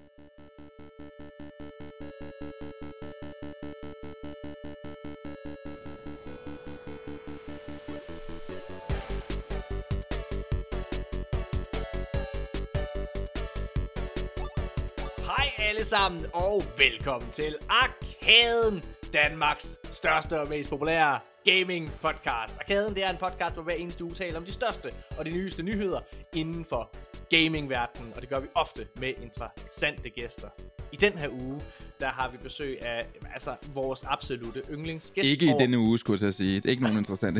Hej alle sammen, og velkommen til Arkaden, Danmarks største og mest populære gaming podcast. Arkaden, det er en podcast, hvor hver eneste uge taler om de største og de nyeste nyheder inden for gamingverdenen, og det gør vi ofte med interessante gæster. I den her uge, der har vi besøg af vores absolute yndlingsgæst. Ikke i denne uge, skulle jeg til at sige. Det er ikke nogen interessante.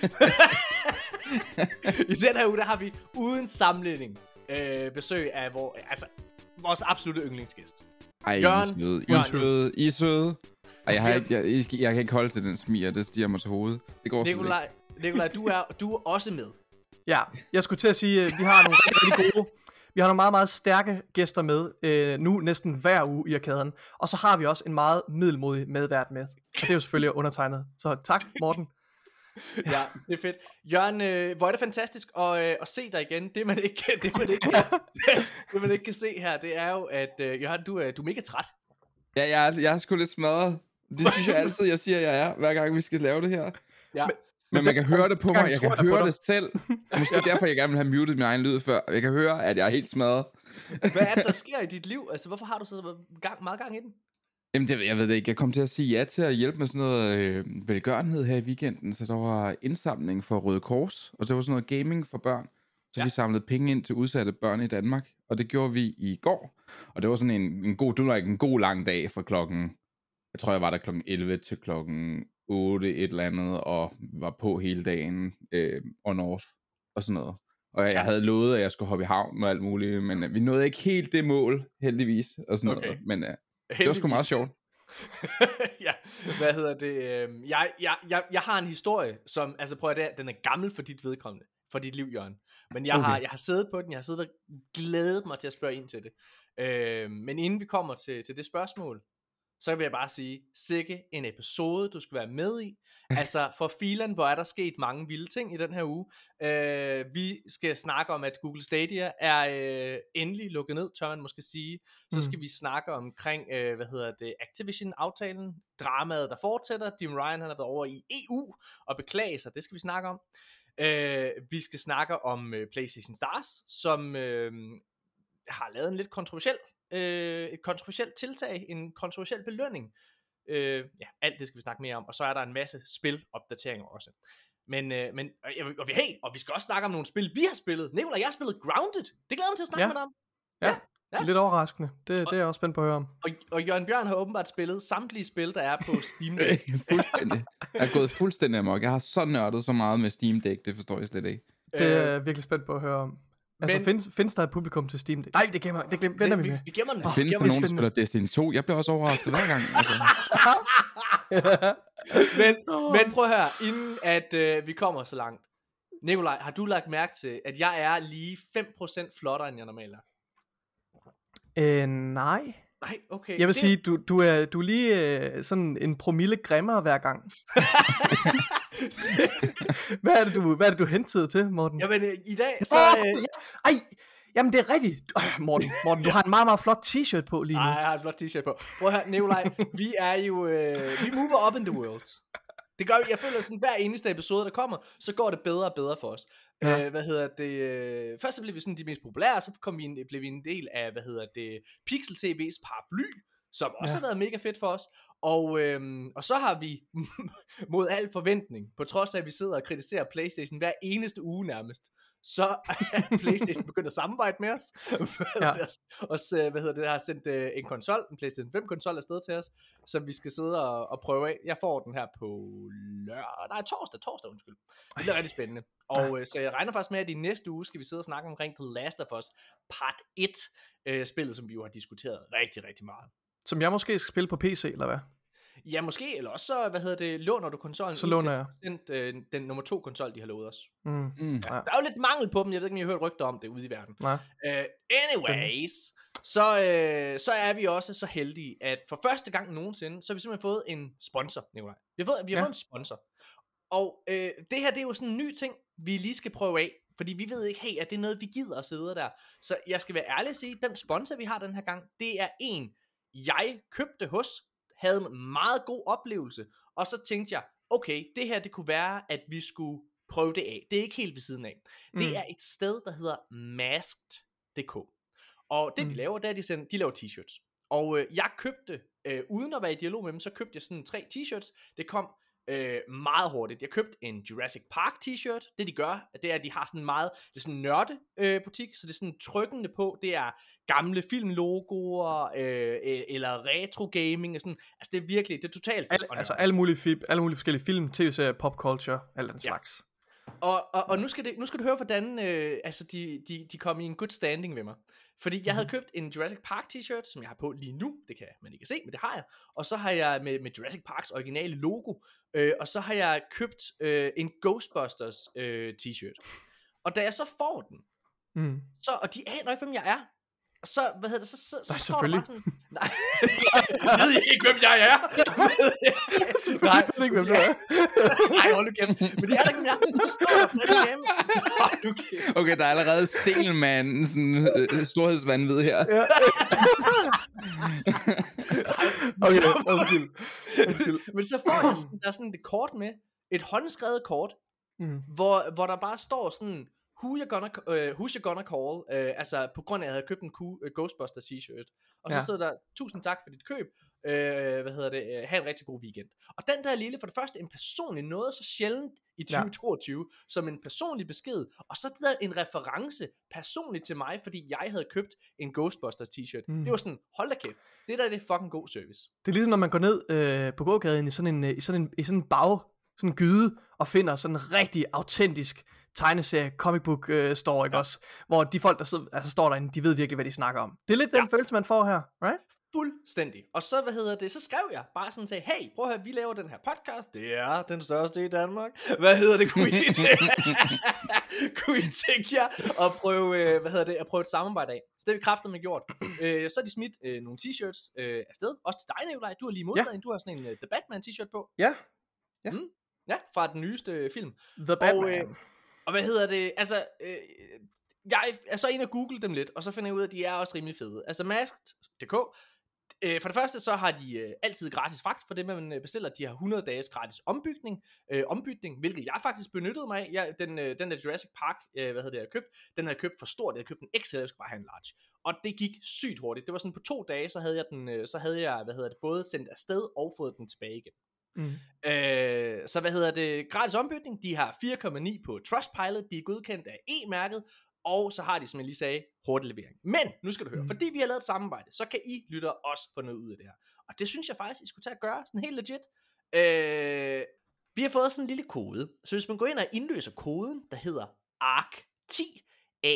I den her uge, der har vi uden sammenligning besøg af vores absolute yndlingsgæst. Ej, I er søde. Ej, jeg kan ikke holde til den smiger, det stiger mig til hovedet. Det går Nikolaj, du er også med. Ja, jeg skulle til at sige, at vi har nogle rigtig gode, vi har nogle meget, meget stærke gæster med, nu næsten hver uge i Arkaden. Og så har vi også en meget middelmodig medvært med. Og det er jo selvfølgelig undertegnet. Så tak, Morten. Ja, det er fedt. Jørgen, hvor er det fantastisk at se dig igen. Det man ikke kan se her, det er jo, at Jørgen, du er mega træt. Ja, jeg er sgu lidt smadret. Det synes jeg altid, jeg siger, jeg er, hver gang vi skal lave det her. Ja. Men man kan høre det på mig, jeg kan høre det selv. Måske derfor, jeg gerne vil have muted min egen lyd før. Jeg kan høre, at jeg er helt smadret. Hvad er det, der sker i dit liv? Altså, hvorfor har du så meget gang i den? Jamen, jeg ved det ikke. Jeg kom til at sige ja til at hjælpe med sådan noget velgørenhed her i weekenden. Så der var indsamling for Røde Kors, og det var sådan noget gaming for børn. Så vi samlede penge ind til udsatte børn i Danmark, og det gjorde vi i går. Og det var sådan en god lang dag fra klokken, jeg tror jeg var der klokken 11 til klokken 8 et eller andet, og var på hele dagen on off og sådan noget. Og jeg havde lovet, at jeg skulle hoppe i havn og alt muligt, men vi nåede ikke helt det mål, heldigvis, og sådan noget. Men det var sgu meget sjovt. Ja, hvad hedder det? Jeg har en historie, som, altså prøv at den er gammel for dit vedkommende, for dit liv, Jørgen. Men jeg har siddet på den, jeg har siddet og glædet mig til at spørge ind til det. Men inden vi kommer til det spørgsmål, så vil jeg bare sige, sikke en episode, du skal være med i. Altså, for filen, hvor er der sket mange vilde ting i den her uge. Vi skal snakke om, at Google Stadia er endelig lukket ned, tør man måske sige. Så skal vi snakke omkring, Activision-aftalen, dramaet, der fortsætter. Jim Ryan, han har været over i EU og beklager sig, det skal vi snakke om. Vi skal snakke om PlayStation Stars, som har lavet en lidt et kontroversielt tiltag, en kontroversiel belønning. Alt det skal vi snakke mere om, og så er der en masse spilopdateringer også. Og vi skal også snakke om nogle spil, vi har spillet. Nikolaj, jeg har spillet Grounded. Det glæder mig til at snakke med dig om. Ja. Lidt overraskende. Det er jeg også spændt på at høre om. Og Jørgen Bjørn har åbenbart spillet samtlige spil, der er på Steam Deck. Fuldstændig. Jeg er gået fuldstændig amok. Jeg har så nørdet så meget med Steam Deck, det forstår jeg slet ikke. Det er jeg virkelig spændt på at høre om. Altså, findes der et publikum til Steam Deck? Nej, det venter vi med. Vi gemmer den. Findes der nogen, der spiller Destiny 2? Jeg bliver også overrasket hver gang. Altså. men prøv at høre, inden at vi kommer så langt. Nikolaj, har du lagt mærke til, at jeg er lige 5% flottere, end jeg normalt er? Nej. Nej, okay. Jeg vil sige, du er lige sådan en promille grimmere hver gang. Hvad er det du hentede til, Morten? Jamen i dag så jamen det er rigtigt. Morten, du har en meget, meget flot t-shirt på lige nu. Nej, jeg har en flot t-shirt på. Prøv at høre, Nikolaj, vi er jo vi mover up in the world. Det gør jeg føler sådan hver eneste episode der kommer, så går det bedre og bedre for os. Ja. Først så blev vi sådan de mest populære, så blev vi en del af Pixel TV's paraply, som også har været mega fedt for os. Og så har vi mod al forventning, på trods af at vi sidder og kritiserer PlayStation hver eneste uge nærmest, så er PlayStation begyndt at samarbejde med os. Har sendt en konsol, en PlayStation 5 konsol afsted til os, som vi skal sidde og prøve af. Jeg får den her på torsdag, undskyld. Det bliver rigtig spændende. Og så jeg regner faktisk med, at i næste uge skal vi sidde og snakke omkring The Last of Us Part 1, spillet, som vi jo har diskuteret rigtig, rigtig meget. Som jeg måske skal spille på PC, eller hvad? Ja, måske, eller også så, låner du konsollen. Så låner jeg. Den nummer 2 konsol, de har lovet os. Ja. Der er jo lidt mangel på dem, jeg ved ikke, om I har hørt rygter om det ude i verden. Anyways, så er vi også så heldige, at for første gang nogensinde, så har vi simpelthen fået en sponsor, Nikolaj. Vi har fået en sponsor. Og det her, det er jo sådan en ny ting, vi lige skal prøve af. Fordi vi ved ikke, hey, er det noget, vi gider at sidde der? Så jeg skal være ærlig at sige, den sponsor, vi har den her gang, det er en, jeg købte hos, havde en meget god oplevelse, og så tænkte jeg, okay, det her, det kunne være, at vi skulle prøve det af. Det er ikke helt ved siden af. Det er et sted, der hedder Masked.dk. Og det, de laver, det er, de laver t-shirts. Og jeg købte, uden at være i dialog med dem, så købte jeg sådan 3 t-shirts. Det kom meget hurtigt. Jeg købte en Jurassic Park t-shirt. Det de gør, det er, at de har sådan meget, det er sådan en nørde butik, så det er sådan trykkende på, det er gamle filmlogoer, eller retro gaming, og sådan. Altså det er virkelig, det er totalt fedt. Altså alle mulige forskellige film, tv-serier, pop culture, alt den slags. Og nu skal du høre, hvordan altså de kom i en good standing ved mig. Fordi jeg havde købt en Jurassic Park t-shirt, som jeg har på lige nu. Det kan man ikke se, men det har jeg. Og så har jeg med Jurassic Parks originale logo. Og så har jeg købt en Ghostbusters t-shirt. Og da jeg så får den, og de aner ikke, hvem jeg er. Og så, hvad hedder det, så står der bare sådan, nej, jeg ved ikke, hvem jeg er. Selvfølgelig ved ikke, hvem du er. Nej, hold nu kæft. Men det er der ikke, hvem jeg er. Så står der Freddy hjemme. Hold nu kæft. Okay, der er allerede Stelman, sådan storhedsvandvid her. Ja. Okay, undskyld. Men så får jeg sådan, der er sådan et kort med, et håndskrevet kort, hvor der bare står sådan, who's you gonna call, altså på grund af, at jeg havde købt en Ghostbusters t-shirt. Og så stod der, tusind tak for dit køb, have en rigtig god weekend. Og den der lille, for det første, en personlig, noget så sjældent i 2022, som en personlig besked, og så der en reference personligt til mig, fordi jeg havde købt en Ghostbusters t-shirt. Det var sådan, hold da kæft, det der er det fucking god service. Det er ligesom, når man går ned på gågaden i sådan en gyde, og finder sådan en rigtig autentisk tegneserie, comic book store, ikke også? Hvor de folk, der står derinde, de ved virkelig, hvad de snakker om. Det er lidt den følelse, man får her, right? Fuldstændig. Og så, så skrev jeg bare sådan til, hey, prøv at høre, vi laver den her podcast, det er den største i Danmark. Kunne I tænke jer at prøve et samarbejde af? Så det har vi kraftedeme gjort. Så har de smidt nogle t-shirts afsted, også til dig, Nikolaj. Du har lige modtaget en, du har sådan en The Batman t-shirt på. Ja. Ja, fra den nyeste film. The Batman. Og altså, jeg er så inde og google dem lidt, og så finder jeg ud af, at de er også rimelig fede. Altså Masked.dk, for det første, så har de altid gratis fragt for det, man bestiller. De har 100 dages gratis ombytning, hvilket jeg faktisk benyttede mig af. Den der Jurassic Park, jeg købt, den havde jeg købt for stort. Jeg havde købt en XL, jeg skulle bare have en large. Og det gik sygt hurtigt. Det var sådan på 2 dage, så havde jeg både sendt afsted og fået den tilbage igen. Så gratis ombytning. De har 4,9 på Trustpilot. De er godkendt af E-mærket. Og så har de, som jeg lige sagde, hurtig levering. Men nu skal du høre, fordi vi har lavet et samarbejde, så kan I lytter også få noget ud af det her. Og det synes jeg faktisk, I skulle tage at gøre, sådan helt legit. Vi har fået sådan en lille kode. Så hvis man går ind og indløser koden, der hedder ARK10,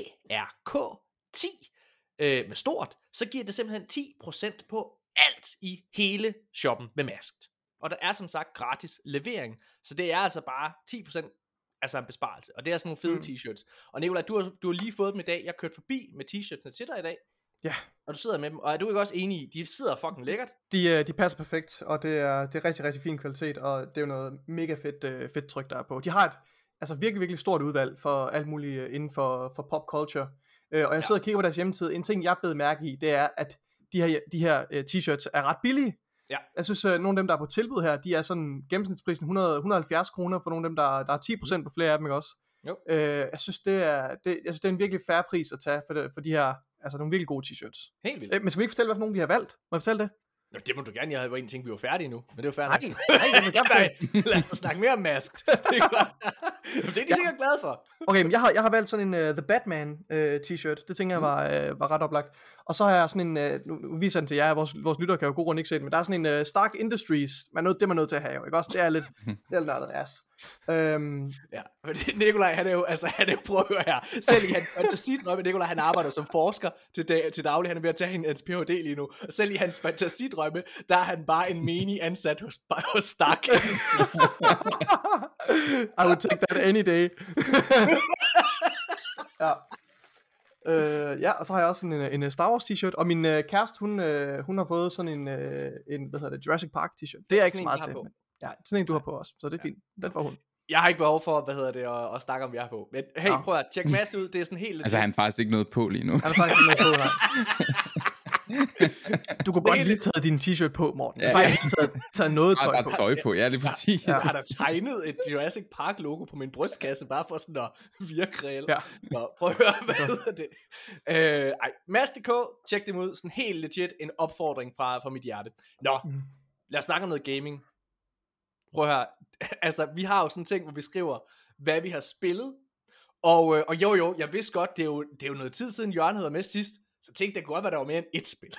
ARK10, med stort, så giver det simpelthen 10% på alt i hele shoppen med Masked. Og der er som sagt gratis levering, så det er altså bare 10%, altså en besparelse. Og det er sådan nogle fede t-shirts. Og Nikolaj, du har lige fået dem i dag. Jeg kørte forbi med t-shirtsene til dig i dag. Ja. Og du sidder med dem. Og er du ikke også enig i, de sidder fucking lækkert? De passer perfekt, og det er rigtig, rigtig fin kvalitet, og det er jo noget mega fedt tryk, der er på. De har et virkelig, virkelig stort udvalg for alt muligt inden for pop culture. Og jeg sidder og kigger på deres hjemmeside. En ting, jeg bed mærke i, det er, at de her t-shirts er ret billige. Ja. Jeg synes, nogle af dem, der er på tilbud her, de er sådan gennemsnitsprisen 170 kroner for nogle af dem, der er 10% på flere af dem, ikke også? Jo. Jeg synes, det er en virkelig fair pris at tage for de her, altså nogle virkelig gode t-shirts. Helt vildt. Men skal vi ikke fortælle, hvad for nogle vi har valgt? Må jeg fortælle det? Nå, det må du gerne. Jeg havde jo en ting, vi var færdige nu. Men det var færdigt. Nej, lad os snakke mere om Masked. Det er de sikkert glade for. Okay, men jeg har valgt sådan en The Batman t-shirt. Det tænker jeg var ret oplagt. Og så har jeg sådan en, nu viser den til jer, vores lyttere kan jo god grund ikke se det, men der er sådan en Stark Industries, det er man nødt til at have, ikke også? Det er lidt nørdet ass. Ja, for Nikolaj, han er jo, prøv at høre her, selv i hans fantasidrømme, Nikolaj, han arbejder som forsker til daglig, han er ved at tage hans Ph.D. lige nu, og selv i hans fantasidrømme, der er han bare en menig ansat hos Stark Industries. I would take that any day. Ja. Ja, og så har jeg også en Star Wars t-shirt, og min kæreste, hun har fået sådan en Jurassic Park t-shirt. Det er ikke så meget til. Ja, sådan en du har på også, så det er fint. Den får hun. Jeg har ikke behov for, at snakke om, jeg er på. Men hey, prøv at tjekke Mads ud. Det er sådan helt legit. Altså, han er faktisk ikke noget på lige nu. Han er faktisk ikke noget på, nej. Du kunne godt lige tage din t-shirt på, Morten. Ja. Bare ikke taget noget tøj på. Tøj på, ja, det er præcis. Jeg har da tegnet et Jurassic Park logo på min brystkasse, bare for sådan at virke reelt. Ja. Nå, prøv at høre, hvad hedder det? Mads.dk, tjek dem ud. Sådan helt legit en opfordring fra mit hjerte. Nå, lad os snakke om noget gaming. Prøv at høre, altså vi har jo sådan en ting, hvor vi skriver, hvad vi har spillet. Og jo, jeg vidste godt, det er jo noget tid siden Jørgen havde været med sidst, så tænkte jeg godt, hvad der var mere end et spil.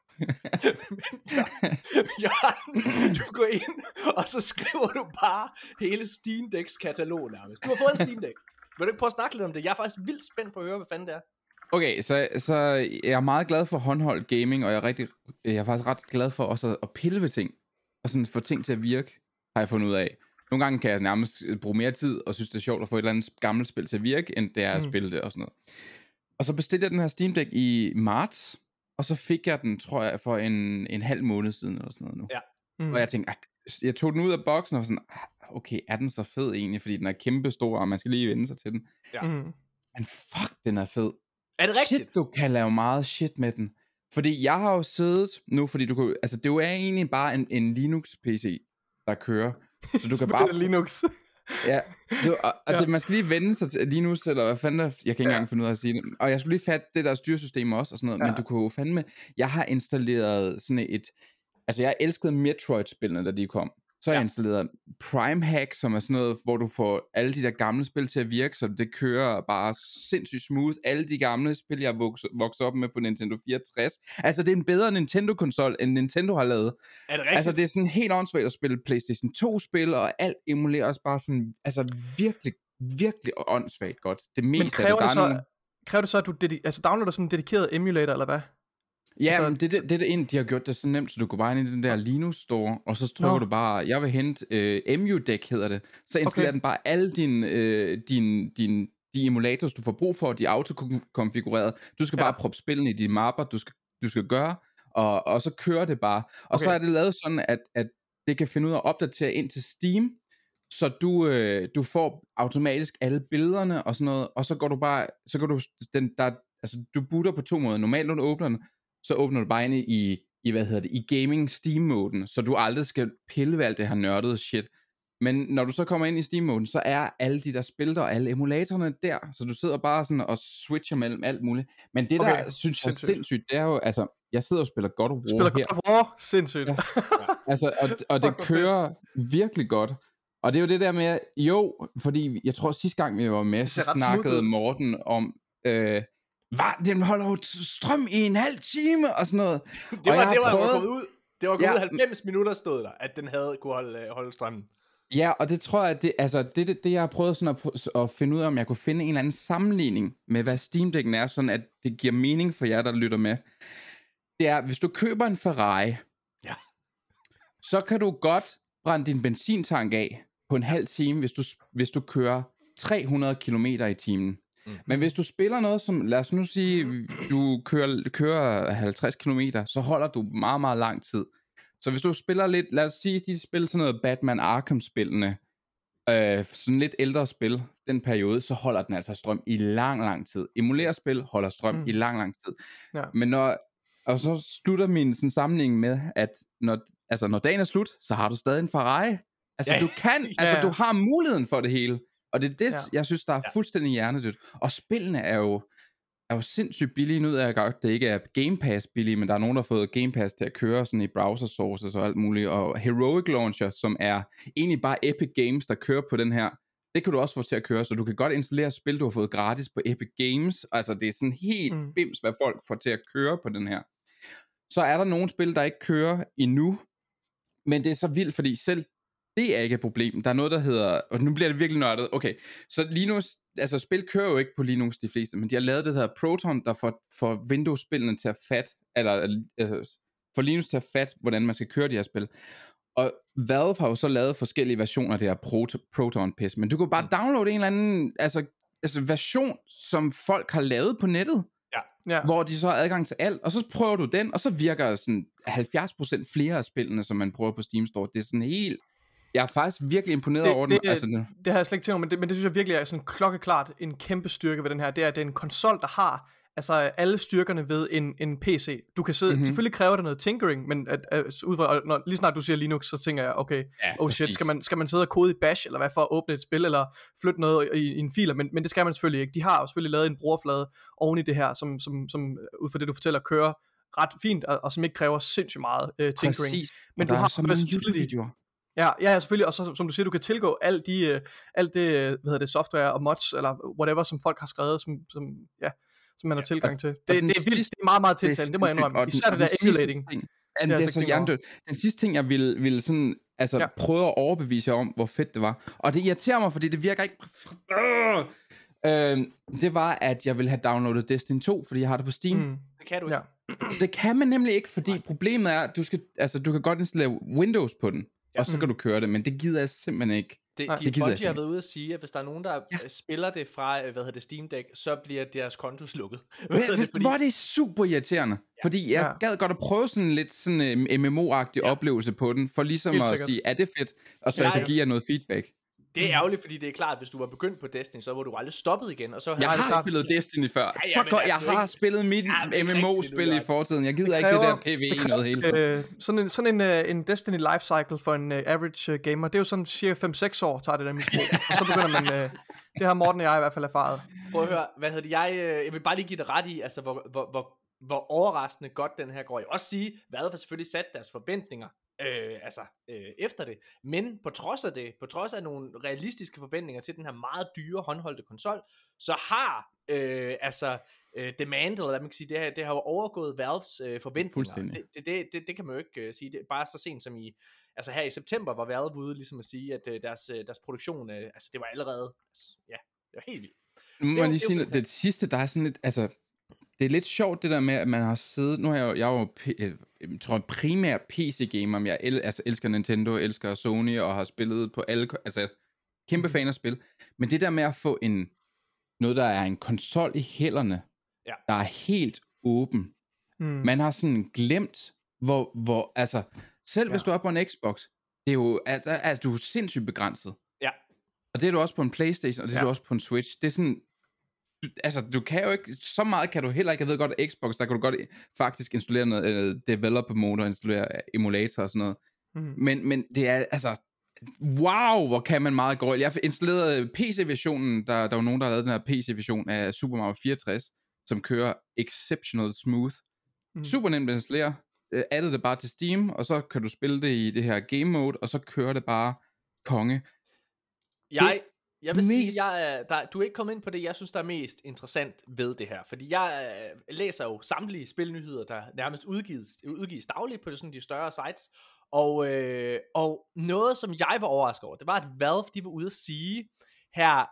Men Jørgen, du går ind, og så skriver du bare hele Steam Decks katalog nærmest. Du har fået en Steam Deck. Vil du ikke prøve at snakke lidt om det? Jeg er faktisk vildt spændt på at høre, hvad fanden det er. Okay, så jeg er meget glad for håndholdt gaming, og jeg er faktisk ret glad for også at pille ved ting, og sådan få ting til at virke, har jeg fundet ud af. Nogle gange kan jeg nærmest bruge mere tid, og synes det er sjovt at få et eller andet gammelt spil til at virke, end det er at spille det og sådan noget. Og så bestilte jeg den her Steam Deck i marts, og så fik jeg den, tror jeg, for en halv måned siden, eller sådan noget nu. Ja. Og jeg tænkte, jeg tog den ud af boksen, og var sådan, okay, er den så fed egentlig, fordi den er kæmpe stor, og man skal lige vende sig til den. Ja. Men fuck, den er fed. Er det rigtigt? Shit, du kan lave meget shit med den. Fordi jeg har jo siddet nu, fordi du kan, altså det er jo egentlig bare en Linux-PC, der kører. Så du kan bare... Linux. Ja, det, man skal lige vende sig til Linux, eller hvad fanden jeg kan ikke engang finde ud af at sige det. Og jeg skulle lige fatte det der styresystem også, og sådan noget, men du kunne jo fandme... Jeg har installeret sådan et... Altså, jeg elskede Metroid-spillene, da de kom. Så har jeg installeret Prime Hack, som er sådan noget, hvor du får alle de der gamle spil til at virke, så det kører bare sindssygt smooth. Alle de gamle spil, jeg vokset op med på Nintendo 64. Altså, det er en bedre Nintendo-konsol, end Nintendo har lavet. Er det rigtigt? Altså, det er sådan helt åndssvagt at spille PlayStation 2-spil, og alt emuleres bare sådan, altså virkelig, virkelig åndssvagt godt. Det meste men kræver det så, at du downloader sådan en dedikeret emulator, eller hvad? Ja, altså, men det er egentlig, de har gjort det så nemt, så du går bare ind i den der Linux store, og så trykker du bare, jeg vil hente EmuDeck hedder det, så installerer den bare alle de emulators, du får brug for, de er autokonfigureret. Du skal bare proppe spillene i de mapper, du skal gøre, og så kører det bare. Og så er det lavet sådan, at det kan finde ud af at opdatere ind til Steam, så du får automatisk alle billederne og sådan noget, og så går du bare, du booter på 2 måder. Normalt når du åbner den, så åbner du bare ind i gaming Steam-moden, så du aldrig skal pille ved alt det her nørdede shit. Men når du så kommer ind i Steam-moden, så er alle de der spil og alle emulatorerne der, så du sidder bare sådan og switcher mellem alt muligt. Men det der, synes jeg er sindssygt, det er jo, altså, jeg sidder og spiller God of War her. Spiller God of War? Sindssygt. Ja. Altså, og det kører virkelig godt. Og det er jo det der med, fordi jeg tror sidste gang vi var med, så snakkede Morten om, den holder jo strøm i en halv time og sådan noget. Det var gået ud 90 minutter stod der, at den havde kunne holde strømmen. Ja, og det tror jeg, det jeg har prøvet sådan at finde ud af, om jeg kunne finde en eller anden sammenligning med, hvad Steam Deck'en er, sådan at det giver mening for jer, der lytter med. Det er, hvis du køber en Ferrari, så kan du godt brænde din benzintank af på en halv time, hvis du kører 300 km i timen. Men hvis du spiller noget som, lad os nu sige, du kører 50 km, så holder du meget, meget lang tid. Så hvis du spiller lidt, lad os sige, de spiller sådan noget Batman Arkham-spillene, sådan lidt ældre spil, den periode, så holder den altså strøm i lang, lang tid. Emulerspil holder strøm i lang, lang tid. Ja. Men og så slutter min sådan sammenligning med, at når dagen er slut, så har du stadig en Ferrari. Altså du kan, du har muligheden for det hele. Og det er det, jeg synes, der er fuldstændig hjernedødt. Og spillene er jo sindssygt billige. Nu er jeg godt, det ikke er Game Pass billige, men der er nogen, der har fået Game Pass til at køre sådan i browser sources og alt muligt. Og Heroic Launcher, som er egentlig bare Epic Games, der kører på den her, det kan du også få til at køre. Så du kan godt installere spil, du har fået gratis på Epic Games. Altså det er sådan helt bims, hvad folk får til at køre på den her. Så er der nogle spil, der ikke kører endnu. Men det er så vildt, fordi selv det er ikke et problem. Der er noget, der hedder, og nu bliver det virkelig nørdet. Okay, så Linux, altså spil kører jo ikke på Linux de fleste, men de har lavet det, der hedder Proton, der får Windows-spillene til at for Linux til at fatte, hvordan man skal køre de her spil. Og Valve har jo så lavet forskellige versioner af det her Proton-pis, men du kan bare downloade en eller anden altså version, som folk har lavet på nettet, hvor de så har adgang til alt, og så prøver du den, og så virker sådan 70% flere af spillene, som man prøver på Steam Store. Det er sådan helt Jeg er faktisk virkelig imponeret over den. Det har jeg slet ikke tænkt over, men det synes jeg virkelig er sådan klokkeklart en kæmpe styrke ved den her. Det er, at det er en konsol, der har altså alle styrkerne ved en PC. Du kan sidde, selvfølgelig kræver det noget tinkering, men ud fra, lige snart du siger Linux, så tænker jeg, okay, shit, skal man sidde og kode i Bash, eller hvad, for at åbne et spil, eller flytte noget i en fil, men det skal man selvfølgelig ikke. De har jo selvfølgelig lavet en brugerflade oven i det her, som ud fra det, du fortæller, kører ret fint, og som ikke kræver sindssygt meget tinkering. Præcis. Men du har så mange YouTube-videoer. Ja, selvfølgelig, og så som du siger, du kan tilgå alt det software og mods, eller whatever, som folk har skrevet, som man har tilgang til. Det er vildt, det er meget, meget tiltalende, det må jeg indrømme. Især det der emulating. Det er så hjernedødt. Den sidste ting, jeg ville sådan, prøve at overbevise jer om, hvor fedt det var. Og det irriterer mig, fordi det virker ikke... det var, at jeg ville have downloadet Destiny 2, fordi jeg har det på Steam. Det kan du ikke. Det kan man nemlig ikke, fordi problemet er, at du kan godt installere Windows på den, og så kan du køre det, men det gider jeg simpelthen ikke. De har været ude at sige, at hvis der er nogen, der spiller det fra, Steam Deck, så bliver deres konto slukket. Hvor er det super irriterende, fordi jeg gad godt at prøve sådan lidt sådan en MMO-agtig oplevelse på den, for ligesom at sige, er det fedt, og så jeg kan give jer noget feedback. Det er ærgerligt, fordi det er klart, at hvis du var begyndt på Destiny, så var du aldrig stoppet igen. Og så jeg har spillet Destiny før. Jeg har spillet mit MMO-spil i fortiden. Jeg gider ikke det der PvE noget hele tiden. Sådan en Destiny lifecycle for en average gamer, det er jo sådan cirka 5-6 år, tager det der misbrug. Og så begynder man... det har Morten og jeg i hvert fald erfaret. Prøv at høre, jeg vil bare lige give det ret i, altså hvor overraskende godt den her går. Jeg vil også sige, Valve har selvfølgelig sat deres forventninger efter det, men på trods af nogle realistiske forventninger til den her meget dyre håndholdte konsol, så har demand, eller hvad man kan sige, det har jo overgået Valves forventninger. Det kan man jo ikke sige. Det er bare så sent som her i september var Valve ude ligesom at sige, at deres produktion, det var allerede, det var helt vildt. Må jeg lige sige, det sidste, der er sådan lidt, det er lidt sjovt det der med, at man har siddet... Nu har jeg jo tror primært PC-gamer, men jeg elsker Nintendo, elsker Sony, og har spillet på alle... Kæmpe fan af spil. Men det der med at få noget, der er en konsol i hænderne, der er helt åben. Man har sådan glemt, hvor selv hvis du er på en Xbox, det er jo... du er sindssygt begrænset. Ja. Og det er du også på en PlayStation, og det er du også på en Switch. Det er sådan... du kan jo ikke, så meget kan du heller ikke. Jeg ved godt, at Xbox, der kan du godt faktisk installere noget developer mode og installere emulator og sådan noget. Men det er, wow, hvor kan man meget gå. Jeg har installeret PC-versionen, der var nogen, der har lavet den her PC-version af Super Mario 64, som kører exceptional smooth. Super nemt at installere. Addet det bare til Steam, og så kan du spille det i det her game mode, og så kører det bare konge. Jeg vil sige, du er ikke kommet ind på det, jeg synes, der er mest interessant ved det her. Fordi jeg læser jo samtlige spilnyheder, der nærmest udgives dagligt på de større sites. Og noget, som jeg var overrasket over, det var, at Valve, de var ude at sige her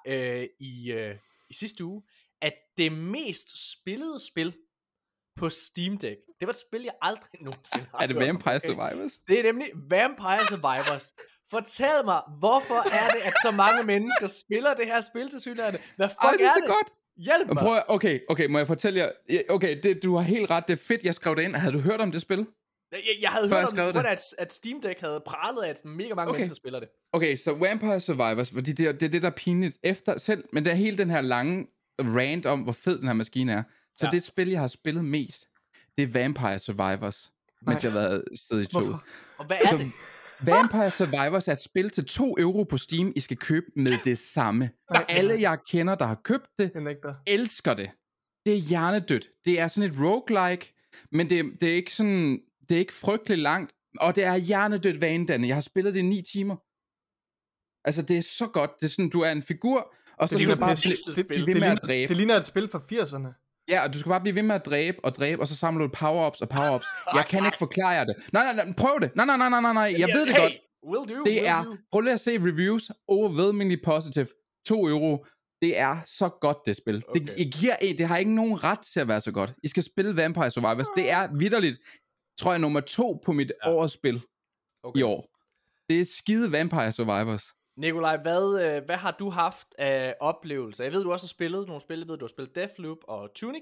i sidste uge, at det mest spillede spil på Steam Deck, det var et spil, jeg aldrig nogensinde har. Er det Vampire Survivors? Det er nemlig Vampire Survivors. Fortæl mig, hvorfor er det, at så mange mennesker spiller det her spil til synligheden? Hvad fuck det er så godt. Hjælp mig. Okay, må jeg fortælle jer? Okay, du har helt ret, det er fedt, jeg skrev det ind. Havde du hørt om det spil? Jeg havde hørt om at Steam Deck havde pralet, at mega mange mennesker spiller det. Okay, så Vampire Survivors, fordi det er det, der er pinligt efter selv, men det er hele den her lange rant om, hvor fed den her maskine er. Så det spil, jeg har spillet mest, det er Vampire Survivors, mens jeg har været siddet i toget. Og hvad er det? Vampire Survivors er et spil til 2 euro på Steam, I skal købe med det samme. Alle jeg kender, der har købt det, elsker det. Det er hjernedødt. Det er sådan et roguelike, men det er ikke sådan, det er ikke frygteligt langt, og det er hjernedødt vanedannende. Jeg har spillet det i 9 timer. Det er så godt. Det er sådan, du er en figur, og så skal du bare blive ved med at dræbe. Det ligner et spil fra 80'erne. Ja, og du skal bare blive ved med at dræbe, og så samler du power-ups og power-ups. Jeg kan ikke forklare jer det. Nej, prøv det. Nej, jeg ved det godt. Prøv lige at se reviews, overwhelmingly positive, 2 euro. Det er så godt, det spil. Okay. Det har ikke nogen ret til at være så godt. I skal spille Vampire Survivors. Det er vitterligt, tror jeg, nummer 2 på mit årsspil i år. Det er skide Vampire Survivors. Nikolaj, hvad har du haft af oplevelser? Jeg ved, du også har spillet nogle spil. Jeg ved, du har spillet Deathloop og Tunic.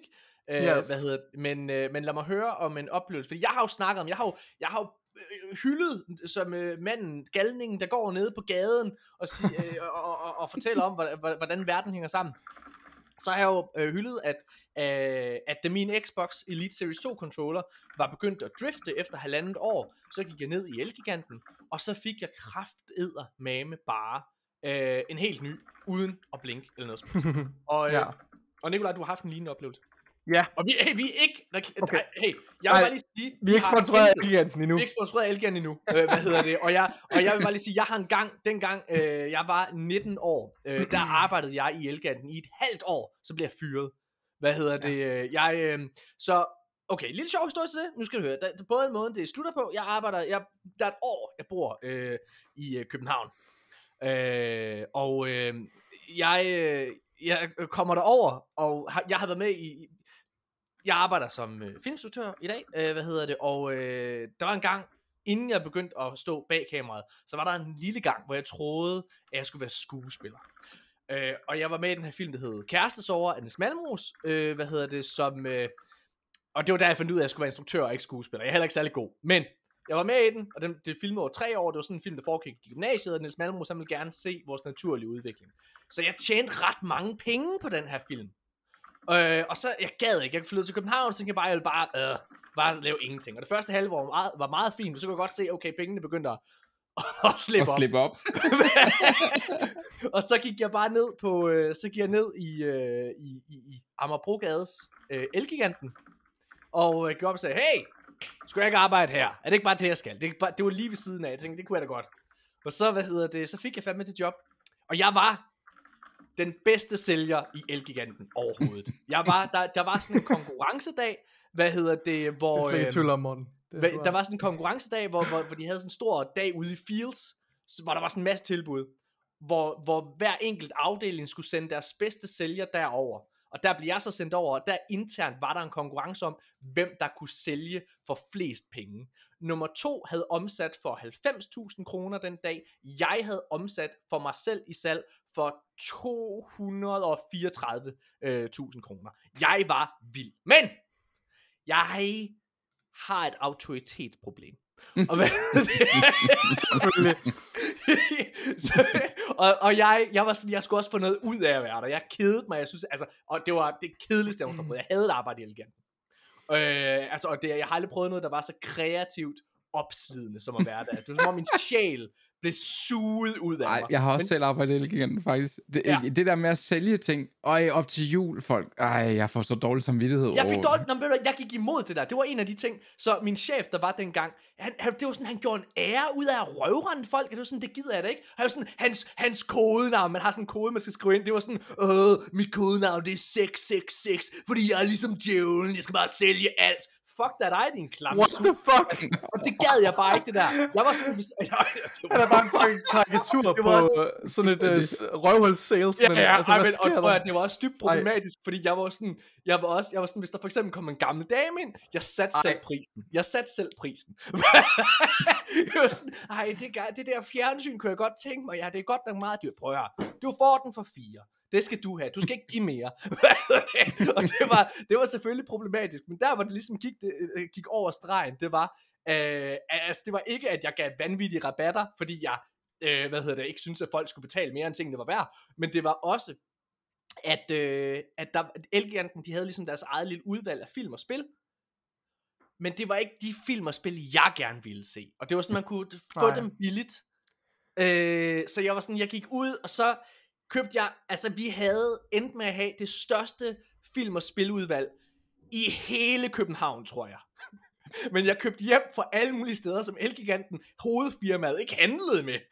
Men lad mig høre om en oplevelse, fordi jeg har jo snakket om, jeg har jo hyldet som manden, galningen, der går nede på gaden og fortæller om, hvordan verden hænger sammen. Så har jeg jo hyldet, at da min Xbox Elite Series 2 controller var begyndt at drifte efter 1,5 år, så gik jeg ned i Elgiganten, og så fik jeg krafteddermame bare en helt ny, uden at blinke eller noget. Og Nikolaj, du har haft en lignende oplevelse. Ja. Og vi er ikke... Okay. Hey, jeg vil bare lige sige... Vi er ikke sponsoreret af Elgiganten endnu. Vi er ikke sponsoreret af Elgiganten endnu. Og jeg vil bare lige sige, jeg har dengang jeg var 19 år, der arbejdede jeg i Elgiganten i et halvt år, så blev jeg fyret. Så... Okay, lille sjov historie til det. Nu skal du høre. Der er både en måde, det slutter på. Der er et år, jeg bor i København. Jeg kommer derover, og jeg har været med i... Jeg arbejder som filminstruktør i dag, der var en gang, inden jeg begyndte at stå bag kameraet, så var der en lille gang, hvor jeg troede, at jeg skulle være skuespiller. Og jeg var med i den her film, der hed Kærestesorger af Niels Malmros, og det var der, jeg fandt ud af, at jeg skulle være instruktør og ikke skuespiller. Jeg er heller ikke særlig god, men jeg var med i den, og det filmede over 3 år. Det var sådan en film, der foregik i gymnasiet, og Niels Malmros ville gerne se vores naturlige udvikling. Så jeg tjente ret mange penge på den her film. Og så, jeg gad ikke, jeg flyttede til København, så jeg ville bare lave ingenting. Og det første halve år var meget fint, så kunne jeg godt se, okay, pengene begyndte at slippe op. Og så gik jeg bare ned i Amagerbrogades Elgiganten, og gik op og sagde, hey, skulle jeg ikke arbejde her? Er det ikke bare det, jeg skal? Det var lige ved siden af, jeg tænkte, det kunne jeg da godt. Og så, så fik jeg fandme det job, og jeg var den bedste sælger i Elgiganten overhovedet. Der var sådan en konkurrencedag, hvor... Der var sådan en konkurrencedag, hvor de havde sådan en stor dag ude i Fields, hvor der var sådan en masse tilbud, hvor hver enkelt afdeling skulle sende deres bedste sælger derover. Og der blev jeg så sendt over, og der internt var der en konkurrence om, hvem der kunne sælge for flest penge. Nummer 2 havde omsat for 90.000 kroner den dag. Jeg havde omsat for mig selv i salg for 234.000 kroner. Jeg var vild. Men jeg har et autoritetsproblem. Og og jeg var sådan, jeg skulle også få noget ud af at være der. Jeg kedede mig, jeg synes, og det var det kedeligste, jeg havde. Jeg havde et arbejde i Elgiganten. Jeg har aldrig prøvet noget, der var så kreativt opslidende som at være der. Det var som om min sjæl blev suget ud af mig. Jeg har også selv arbejdet i Elgiganten, faktisk. Det der med at sælge ting, op til jul, folk. Jeg får så dårlig samvittighed. Jeg gik imod det der. Det var en af de ting. Så min chef, der var dengang, det var sådan, han gjorde en ære ud af at røvrende folk. Det var sådan, det gider jeg da ikke. Han var sådan, hans kodenavn, man har sådan en kode, man skal skrive ind. Det var sådan, mit kodenavn, det er 666, fordi jeg er ligesom djævlen. Jeg skal bare sælge alt. Fuck dig, din klamme. What the fuck? Og det gad jeg bare ikke, det der. Jeg var sådan... Han er bare en fucking karikatur på sådan et røvhul salesman. Det var også dybt problematisk, fordi jeg var sådan, hvis der for eksempel kom en gammel dame ind, jeg satte selv prisen. Jeg var sådan, det der fjernsyn kunne jeg godt tænke mig, det er godt nok meget dyrt. Prøv at høre, du får den for 4. Det skal du have. Du skal ikke give mere. Og det var selvfølgelig problematisk. Men der hvor det ligesom gik over stregen, det var det var ikke at jeg gav vanvittige rabatter, fordi jeg ikke synes at folk skulle betale mere end tingene var værd, men det var også at Elgiganten, de havde ligesom deres eget lille udvalg af film og spil. Men det var ikke de film og spil jeg gerne ville se. Og det var sådan man kunne få dem billigt. Så jeg var sådan, jeg gik ud og så købte jeg, vi havde endt med at have det største film- og spiludvalg i hele København, tror jeg. Men jeg købte hjem fra alle mulige steder, som Elgiganten, hovedfirmaet, ikke handlede med.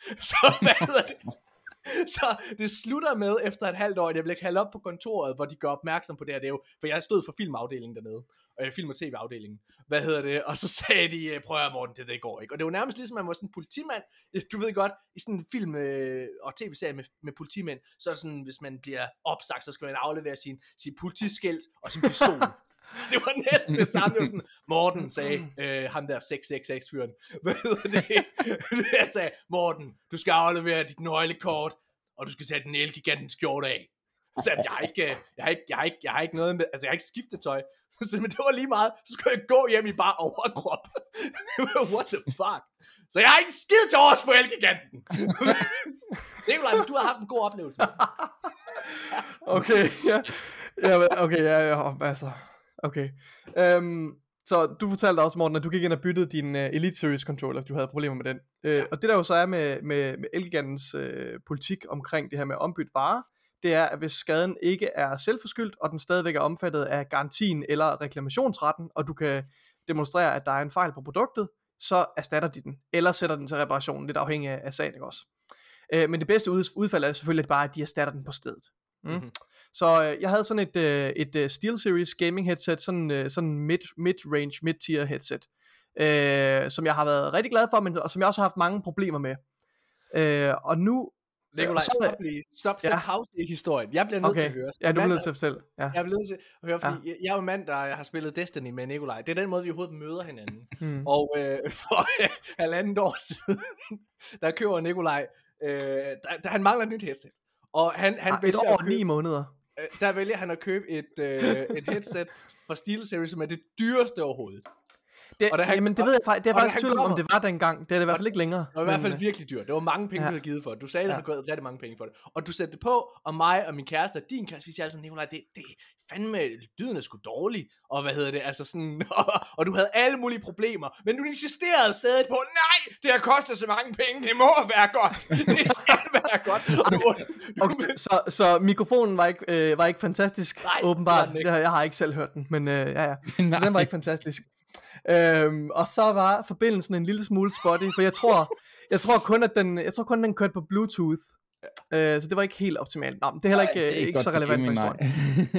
Så det slutter med efter et halvt år, at jeg blev kaldt op på kontoret, hvor de gør opmærksom på det her. Det er jo, for jeg stod for filmafdelingen dernede. Film- og tv-afdelingen. Og så sagde de, prøv at Morten, det går ikke. Og det var nærmest ligesom, at man var sådan en politimand. Du ved godt, i sådan en film og tv-serie med politimænd, så er det sådan, hvis man bliver opsagt, så skal man aflevere sin politiskilt og sin pistol. Det var næsten det samme. Det var sådan, Morten sagde, ham der 666-fyren. Jeg sagde, Morten, du skal aflevere dit nøglekort, og du skal tage den Elgiganten skjorte af. Så sagde jeg har ikke noget med, altså jeg har ikke skiftet tøj. Så, men det var lige meget, så skulle jeg gå hjem i bare overkrop. What the fuck? Så jeg har ikke skid til års på Elgiganten. Nikolaj, du har haft en god oplevelse. Okay, ja. Okay, ja, altså. Okay. Så du fortalte også, Morten, at du gik ind og byttede din Elite Series controller, du havde problemer med den. Og det der jo så er med Elgigantens politik omkring det her med ombytte varer, det er, at hvis skaden ikke er selvforskyldt, og den stadigvæk er omfattet af garantien eller reklamationsretten, og du kan demonstrere, at der er en fejl på produktet, så erstatter de den, eller sætter den til reparationen, lidt afhængig af sagen, ikke også? Men det bedste udfald er selvfølgelig bare, at de erstatter den på stedet. Mm-hmm. Så jeg havde sådan et SteelSeries gaming headset, sådan mid-range, mid-tier headset, som jeg har været rigtig glad for, men og som jeg også har haft mange problemer med. Og nu... Nikolaj, stop, sæt pause i historien. Jeg bliver nødt til at høre. Ja, du er nødt til at fortælle. Ja. Jeg bliver nødt til at høre, fordi jeg er jo en mand, der har spillet Destiny med Nikolaj. Det er den måde, vi overhovedet møder hinanden. Og for 1,5 år siden, der køber Nikolaj, han mangler et nyt headset. Og han et år og 9 måneder. Der vælger han at købe et headset fra SteelSeries, som er det dyreste overhovedet. Jamen det ved jeg faktisk, det er faktisk tvivl om det var dengang. Det er det i hvert fald ikke længere. Det var i hvert fald virkelig dyrt. Det var mange penge, du havde givet for det. Du sagde, at du havde gået rigtig mange penge for det. Og du satte det på, og mig og min kæreste, din kæreste, vi siger altså, Nikolaj, det fandme, lyden er sgu dårlig. Og hvad hedder det, altså sådan, og du havde alle mulige problemer. Men du insisterede stadig på, nej, det har kostet så mange penge, det må være godt. Det skal være godt. Okay, så mikrofonen var ikke fantastisk, nej, åbenbart. Jeg har ikke selv hørt den, men ja. Så den var ikke fantastisk. Og så var forbindelsen en lille smule spotty, for jeg tror kun den kørte på Bluetooth, så det var ikke helt optimalt. Nå, men det er heller ikke så relevant for historien.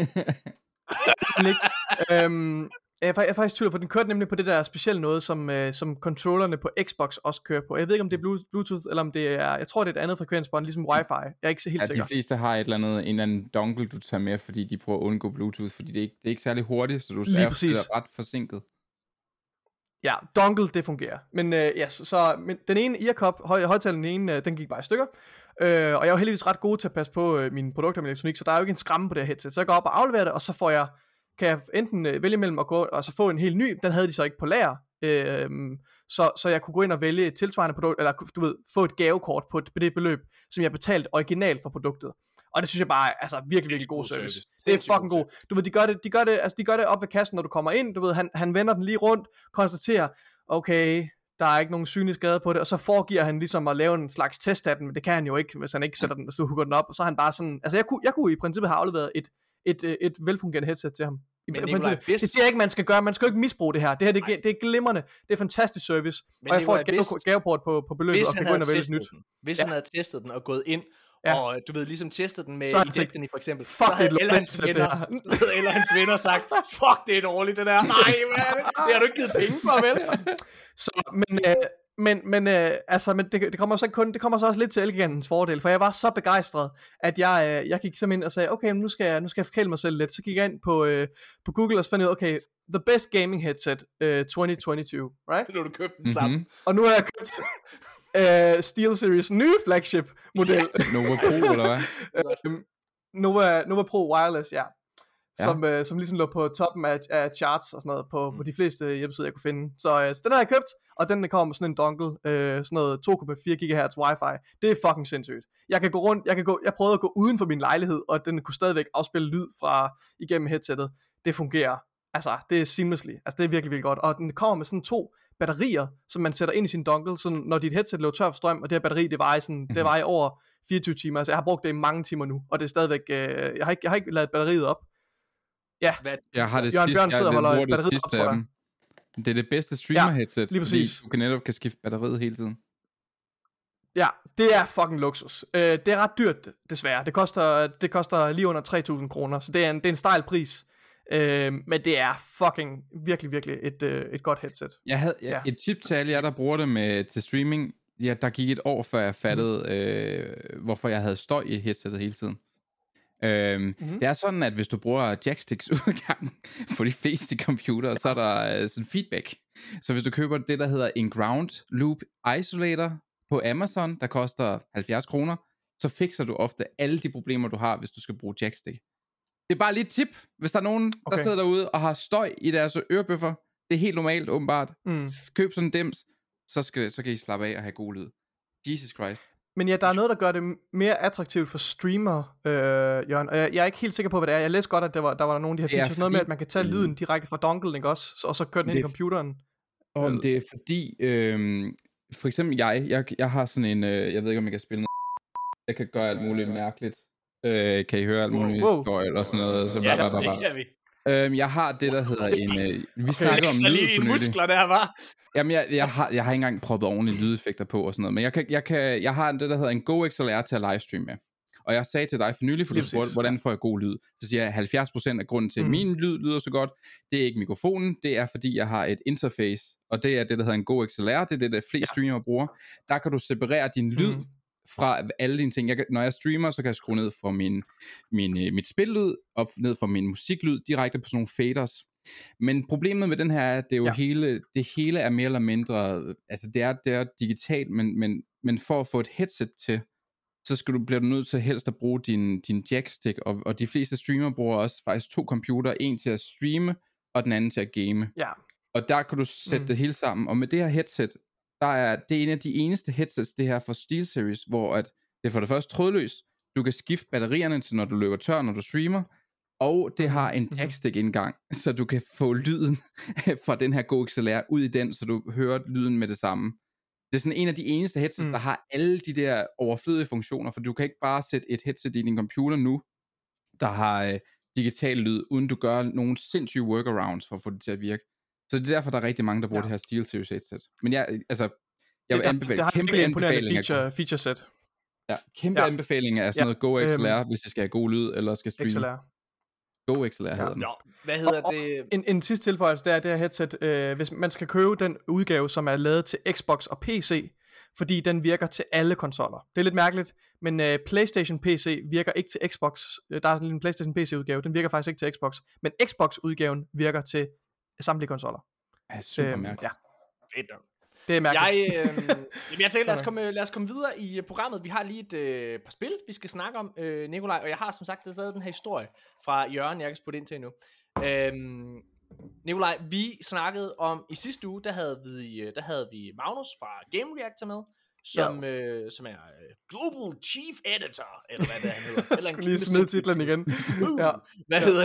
Jeg er faktisk tvivl, for den kørte nemlig på det der specielle noget, som controllerne på Xbox også kører på. Jeg ved ikke, om det er Bluetooth, eller om det er, jeg tror det er et andet frekvensbånd, ligesom Wi-Fi. Jeg er ikke helt sikker. De fleste har en eller anden dongle, du tager med, fordi de prøver at undgå Bluetooth, fordi det er ikke særlig hurtigt, så du er ret forsinket. Ja, dongle, det fungerer. Men men den ene earcup, højtaleren den ene, den gik bare i stykker. Og jeg er jo heldigvis ret god til at passe på mine produkter med elektronik, så der er jo ikke en skræmme på det her headset. Så jeg går op og afleverer det, og så kan jeg enten vælge mellem at gå og så få en helt ny. Den havde de så ikke på lager. Så jeg kunne gå ind og vælge et tilsvarende produkt, eller du ved, få et gavekort på det beløb, som jeg betalte originalt for produktet. Og det synes jeg bare er virkelig god service. Det er fucking god. Du ved, de gør det op ved kassen, når du kommer ind. Du ved, han vender den lige rundt, konstaterer, okay, der er ikke nogen synlig skade på det, og så foregiver han ligesom at lave en slags test af den, men det kan han jo ikke, hvis han ikke sætter den, hvis du hugger den op, og så er han bare sådan, altså jeg kunne i princippet have afleveret et velfungerende headset til ham. Det siger jeg ikke, man skal gøre. Man skal jo ikke misbruge det her. Det her, det er glimrende. Det er fantastisk service. Men og jeg får et gaveport på beløbet, og kan gå ind og vælge et nyt. Hvis han havde testet den og gået ind, og du ved, ligesom testet den med i Destiny for eksempel, så havde eller hans venner sagt, fuck, det er dårligt det der. Nej, hvad er det? Det har du ikke givet penge for, vel? Men det kommer så ikke kun, det kommer så også lidt til Elgigantens fordel, for jeg var så begejstret, at jeg gik simpelthen ind og sagde, okay, nu skal jeg forkæle mig selv lidt. Så gik jeg ind på Google og fandt ud, okay, the best gaming headset 2022, right? Nu har du købt den sammen. Og nu har jeg købt SteelSeries nye flagship model. Nova Pro, eller hvad? Nova Pro Wireless, ja. Som ligesom lå på toppen af charts og sådan noget på de fleste hjemmesider jeg kunne finde. Så den har jeg købt, og den kommer med sådan en dongle, sådan noget 2,4 GHz Wi-Fi. Det er fucking sindssygt. Jeg kan gå rundt, jeg prøvede at gå uden for min lejlighed, og den kunne stadigvæk afspille lyd igennem headsettet. Det fungerer. Altså, det er seamlessly. Altså, det er virkelig, virkelig godt. Og den kommer med sådan 2 batterier, som man sætter ind i sin dongle, så når dit headset løber tør for strøm, og det her batteri, det var i over 24 timer. Altså, jeg har brugt det i mange timer nu, og det er stadigvæk, jeg har ikke ladet batteriet op. Ja, jeg har det Jørgen sidste, Bjørn sidder og holder batteriet op, tror jeg. Det er det bedste streamer-headset, lige præcis. Fordi du netop kan skifte batteriet hele tiden. Ja, det er fucking luksus. Det er ret dyrt, desværre. Det koster lige under 3.000 kroner, så det er en stejl pris. Men det er fucking virkelig et godt headset. Jeg havde et tip til alle jer, der bruger det til streaming. Ja, der gik et år, før jeg fattede, hvorfor jeg havde støj i headsetet hele tiden. Det er sådan, at hvis du bruger jacksticks udgang på de fleste computere, så er der sådan feedback. Så hvis du køber det, der hedder en ground loop isolator på Amazon, der koster 70 kroner, så fikser du ofte alle de problemer, du har, hvis du skal bruge jackstick. Det er bare lige et tip, hvis der er nogen, der sidder derude og har støj i deres ørebøffer. Det er helt normalt, åbenbart. Køb sådan en dims, så kan I slappe af og have god lyd. Jesus Christ. Men ja, der er noget, der gør det mere attraktivt for streamer, Jørgen. Og jeg er ikke helt sikker på, hvad det er. Jeg læste godt, at der var nogle af de her features. Noget med, at man kan tage lyden direkte fra donglen, ikke også? Og så køre den ind i computeren. Det er fordi, for eksempel jeg har sådan en, jeg ved ikke, om jeg kan spille noget. Jeg kan gøre alt muligt mærkeligt. Kan I høre alt muligt støj eller sådan noget? Så ja, det kan vi. Jeg har det, der hedder en... vi snakker om lyd for nylig. Muskler der, var. Jamen, jeg har ikke engang proppet ordentlige lydeffekter på og sådan noget, men jeg har det, der hedder en Go XLR til at livestream med. Og jeg sagde til dig for nylig, for du spurgte, hvordan får jeg god lyd? Så siger jeg, 70% af grunden til, at min lyd lyder så godt, det er ikke mikrofonen, det er fordi, jeg har et interface, og det er det, der hedder en Go XLR, det er det, der flest streamere bruger. Der kan du separere din lyd fra alle dine ting. Når jeg streamer, så kan jeg skrue ned for mit spillyd, og ned for min musiklyd, direkte på sådan nogle faders. Men problemet med den her er, at det er jo det hele er mere eller mindre, altså det er digitalt, men for at få et headset til, så bliver du nødt til helst at bruge din jackstick, og de fleste streamere bruger også faktisk 2 computere, en til at streame, og den anden til at game. Ja. Og der kan du sætte det hele sammen, og med det her headset, det er en af de eneste headsets, det her for SteelSeries, hvor at det er for det første trådløst, du kan skifte batterierne til, når du løber tør, når du streamer, og det har en jackstick indgang, så du kan få lyden fra den her Go XLR ud i den, så du hører lyden med det samme. Det er sådan en af de eneste headsets, der har alle de der overflødige funktioner, for du kan ikke bare sætte et headset i din computer nu, der har digital lyd, uden du gør nogle sindssyge workarounds for at få det til at virke. Så det er derfor, der er rigtig mange, der bruger det her SteelSeries headset. Men jeg vil anbefale, kæmpe anbefalinger. Feature set. Ja, kæmpe anbefalinger af sådan noget Go XLR, hvis I skal have god lyd, eller skal streame. XLR. Go XLR hedder den. Hvad hedder det? En sidste tilføjelse, det er det her headset, hvis man skal købe den udgave, som er lavet til Xbox og PC, fordi den virker til alle konsoller. Det er lidt mærkeligt, men PlayStation PC virker ikke til Xbox. Der er en PlayStation PC udgave, den virker faktisk ikke til Xbox, men Xbox udgaven virker til samtlige konsoller. Ja, super mærkeligt. Ja. Det er mærkeligt. Jeg tænker, lad os komme videre i programmet. Vi har lige et par spil, vi skal snakke om, Nikolaj, og jeg har som sagt stadig den her historie fra Jørgen, jeg kan spurgte ind til endnu. Nikolaj, vi snakkede om i sidste uge, der havde vi Magnus fra Game Reactor med, som er Global Chief Editor, eller hvad det han hedder. Jeg skulle lige smide titlen igen. Hvad hedder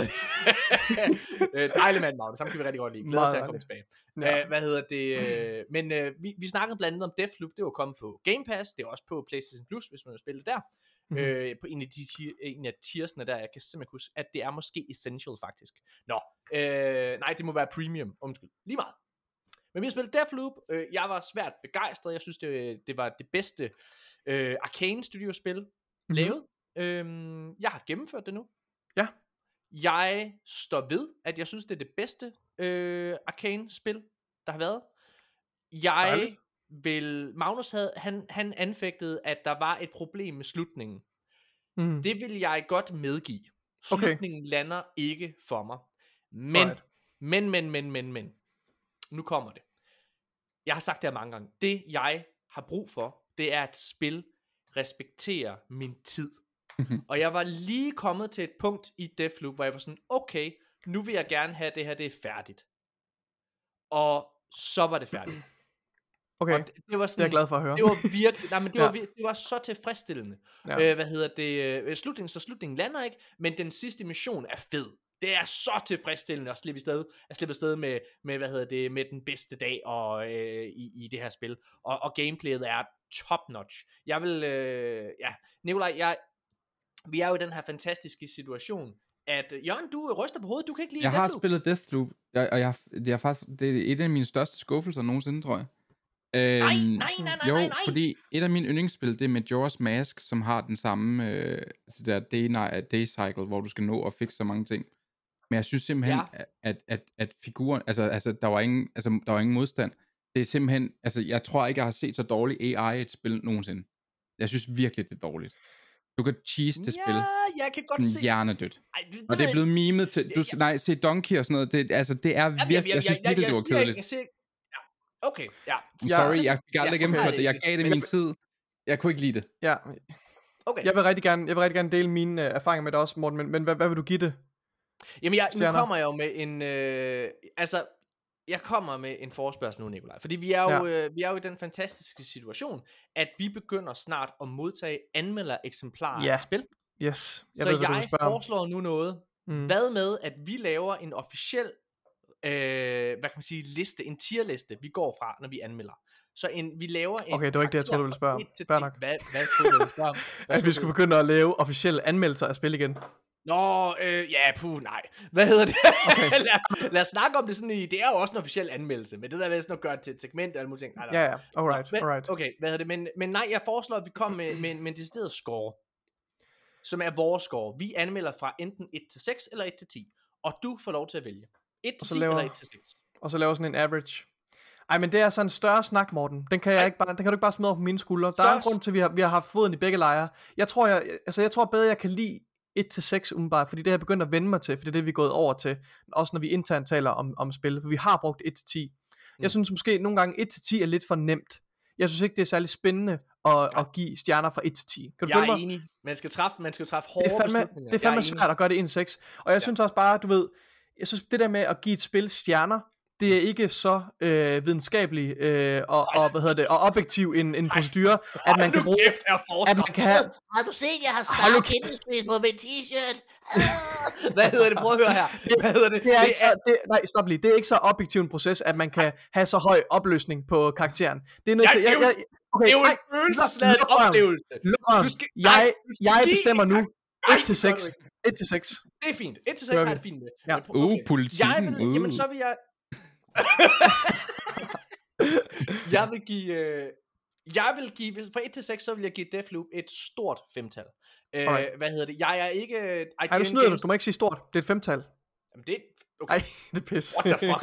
det? Dejlig mand, Magnus, ham kan vi rigtig godt lide. Glæder os til at komme tilbage. Hvad hedder det? Men vi snakkede blandt andet om Deathloop, det var kommet på Game Pass, det er også på PlayStation Plus, hvis man vil spille det der. På en af tiersene der, jeg kan simpelthen huske, at det er måske Essential faktisk. Nej, det må være Premium, undskyld, lige meget. Men vi har spillet Deathloop, jeg var svært begejstret, jeg synes det var det bedste Arcane Studio spil lavet. Jeg har gennemført det nu. Ja. Jeg står ved, at jeg synes det er det bedste Arcane spil, der har været. Magnus han anfægtede, at der var et problem med slutningen. Det vil jeg godt medgive. Slutningen lander ikke for mig. Men nu kommer det. Jeg har sagt det her mange gange. Det jeg har brug for, det er at spil respekterer min tid. Og jeg var lige kommet til et punkt i Deathloop, hvor jeg var sådan, okay, nu vil jeg gerne have det her, det er færdigt. Og så var det færdigt. Okay, det var sådan, det er jeg glad for at høre. Det var virkelig, det var så tilfredsstillende. Slutningen lander ikke, men den sidste mission er fed. Det er så tilfredsstillende at slippe afsted med med den bedste dag og i det her spil. Og gameplayet er top notch. Jeg vil Nikolaj, vi er jo i den her fantastiske situation, at Jørgen, du ryster på hovedet, du kan ikke lide Deathloop. Jeg har spillet Deathloop, det er et af mine største skuffelser nogensinde, tror jeg. Nej. Fordi et af mine yndlingsspil, det er Majora's Mask, som har den samme day cycle, hvor du skal nå at fikse så mange ting. Men jeg synes simpelthen, at figuren, der var ingen modstand. Det er simpelthen, jeg tror ikke, jeg har set så dårlig AI i et spil nogensinde. Jeg synes virkelig, det er dårligt. Du kan cheese det spil. Jeg kan godt se. Hjernedødt. Og det er blevet mimet til, se Donkey og sådan noget, det er virkelig, jeg synes virkelig, det var kedeligt. Okay, ja. Sorry, jeg fik aldrig gennemført det. Jeg gav det min tid. Jeg kunne ikke lide det. Ja. Okay. Jeg vil rigtig gerne dele mine erfaringer med dig også, Morten, men hvad vil du give det? Jamen, nu kommer jeg jo med en... jeg kommer med en forespørgsel nu, Nikolaj. Fordi vi er jo i den fantastiske situation, at vi begynder snart at modtage anmeldereksemplarer af spil. Yes. Så jeg foreslår nu noget. Hvad med, at vi laver en officiel, hvad kan man sige, liste, en tierliste, vi går fra, når vi anmelder. Så vi laver en... Okay, det var ikke det, jeg troede, du ville spørge om. Hvad troede du ville spørge om? At vi skulle begynde at lave officielle anmeldelser af spil igen. Nå, nej. Hvad hedder det? Okay. lad os snakke om det sådan i... Det er jo også en officiel anmeldelse, men det der er sådan at gøre det til et segment og alle mulige ting. Nej. Ja, alright. Okay, hvad hedder det? Men nej, jeg foreslår, at vi kommer med en decideret score, som er vores score. Vi anmelder fra enten 1 til 6 eller 1 til 10. Og du får lov til at vælge. 1 til 10 eller 1 til 6. Og så laver sådan en average. Ej, men det er sådan en større snak, Morten. Den kan du ikke bare smide over på mine skuldre. Der er en grund til, at vi har haft foden i begge lejre. Jeg tror bedre, jeg kan lide 1-6 umiddelbart, fordi det har jeg begyndt at vende mig til, fordi det er det, vi er gået over til, også når vi internt taler om spil, for vi har brugt 1-10. Jeg synes måske nogle gange 1-10 er lidt for nemt. Jeg synes ikke, det er særlig spændende at give stjerner fra 1-10. Kan du følge mig? Jeg er enig. Man skal træffe hårde beslutninger. Det er fandme svært at gøre det 1-6. Og jeg synes også bare, du ved, jeg synes det der med at give et spil stjerner, det er ikke så videnskabelig og objektiv en procedure, at man kan bruge, at man kan have... Har du set, jeg har Star Industries på min t-shirt? Hvad hedder det? Prøv at høre her. Hvad hedder det? Nej, stop lige. Det er ikke så objektiv en proces, at man kan have så høj opløsning på karakteren. Det er nødt til... Okay, det er jo en følelsesladet oplevelse. Jeg bestemmer nu 1-6. 1-6. Det er fint. 1-6 har det fint med. Ja. Politikken. Jamen så vil jeg... jeg vil give fra 1 til 6, så vil jeg give Deathloop et stort 5-tal. Hvad hedder det? Jeg er ikke... Ej, du snyder du må ikke sige stort. Det er et 5-tal. Jamen det... Okay. Ej, det er pis. What the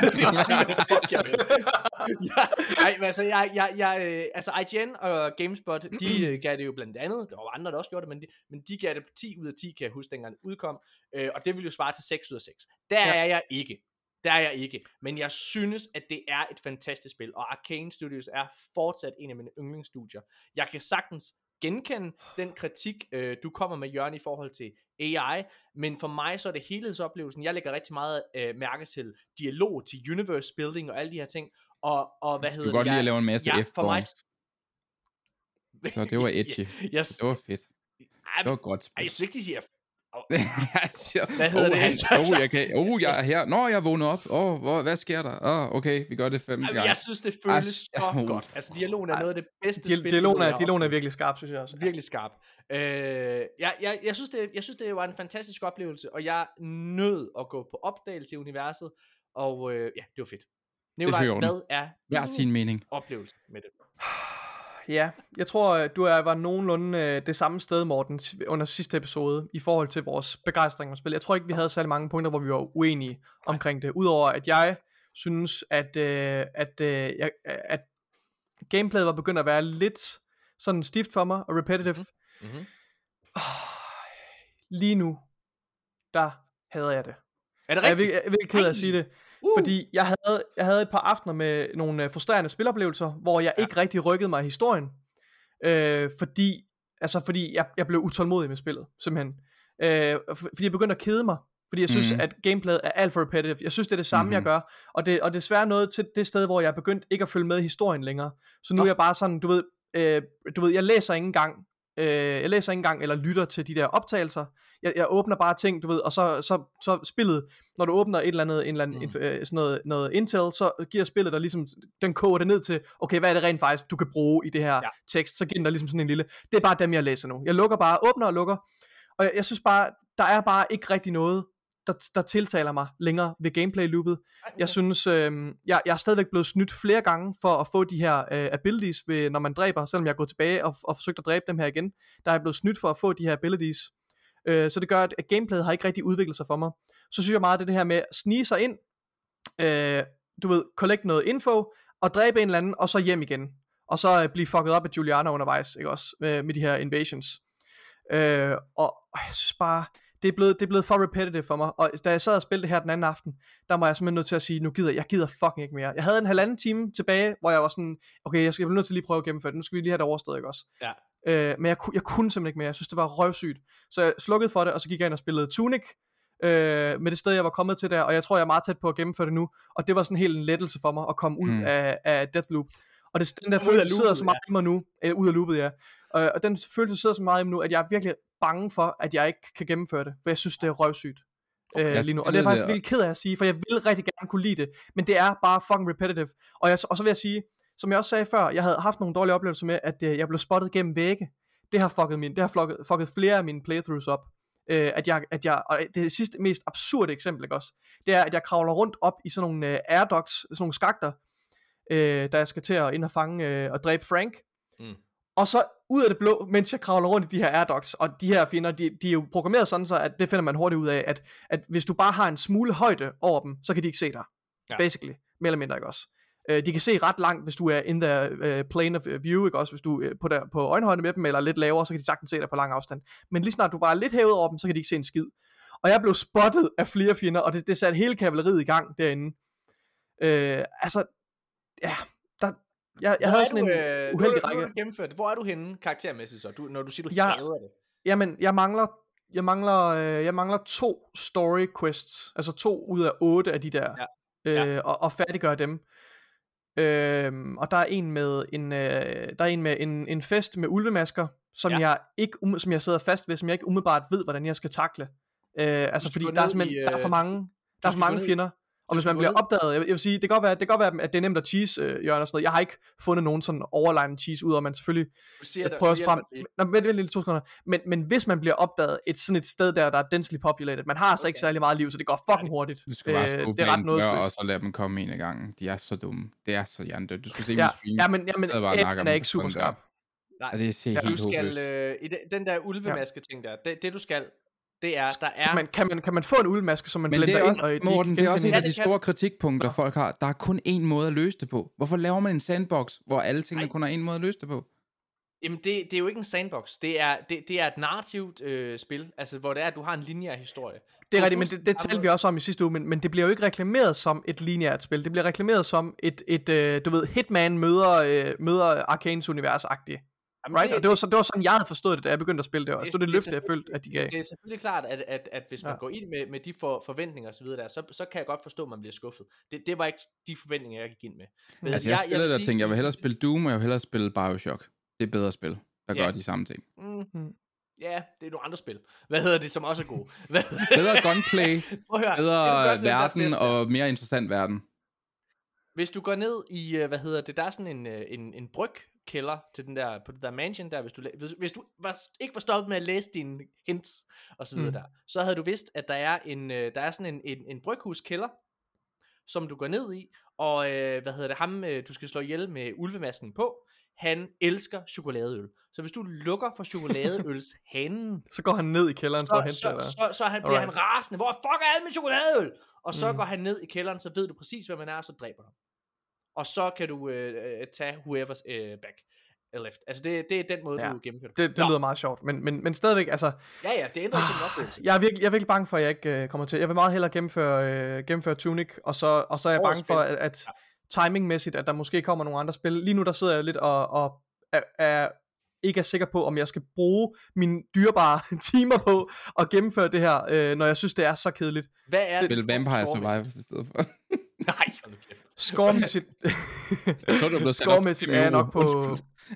fuck? Altså IGN og GameSpot, de gav det jo blandt andet, der var andre, der også gjorde det, men de gav det 10 ud af 10, kan jeg huske, dengang det udkom, og det ville jo svare til 6 ud af 6. Der er jeg ikke, men jeg synes, at det er et fantastisk spil, og Arcane Studios er fortsat en af mine yndlingsstudier. Jeg kan sagtens genkende den kritik, du kommer med, Jørgen, i forhold til AI, men for mig så er det helhedsoplevelsen. Jeg lægger rigtig meget mærke til dialog, til universe building og alle de her ting, og hvad hedder det? Du kan godt lide at lave en masse for mig. Så det var edgy. Yes. Det var fedt. Det var godt spil. Jeg synes ikke, de siger... Hvad hedder det? Jeg er her. Nå, jeg vågner op. Hvad sker der? Okay, vi gør det 5 gange. Jeg synes, det føles så godt. Altså, dialogen er noget af det bedste spil. Dialogen er virkelig skarp, synes jeg også. Virkelig skarp. Jeg synes, det var en fantastisk oplevelse, og jeg nød at gå på opdagelse i universet, og det var fedt. Nikolaj, hvad er sin mening oplevelse med det? Ja, jeg tror, du var nogenlunde det samme sted, Morten, under sidste episode, i forhold til vores begejstring om spil. Jeg tror ikke, vi havde særlig mange punkter, hvor vi var uenige omkring det. Udover at jeg synes, at gameplayet var begyndt at være lidt sådan stift for mig, og repetitive. Mm-hmm. Lige nu, der hader jeg det. Er det rigtigt? Jeg er virkelig ked af at sige det. Fordi jeg havde et par aftener med nogle frustrerende spiloplevelser, hvor jeg ikke rigtig rykkede mig i historien, fordi jeg blev utålmodig med spillet, simpelthen. Fordi jeg begyndte at kede mig, fordi jeg synes, at gameplayet er alt for repetitive. Jeg synes, det er det samme, jeg gør, og det er desværre noget til det sted, hvor jeg er begyndt ikke at følge med i historien længere. Så nu er jeg bare sådan, du ved, jeg læser ikke engang eller lytter til de der optagelser. Jeg åbner bare ting, du ved, og så spillet, når du åbner et eller andet sådan noget intel, så giver spillet dig ligesom, den koger det ned til, okay, hvad er det rent faktisk, du kan bruge i det her tekst, så giver den dig ligesom sådan en lille, det er bare dem, jeg læser nu. Jeg lukker bare, åbner og lukker, og jeg synes bare, der er bare ikke rigtig noget, der tiltaler mig længere ved gameplay-loopet. Jeg synes, jeg er stadigvæk blevet snydt flere gange for at få de her abilities, når man dræber, selvom jeg er gået tilbage og forsøgt at dræbe dem her igen. Der er jeg blevet snydt for at få de her abilities. Så det gør, at gameplayet har ikke rigtig udviklet sig for mig. Så synes jeg meget, det her med at snige sig ind, du ved, collect noget info, og dræbe en eller anden, og så hjem igen. Og så blive fucket op af Juliana undervejs, ikke også, med de her invasions. Og jeg synes bare, det er blevet for repetitive for mig. Og da jeg sad og spillede det her den anden aften, der var jeg simpelthen nødt til at sige, jeg gider fucking ikke mere. Jeg havde en 1,5 time tilbage, hvor jeg var sådan, okay, jeg skal blive nødt til lige prøve at gennemføre det. Nu skal vi lige have det overstået, ikke også? Ja. Men jeg kunne simpelthen ikke mere. Jeg synes, det var røvsygt. Så jeg slukkede for det, og så gik jeg ind og spillede Tunic, med det sted, jeg var kommet til der, og jeg tror, jeg er meget tæt på at gennemføre det nu, og det var sådan helt en lettelse for mig, at komme ud af Deathloop. Og den der følelse sidder så meget i mig nu, ud af loopet, ja. Og den følelse sidder så meget i mig nu, at jeg er virkelig bange for, at jeg ikke kan gennemføre det, for jeg synes, det er røvsygt. Lige nu. Og det er faktisk vildt ked af at sige, for jeg vil rigtig gerne kunne lide det, men det er bare fucking repetitive. Og så vil jeg sige, som jeg også sagde før, jeg havde haft nogle dårlige oplevelser med, at jeg blev spottet gennem vægge. Det har fucket flere af mine playthroughs op. Og det sidste mest absurde eksempel, ikke også, det er, at jeg kravler rundt op i sådan nogle airdogs, sådan nogle skakter, der jeg skal til at ind og fange og dræbe Frank. Og så ud af det blå, mens jeg kravler rundt i de her airdogs, og de her fjender, de er jo programmeret sådan så, at det finder man hurtigt ud af, at hvis du bare har en smule højde over dem, så kan de ikke se dig. Basically, mere eller mindre, ikke også. De kan se ret langt, hvis du er in the plane of view, ikke også, hvis du er på øjenhøjde med dem, eller lidt lavere, så kan de sagtens se dig på lang afstand. Men lige snart du bare er lidt hævet over dem, så kan de ikke se en skid. Og jeg blev spottet af flere fjender, og det satte hele kavaleriet i gang derinde. Jeg havde sådan en uheldig række. Hvor er du henne karaktermæssigt så, når du siger, du hader det? Jamen, jeg mangler 2 story quests, altså 2 ud af 8 af de der, og færdiggøre dem. Og der er en med en fest med ulvemasker, som jeg sidder fast ved, som jeg ikke umiddelbart ved, hvordan jeg skal takle. Fordi der er for mange fjender. Og hvis man bliver opdaget, jeg vil sige, det kan godt være, at det er nemt at cheese, Jørgen og sådan noget. Jeg har ikke fundet nogen sådan overline cheese, ud af man selvfølgelig prøver sig frem. Vent lige 2 sekunder. Men hvis man bliver opdaget sådan et sted der er densely populated, man har altså ikke særlig meget liv, så det går fucking hurtigt. Du skal bare det er ret noget, og så lade dem komme en af gangen. De er så dumme. Det er så hjernedødt. Du skal se min stream. Jamen, den er ikke super skarp. Nej, altså, det ser helt håbløst. I den der ulvemaske ting der, det du skal, det er, der er... Kan man få en ulvemaske, som man blender ind? Og Morten, det er også en af de store kritikpunkter, folk har. Der er kun én måde at løse det på. Hvorfor laver man en sandbox, hvor alle tingene kun har én måde at løse det på? Jamen, det er jo ikke en sandbox. Det er et narrativt spil, altså hvor det er, at du har en lineær historie. Det er rigtigt, men det talte vi også om i sidste uge, men det bliver jo ikke reklameret som et lineært spil. Det bliver reklameret som et du ved, Hitman møder Arcanes univers-agtigt. Right? Og det var sådan, jeg havde forstået det, da jeg begyndte at spille det også. Det var det løfte, jeg følte, at de gav. Det er selvfølgelig klart, at hvis man går ind med de forventninger og så videre der, så kan jeg godt forstå, at man bliver skuffet. Det var ikke de forventninger, jeg gik ind med. Men altså, jeg tænkte, jeg vil hellere spille Doom, og jeg vil hellere spille Bioshock. Det er bedre spil, der gør de samme ting. Ja, det er nogle andre spil. Hvad hedder det, som også er gode? Bedre gunplay, bedre verden og mere interessant verden. Hvis du går ned i, der er sådan en brygkælder til den der, på det der mansion der, hvis du ikke var stoppet med at læse dine hints og så videre der, så havde du vidst, at der er sådan en bryghuskælder, som du går ned i, og ham du skal slå ihjel med ulvemasken på, han elsker chokoladeøl. Så hvis du lukker for chokoladeølshanen, så går han ned i kælderen for at hente det. Så bliver han rasende. Hvor fuck er alt med chokoladeøl? Og så går han ned i kælderen, så ved du præcis, hvad man er, og så dræber ham. Og så kan du tage whoever's back left. Altså det er den måde, du gennemfører det. Det lyder meget sjovt, men stadigvæk, altså... Ja, det ændrer ikke den oplevelse. Jeg er virkelig bange for, at jeg ikke kommer til. Jeg vil meget hellere gennemføre Tunic, og så er jeg bange for, at timingmæssigt, at der måske kommer nogle andre spil. Lige nu, der sidder jeg lidt og ikke er sikker på, om jeg skal bruge mine dyrebare timer på at gennemføre det her, når jeg synes, det er så kedeligt. Hvad er det? Spil Vampire Survivors i stedet for. Nej, hold nu kæft. Scoremæssigt er jeg nok på...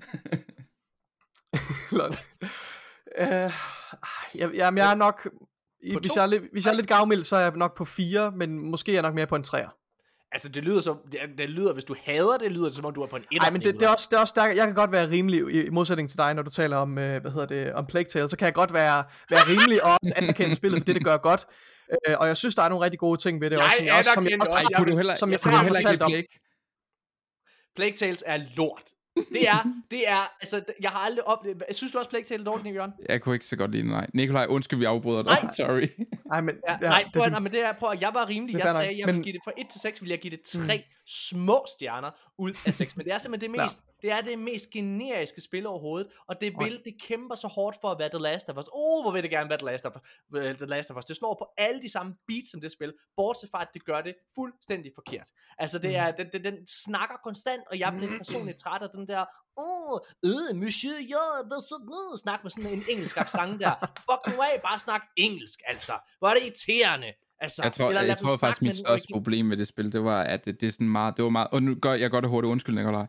Jamen, jeg er nok... Hvis jeg er lidt gavmild, så er jeg nok på 4, men måske er jeg nok mere på en 3'er. Altså det lyder, hvis du hader det, lyder det som om du er på en 1'er. Nej, men det er også stærkt. Jeg kan godt være rimelig, i modsætning til dig, når du taler om, om Plague Tale, så kan jeg godt være rimelig og også anerkende spillet for det gør godt. Og jeg synes, der er nogle rigtig gode ting ved det også. Som jeg har fortalt om. Plague Tales er lort. Det er, altså, jeg har aldrig oplevet... Synes du også Plague Tale er dårligt, Jørgen? Jeg kunne ikke så godt lide nej. Nikolaj, undskyld, vi afbryder dig. Nej. Sorry. Men jeg var rimelig. Jeg sagde, jeg ville give det fra 1 til 6, ville jeg give det 3. små stjerner ud af 6. Men det er simpelthen det mest generiske spil overhovedet, og det kæmper så hårdt for at være The Last of Us. Hvor vil det gerne være The Last of Us. Det slår på alle de samme beats som det spil, bortset fra at det gør det fuldstændig forkert. Altså det er, den snakker konstant, og jeg bliver personligt træt af den der, monsieur, snak med sådan en engelsk accent der. Fuck nu af, bare snak engelsk, altså. Hvor er det irriterende. Altså, jeg tror faktisk, mit største problem med det spil, det var, at det er sådan meget, og nu gør jeg godt og hurtigt undskyld, Nikolaj.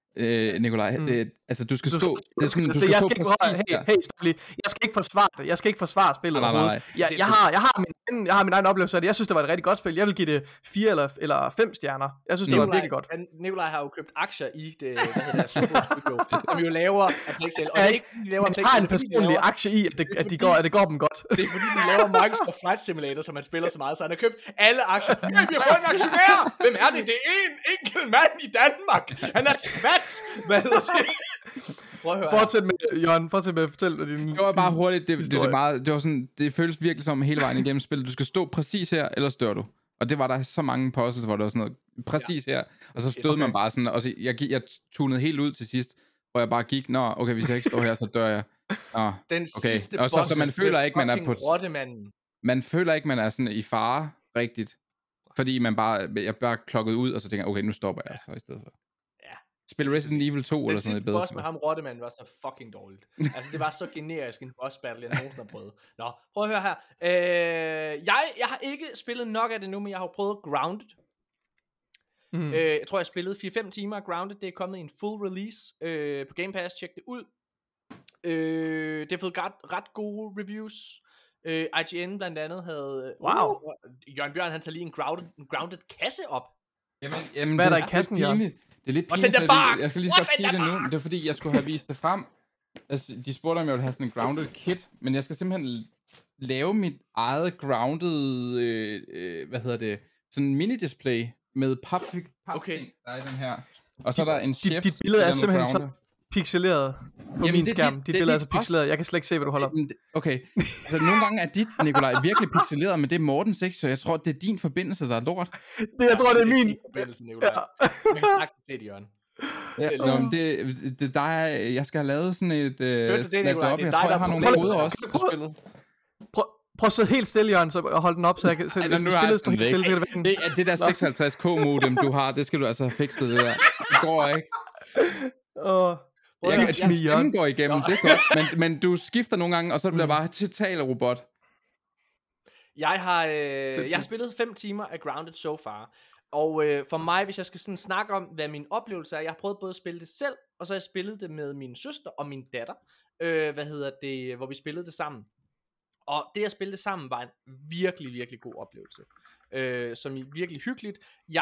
Altså du skal stå hey, stop lige. Jeg skal ikke forsvare spillet overhovedet. Jeg har min egen oplevelse af det. Jeg synes det var et rigtig godt spil. Jeg vil give det 4 eller 5 stjerner. Jeg synes det var virkelig godt. Nikolaj har jo købt aktier i det, Super Studio, som jo laver Apexel, og jeg har en personlig aktie i at det går dem godt. Det er fordi de laver Microsoft Flight Simulator, som man spiller så meget, så han har købt alle aktier. Vi har fået en aktionær. Hvem er det? Det er en enkelt mand i Danmark. Han er svat. Hvad hedder det? Fortsæt med, Jørgen. Fortsæt med at fortælle din. Det var bare hurtigt. Det var sådan, det føles virkelig som hele vejen igennem spillet. Du skal stå præcis her, ellers dør du. Og det var der så mange puzzles, hvor det var sådan noget præcis her. Og så stod man bare sådan, og så jeg tunede helt ud til sidst, hvor jeg bare gik, okay, hvis jeg ikke står her, så dør jeg. Den sidste og så man føler ikke, man er på rottemanden. Man føler ikke, man er sådan i fare rigtigt. Fordi jeg bare klokkede ud, og så tænker jeg, okay, nu stopper jeg så i stedet for. Spil Resident Evil 2 eller sådan noget bedre. Den sidste boss med ham, Rottemanden, var så fucking dårligt. Altså, det var så generisk en boss battle, jeg nogensinde har prøvet. Nå, prøv at høre her. Jeg har ikke spillet nok af det nu, men jeg har prøvet Grounded. Jeg tror, jeg spillede 4-5 timer af Grounded. Det er kommet i en full release på Game Pass. Tjek det ud. Det har fået ret gode reviews. IGN blandt andet havde... Jørgen Bjørn, han tager lige en grounded kasse op. Jamen hvad er der i kassen, Jørgen? Det er lidt pinligt, jeg skal lige godt sige det nu. Det er fordi, jeg skulle have vist det frem. Altså, de spurgte, om jeg ville have sådan en grounded kit, men jeg skal simpelthen lave mit eget grounded, sådan en mini-display med pap ting, der er i den her. Og så er der en chef. Dit billede er simpelthen så pixeleret på min skærm. Dit billede er så pixeleret. Jeg kan slet ikke se, hvad du holder op. Okay, altså nogle gange er dit, Nikolaj, virkelig pixeleret, men det er Mortens ikke, så jeg tror, det er din forbindelse, der er lort. Jeg tror, det er min forbindelse, Nikolaj. Jeg kan sagtens se det, Jørgen. Jeg skal have lavet sådan et Nikolaj, jeg tror, jeg har nogle koder også til spillet. Prøv at sidde helt stille, Jørgen, og holde den op, så jeg kan spillet stå helt stille. Det der 56k modem, du har, det skal du altså have fikset, det der. Det går ikke. Stemmen går igennem, det er godt, men du skifter nogle gange, og så bliver bare total robot. Jeg har spillet 5 timer af Grounded so far, og for mig, hvis jeg skal sådan snakke om, hvad min oplevelse er, jeg har prøvet både at spille det selv, og så har jeg spillet det med min søster og min datter, hvor vi spillede det sammen. Og det at spille det sammen var en virkelig, virkelig god oplevelse, som er virkelig hyggeligt.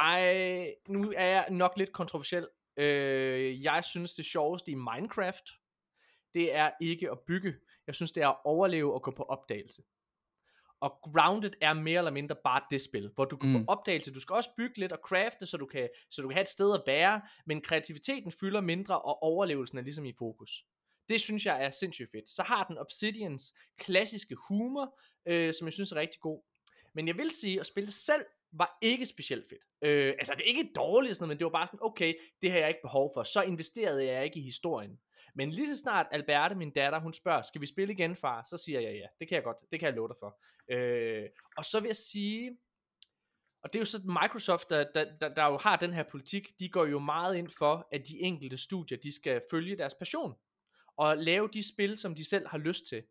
Nu er jeg nok lidt kontroversiel. Jeg synes det sjoveste i Minecraft, det er ikke at bygge. Jeg synes det er at overleve og gå på opdagelse. Og Grounded er mere eller mindre bare det spil, hvor du går på opdagelse. Du skal også bygge lidt og crafte, så du kan have et sted at være, men kreativiteten fylder mindre, og overlevelsen er ligesom i fokus. Det synes jeg er sindssygt fedt. Så har den Obsidians klassiske humor, som jeg synes er rigtig god. Men jeg vil sige, at spille selv var ikke specielt fedt. Altså det er ikke dårligt, men det var bare sådan, okay, det har jeg ikke behov for. Så investerede jeg ikke i historien. Men lige så snart Alberte, min datter, hun spørger, skal vi spille igen, far? Så siger jeg ja, det kan jeg godt, det kan jeg love dig for. Og så vil jeg sige, og det er jo sådan Microsoft, der jo har den her politik, de går jo meget ind for, at de enkelte studier, de skal følge deres passion, og lave de spil, som de selv har lyst til.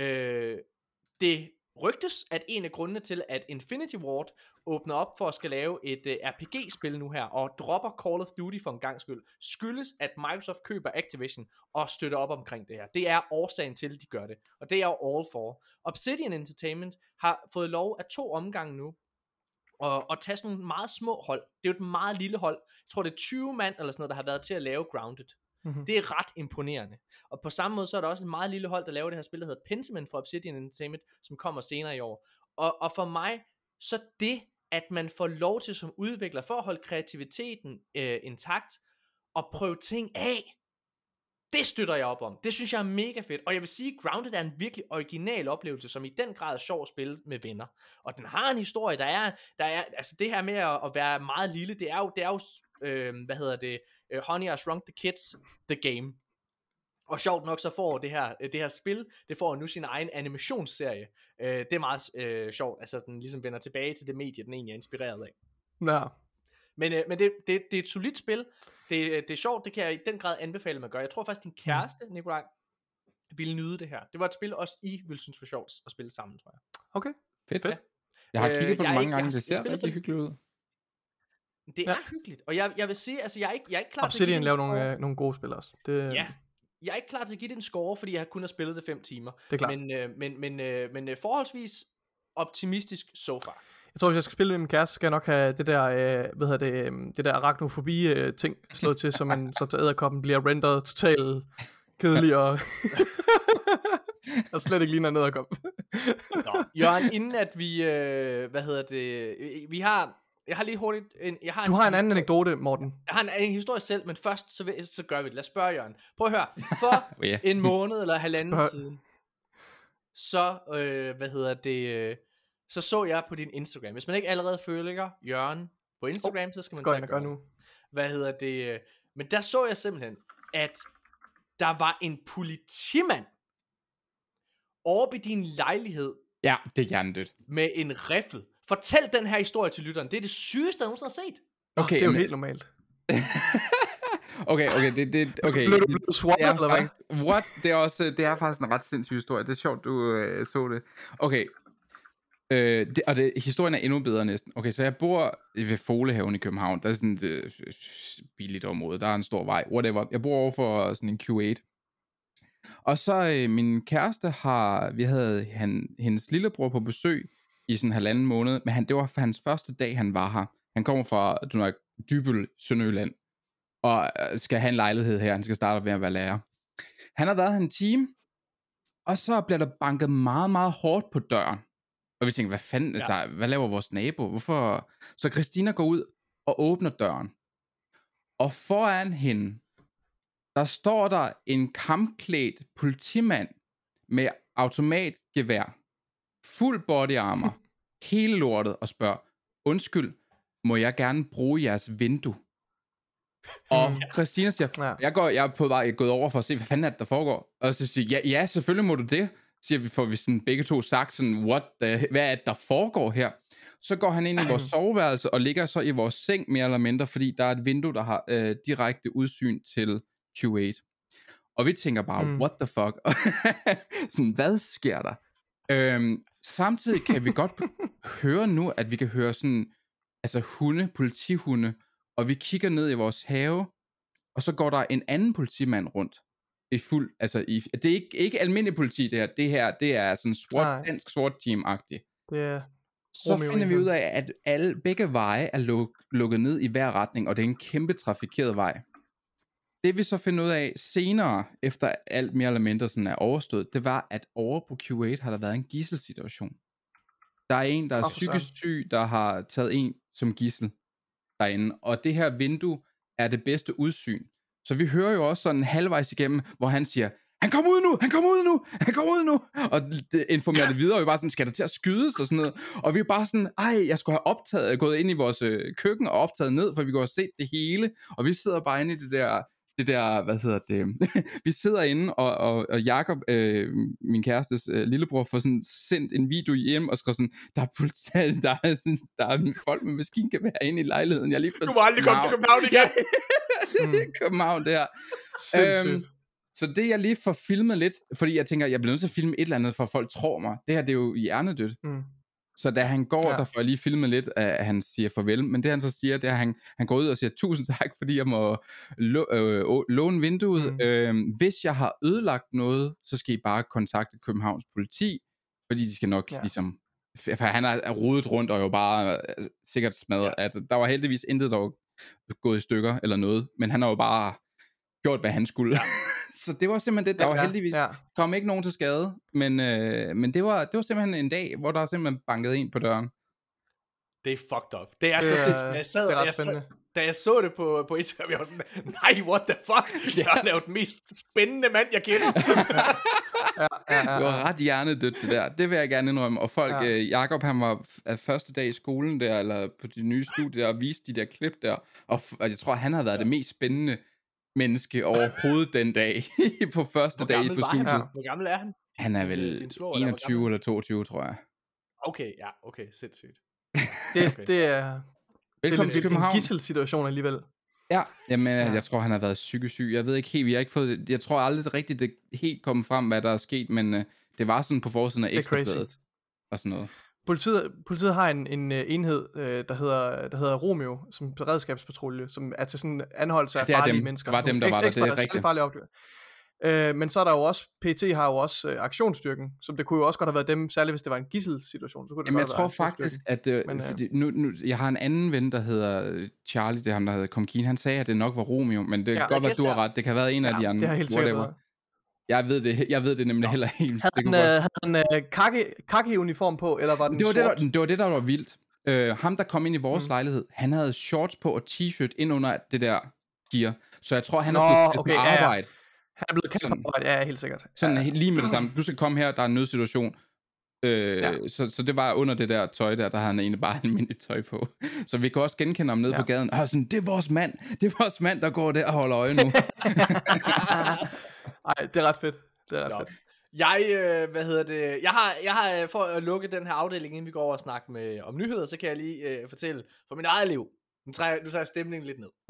Det rygtes, at en af grundene til, at Infinity Ward åbner op for at skal lave et RPG-spil nu her, og dropper Call of Duty for en gang skyld, skyldes, at Microsoft køber Activision og støtter op omkring det her. Det er årsagen til, at de gør det, og det er jo all for. Obsidian Entertainment har fået lov af 2 omgange nu, og tage sådan nogle meget små hold. Det er jo et meget lille hold. Jeg tror, det er 20 mand eller sådan noget, der har været til at lave Grounded. Det er ret imponerende. Og på samme måde, så er der også et meget lille hold, der laver det her spil, der hedder Pentiment fra Obsidian Entertainment, som kommer senere i år. Og for mig, så det, at man får lov til som udvikler, for at holde kreativiteten intakt, og prøve ting af, Det støtter jeg op om. Det synes jeg er mega fedt. Og jeg vil sige, Grounded er en virkelig original oplevelse, som i den grad er sjov at spille med venner. Og den har en historie, der er altså det her med at være meget lille, det er jo Honey, I Shrunk the Kids, The Game. Og sjovt nok så får det her spil, det får nu sin egen animationsserie. Det er meget sjovt, altså den ligesom vender tilbage til det medie, den egentlig er inspireret af. Ja. Men det er et solidt spil. Det er sjovt, det kan jeg i den grad anbefale, at man gør. Jeg tror faktisk, din kæreste, Nikolaj, ville nyde det her. Det var et spil, også I ville synes var sjovt at spille sammen, tror jeg. Okay. Fedt. Ja. Jeg har kigget på det mange gange, det ser rigtig hyggeligt ud. Det er hyggeligt, og jeg vil sige, altså jeg er ikke klar Obsidian laver nogle gode spil også. Ja. Jeg er ikke klar til at give det en score, fordi jeg kun har spillet det 5 timer. Det er klart. Men forholdsvis optimistisk so far. Jeg tror, hvis jeg skal spille med min kæreste, skal jeg nok have det der, det der arachnofobi-ting slået til, så man så til edderkoppen bliver renderet totalt kedelig og og slet ikke ligner en edderkop. Nå, Jørgen, inden at vi, jeg har lige hurtigt, du har en anden anekdote, Morten. Jeg har en historie selv, men først så gør vi det. Lad os spørge Jørgen. Prøv at høre, for en måned eller halvanden siden, så jeg på din Instagram. Hvis man ikke allerede følger Jørgen på Instagram, så skal man tage gør nu. Men der så jeg simpelthen, at der var en politimand over ved din lejlighed. Ja, det er hjernedødt. Med en riffel. Fortæl den her historie til lytteren. Det er det sygeste, jeg nogensinde har set. Okay, det er jo helt normalt. okay, okay. Blev du swattet, eller hvad? What? Det er faktisk en ret sindssyg historie. Det er sjovt, du så det. Okay. Historien er endnu bedre næsten. Okay, så jeg bor ved Folehaven i København. Der er sådan et billigt område. Der er en stor vej. Whatever. Jeg bor over for sådan en Q8. Og så min kæreste vi havde hendes lillebror på besøg i sådan 1,5 måned, men det var hans første dag, han var her. Han kommer fra Dybøl, Sønderjylland, og skal have en lejlighed her. Han skal starte med at være lærer. Han har været her en time, og så bliver der banket meget, meget hårdt på døren. Og vi tænker, hvad fanden, hvad laver vores nabo? Hvorfor? Så Christina går ud og åbner døren. Og foran hende, der står der en kampklædt politimand med automatgevær, fuld body armor, hele lortet, og spørger, undskyld, må jeg gerne bruge jeres vindue? Og Christina siger, jeg er på vej gået over for at se, hvad fanden er det, der foregår? Og så siger ja, selvfølgelig må du det, siger vi, får vi sådan begge to sagt sådan, hvad er det, der foregår her? Så går han ind i vores soveværelse og ligger så i vores seng mere eller mindre, fordi der er et vindue, der har direkte udsyn til Q8. Og vi tænker bare, what the fuck? Sådan, hvad sker der? Samtidig kan vi godt høre nu, at vi kan høre sådan, altså politihunde, og vi kigger ned i vores have, og så går der en anden politimand rundt. Det er ikke almindelig politi, det her, det er sådan dansk SWAT team-agtigt. Så finder vi ud af, at begge veje er lukket ned i hver retning, og det er en kæmpe trafikeret vej. Det vi så finder ud af senere, efter alt mere eller mindre sådan er overstået, det var, at over på Q8 har der været en gidselsituation. Der er en, der er psykisk syg, der har taget en som gidsel derinde, og det her vindue er det bedste udsyn. Så vi hører jo også sådan halvvejs igennem, hvor han siger, han kommer ud nu, og det informerer det videre, og vi bare sådan, skal der til at skydes og sådan noget, og vi er bare sådan, jeg skulle have gået ind i vores køkken og optaget ned, for vi kunne have set det hele, og vi sidder bare inde i det der, vi sidder inde, og Jakob, min kærestes lillebror, får sådan sendt en video hjem, og skriver sådan, der er folk med maskingevær inde i lejligheden, jeg lige du må aldrig komme til København igen. København der. Så det jeg lige får filmet lidt, fordi jeg tænker, jeg bliver nødt til at filme et eller andet, for folk tror mig. Det her, det er jo hjernedødt. Så da han går, der får jeg lige filmet lidt, at han siger farvel. Men det han så siger, det er, at han går ud og siger, 1000 tak, fordi jeg må låne vinduet. Hvis jeg har ødelagt noget, så skal I bare kontakte Københavns politi, fordi de skal nok ligesom... For han er rodet rundt og jo bare sikkert smadret. Altså, der var heldigvis intet, der var gået i stykker eller noget. Men han har jo bare gjort, hvad han skulle. Så det var simpelthen det, der var heldigvis kom ikke nogen til skade, men det var simpelthen en dag, hvor der simpelthen bankede en på døren. Det er fucked up. Det er så sindssygt. da jeg så det på Instagram, jeg var sådan, nej, what the fuck? Jeg har lavet den mest spændende mand, jeg kender. Det var ret hjernedødt, det der. Det vil jeg gerne indrømme. Og folk, Jakob, han var første dag i skolen der, eller på de nye studier, og viste de der klip der. Og jeg tror, han har været det mest spændende menneske overhovedet den dag, på første dag på studiet. Hvor gammel er han? Han er vel 21 eller 22, tror jeg. Okay, sindssygt. Det er Velkommen til København. En gisselsituation alligevel. Ja, jamen, jeg tror, han har været psykisk syg. Jeg ved ikke helt, vi har ikke fået det. Jeg tror aldrig rigtigt, det helt kom frem, hvad der er sket, men det var sådan på forsiden af Ekstrabladet og sådan noget. Politiet har en enhed, der hedder Romeo, som beredskabspatrulje, som er til sådan anholdelse af farlige mennesker. Det var dem, der var der, det er rigtigt. Farlige men så er der jo også, PET har jo også aktionsstyrken, som det kunne jo også godt have været dem, særligt hvis det var en gisselsituation. Så kunne det Jamen jeg tror faktisk, at nu, jeg har en anden ven, der hedder Charlie, det er ham, der hedder Comkeen, han sagde, at det nok var Romeo, men det kan godt være, du har ret, det kan have været en af de andre. Det har helt sikkert været. Jeg ved det nemlig heller helt. Havde han kaki-uniform på, eller var den sort? Det var det, der var vildt. Ham, der kom ind i vores lejlighed, han havde shorts på og t-shirt ind under det der gear, så jeg tror, han er blevet på arbejde. Han er blevet kaldt på arbejde, ja, helt sikkert. Sådan lige med det samme. Du skal komme her, der er en nødsituation. Så det var under det der tøj der havde han egentlig bare almindeligt tøj på. Så vi kan også genkende ham nede på gaden. Sådan, det er vores mand, der går der og holder øje nu. Ej, det er ret fedt. Fedt. Jeg har for at lukke den her afdeling, inden vi går over og snakke om nyheder, så kan jeg lige fortælle fra mit eget liv. Nu tager jeg stemningen lidt ned.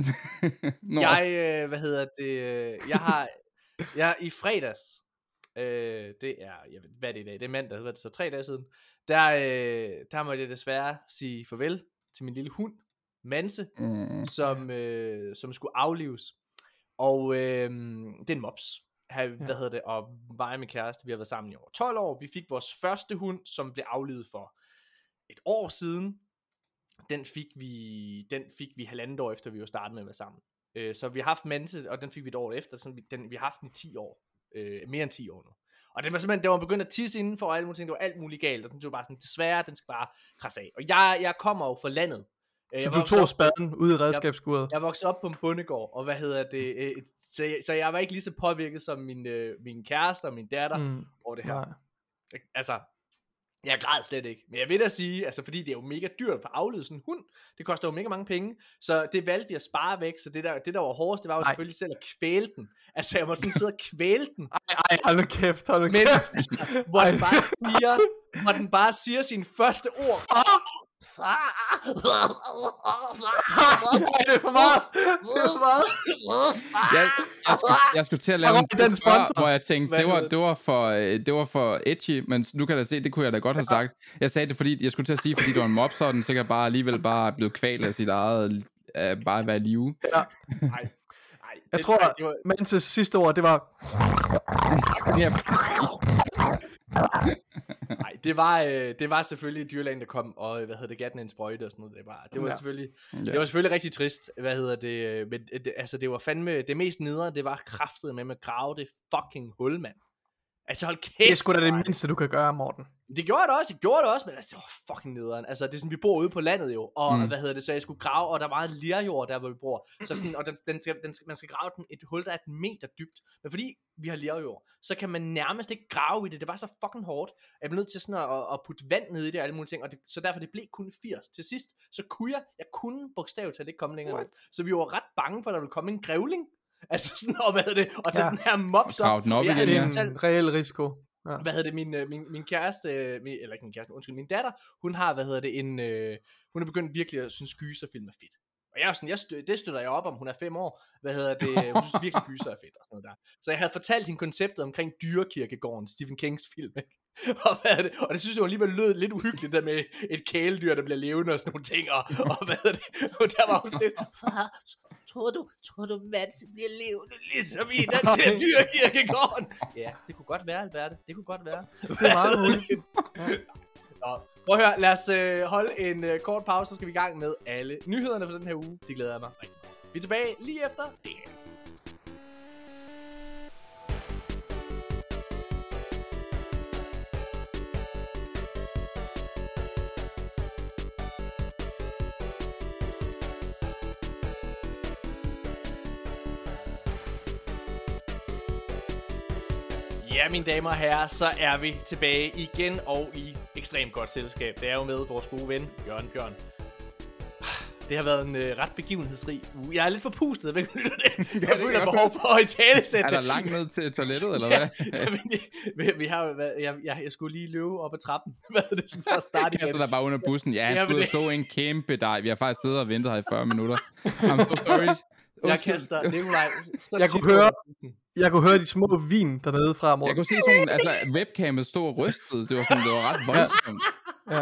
Jeg i fredags, det er, hvad er det i dag? Det er mandag, hvad er det så 3 dage siden. Der må jeg desværre sige farvel til min lille hund, Manse, som skulle aflives. Og det er en mops. Og mig og min kæreste, vi har været sammen i over 12 år. Vi fik vores første hund, som blev aflivet for et år siden. Den fik vi 1,5 år efter vi var startet med at være sammen. Så vi har haft Manse, og den fik vi et år efter. Så vi har haft den i 10 år. Mere end 10 år nu. Og det var simpelthen, det var begyndt at tisse indenfor, og alle mulige ting, det var alt muligt galt. Og det var bare sådan, desværre, den skal bare krasse af. Og jeg kommer jo fra landet. Så du tog spaden ud i redskabsskuret? Jeg voksede op på en bondegård, og så jeg var ikke lige så påvirket som min kæreste og min datter over det her. Nej. Altså, jeg græd slet ikke. Men jeg vil da sige, altså fordi det er jo mega dyrt for at aflede sådan en hund. Det koster jo mega mange penge. Så det valgte vi at spare væk. Så det der var hårdest, det var jo selvfølgelig selv at kvæle den. Altså jeg måtte sådan sidde og kvæle den. Ej, hold nu kæft. Men hvor den bare siger sin første ord. Nej, det er for meget. Jeg skulle til at lave en sponsor, hvor jeg tænkte, det var for edgy, men nu kan jeg da se, det kunne jeg da godt have sagt. Jeg sagde det, fordi jeg skulle til at sige, fordi det var en mob, så er den sikkert alligevel bare blevet kvalt af sit eget, bare at være i live. Ja. Jeg tror, Manses sidste ord, det var... Nej, det var selvfølgelig dyrlægen, der kom og gav den en sprøjte og sådan noget. Det var selvfølgelig rigtig trist. Men det var fandme det mest nedre, det var kraftet med at grave det fucking hul, mand. Altså hold kæft. Det er sgu da det mindste du kan gøre, Morten. Det gjorde det også, men altså, det var fucking nederen. Altså det er sådan, vi bor ude på landet jo, og så jeg skulle grave, og der er meget lerjord der, hvor vi bor. Så sådan, og man skal grave et hul, der er 1 meter dybt. Men fordi vi har lerjord, så kan man nærmest ikke grave i det. Det var så fucking hårdt. Jeg blev nødt til sådan at putte vand ned i det og alle mulige ting, og så derfor det blev kun 80. Til sidst, så kunne jeg kunne bogstaveligt talt ikke komme længere. Så vi var ret bange for, at der ville komme en grævling. Altså sådan, og til den her mob så. Det er en reel risiko. Ja. Min kæreste, eller ikke min kæreste, undskyld, min datter, hun har, hun er begyndt virkelig at synes gyserfilm er fedt. Og jeg er sådan, det støtter jeg op om, hun er 5 år, hun synes virkelig gyser er fedt og sådan noget der. Så jeg havde fortalt hende konceptet omkring Dyrekirkegården, Stephen Kings film, ikke? Og det synes jeg alligevel lød lidt uhyggeligt, der med et kæledyr, der bliver levende og sådan nogle ting, og der var også lidt, far, tror du Manse bliver levende, ligesom i den der Dyrekirkegården? Ja, det kunne godt være, Alberte, det kunne godt være. Det er meget muligt. Prøv at høre, lad os holde en kort pause, så skal vi i gang med alle nyhederne for den her uge. Det glæder jeg mig rigtig meget. Vi er tilbage lige efter det her. Ja, mine damer og herrer, så er vi tilbage igen og i ekstremt godt selskab. Det er jo med vores gode ven, Jørgen Bjørn. Det har været en ret begivenhedsrig uge. Jeg er lidt forpustet, jeg føler behov for at italesætte. Er der langt ned til toilettet, eller hvad? Vi har jeg skulle lige løbe op ad trappen. Hvad er det sådan for at starte igen? Kaster der bare under bussen. Ja, han skulle stå i en kæmpe dej. Vi har faktisk siddet og ventet her i 40 minutter. I'm so sorry. Jeg kaster Nikolaj. Jeg kunne høre de små vin dernede fra, Morten. Jeg kunne se sådan, altså webcamet stod og rystede. Det var sådan, det var ret voldsomt. Ja.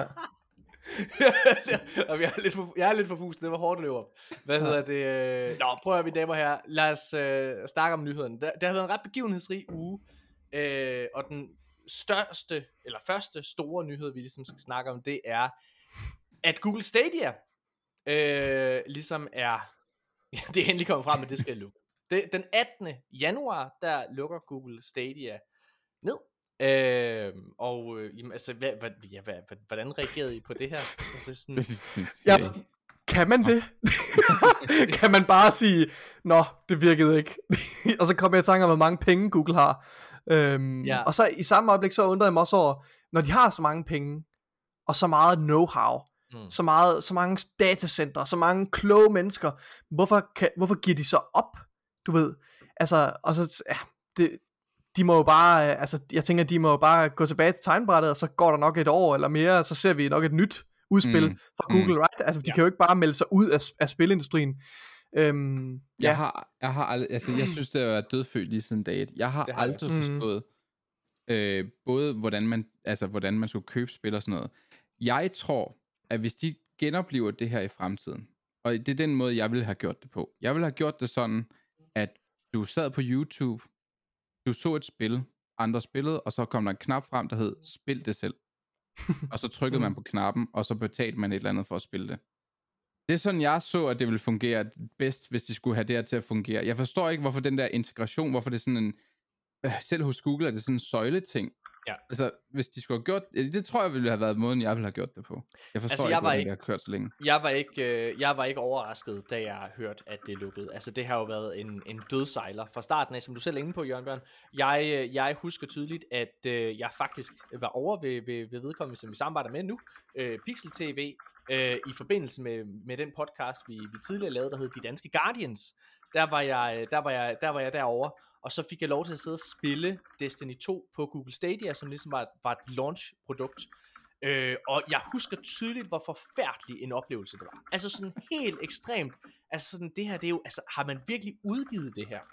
Og jeg er lidt forpustet. Det var hårdt at løbe op. Hvad hedder det? Nå, prøv at mine damer her. Lad os snakke om nyhederne. Det har været en ret begivenhedsrig uge. Og den første store nyhed, vi ligesom skal snakke om, det er, at Google Stadia ligesom er... det er endelig kommet frem, at det skal lukke. Den 18. januar, der lukker Google Stadia ned. Altså, hvordan reagerede I på det her? Altså sådan, kan man det? Kan man bare sige, nå, det virkede ikke. Og så kommer jeg i tanke om, hvor mange penge Google har. Og så i samme øjeblik, så undrer jeg mig også over, når de har så mange penge, og så meget know-how, så mange datacenter, så mange kloge mennesker, hvorfor giver de så op? Du ved, altså, og så, de må jo bare, jeg tænker, de må jo bare gå tilbage til tegnbrættet, og så går der nok et år eller mere, så ser vi nok et nyt udspil fra Google, right? Altså, de kan jo ikke bare melde sig ud af spilindustrien. Jeg har aldrig, altså, jeg synes, det er dødfødt lige siden dag 1. Jeg har aldrig forstået, både hvordan man skulle købe spil og sådan noget. Jeg tror, at hvis de genoplever det her i fremtiden, og det er den måde, jeg ville have gjort det på. Jeg ville have gjort det sådan, at du sad på YouTube, du så et spil, andre spillede, og så kom der en knap frem, der hed, spil det selv. Og så trykkede man på knappen, og så betalte man et eller andet for at spille det. Det er sådan, jeg så, at det ville fungere bedst, hvis de skulle have det her til at fungere. Jeg forstår ikke, hvorfor den der integration, hvorfor det er sådan en... Selv hos Google er det sådan en søjleting. Ja. Altså, hvis de skulle have gjort... Det tror jeg ville have været måden, jeg ville have gjort det på. Jeg forstår ikke, hvordan det har kørt så længe. Jeg var ikke overrasket, da jeg hørte, at det lukkede. Altså, det har jo været en dødsejler fra starten af, som du selv er inde på, Jørgen Bjørn. Jeg husker tydeligt, at jeg faktisk var over ved vedkommende, som vi samarbejder med nu, Pixel TV, i forbindelse med den podcast, vi tidligere lavede, der hed De Danske Guardians. Der var jeg derovre, og så fik jeg lov til at sidde og spille Destiny 2 på Google Stadia, som ligesom var et launch-produkt. Og jeg husker tydeligt, hvor forfærdelig en oplevelse det var. Altså sådan helt ekstremt. Altså sådan, det her, det er jo, altså har man virkelig udgivet det her?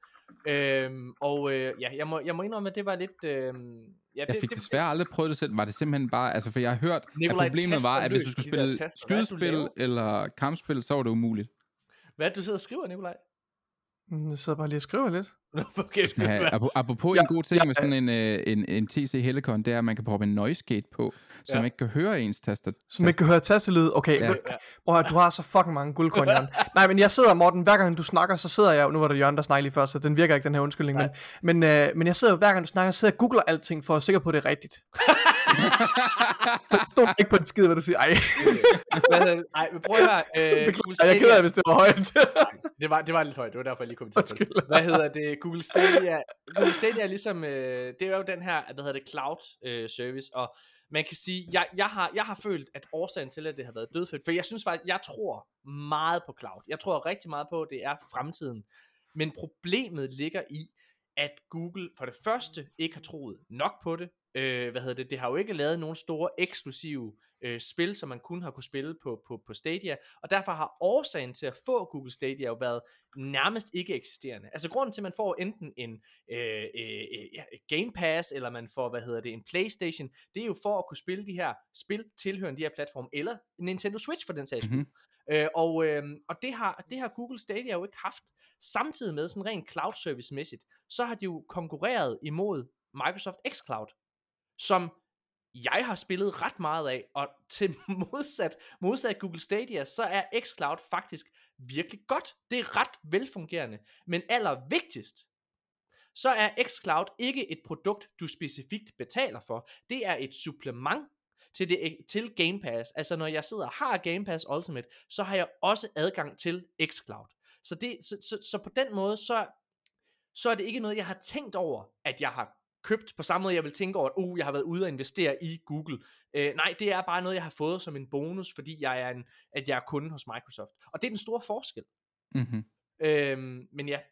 Jeg må indrømme, at det var lidt... jeg fik desværre aldrig prøvet det selv. Var det simpelthen bare... Altså, for jeg har hørt, Nikolaj, at problemet var, at hvis du skulle spille skydespil eller kampspil, så var det umuligt. Hvad er det, du sidder og skriver, Nikolaj? Jeg sidder bare lige og skriver lidt. Okay, apropos en god ting med sådan en TC Helicon, det er, at man kan proppe en noise gate på, så man ikke kan høre ens taster. Så man ikke kan høre tastelyd? Okay, Bror, du har så fucking mange guldkorn, Jørgen. Nej, men jeg sidder, Morten, hver gang du snakker, så sidder jeg... Nu var det Jørgen, der snakkede lige først, så den virker ikke, den her undskyldning. Men jeg sidder hver gang du snakker, så sidder jeg og googler alting, for at være sikker på, at det er rigtigt. For jeg stod ikke på en skid, hvad du siger. Ej, men prøv at høre. Jeg er ked af, hvis det var højt. Det var lidt højt, det var derfor, jeg lige kom til det. Hvad hedder det? Google Stadia er ligesom, det er jo den her, cloud service, og man kan sige, jeg har følt, at årsagen til, at det har været dødfødt, for jeg synes faktisk, jeg tror meget på cloud. Jeg tror rigtig meget på, at det er fremtiden. Men problemet ligger i, at Google for det første ikke har troet nok på det. Det har jo ikke lavet nogen store eksklusive spil, som man kun har kunne spille på Stadia, og derfor har årsagen til at få Google Stadia jo været nærmest ikke eksisterende. Altså grunden til, at man får enten en Game Pass, eller man får, en PlayStation, det er jo for at kunne spille de her spil tilhørende de her platforme, eller Nintendo Switch for den sags skyld. Og det har Google Stadia jo ikke haft. Samtidig med sådan rent cloud service mæssigt, så har de jo konkurreret imod Microsoft xCloud, som jeg har spillet ret meget af, og til modsat Google Stadia, så er xCloud faktisk virkelig godt. Det er ret velfungerende, men allervigtigst, så er xCloud ikke et produkt, du specifikt betaler for. Det er et supplement til Game Pass. Altså når jeg sidder og har Game Pass Ultimate, så har jeg også adgang til xCloud. Så på den måde, så er det ikke noget, jeg har tænkt over, at jeg har købt på samme måde, jeg vil tænke over, at jeg har været ude og investere i Google. Nej, det er bare noget, jeg har fået som en bonus, fordi jeg er kunde hos Microsoft. Og det er den store forskel. Mm-hmm. Men ja,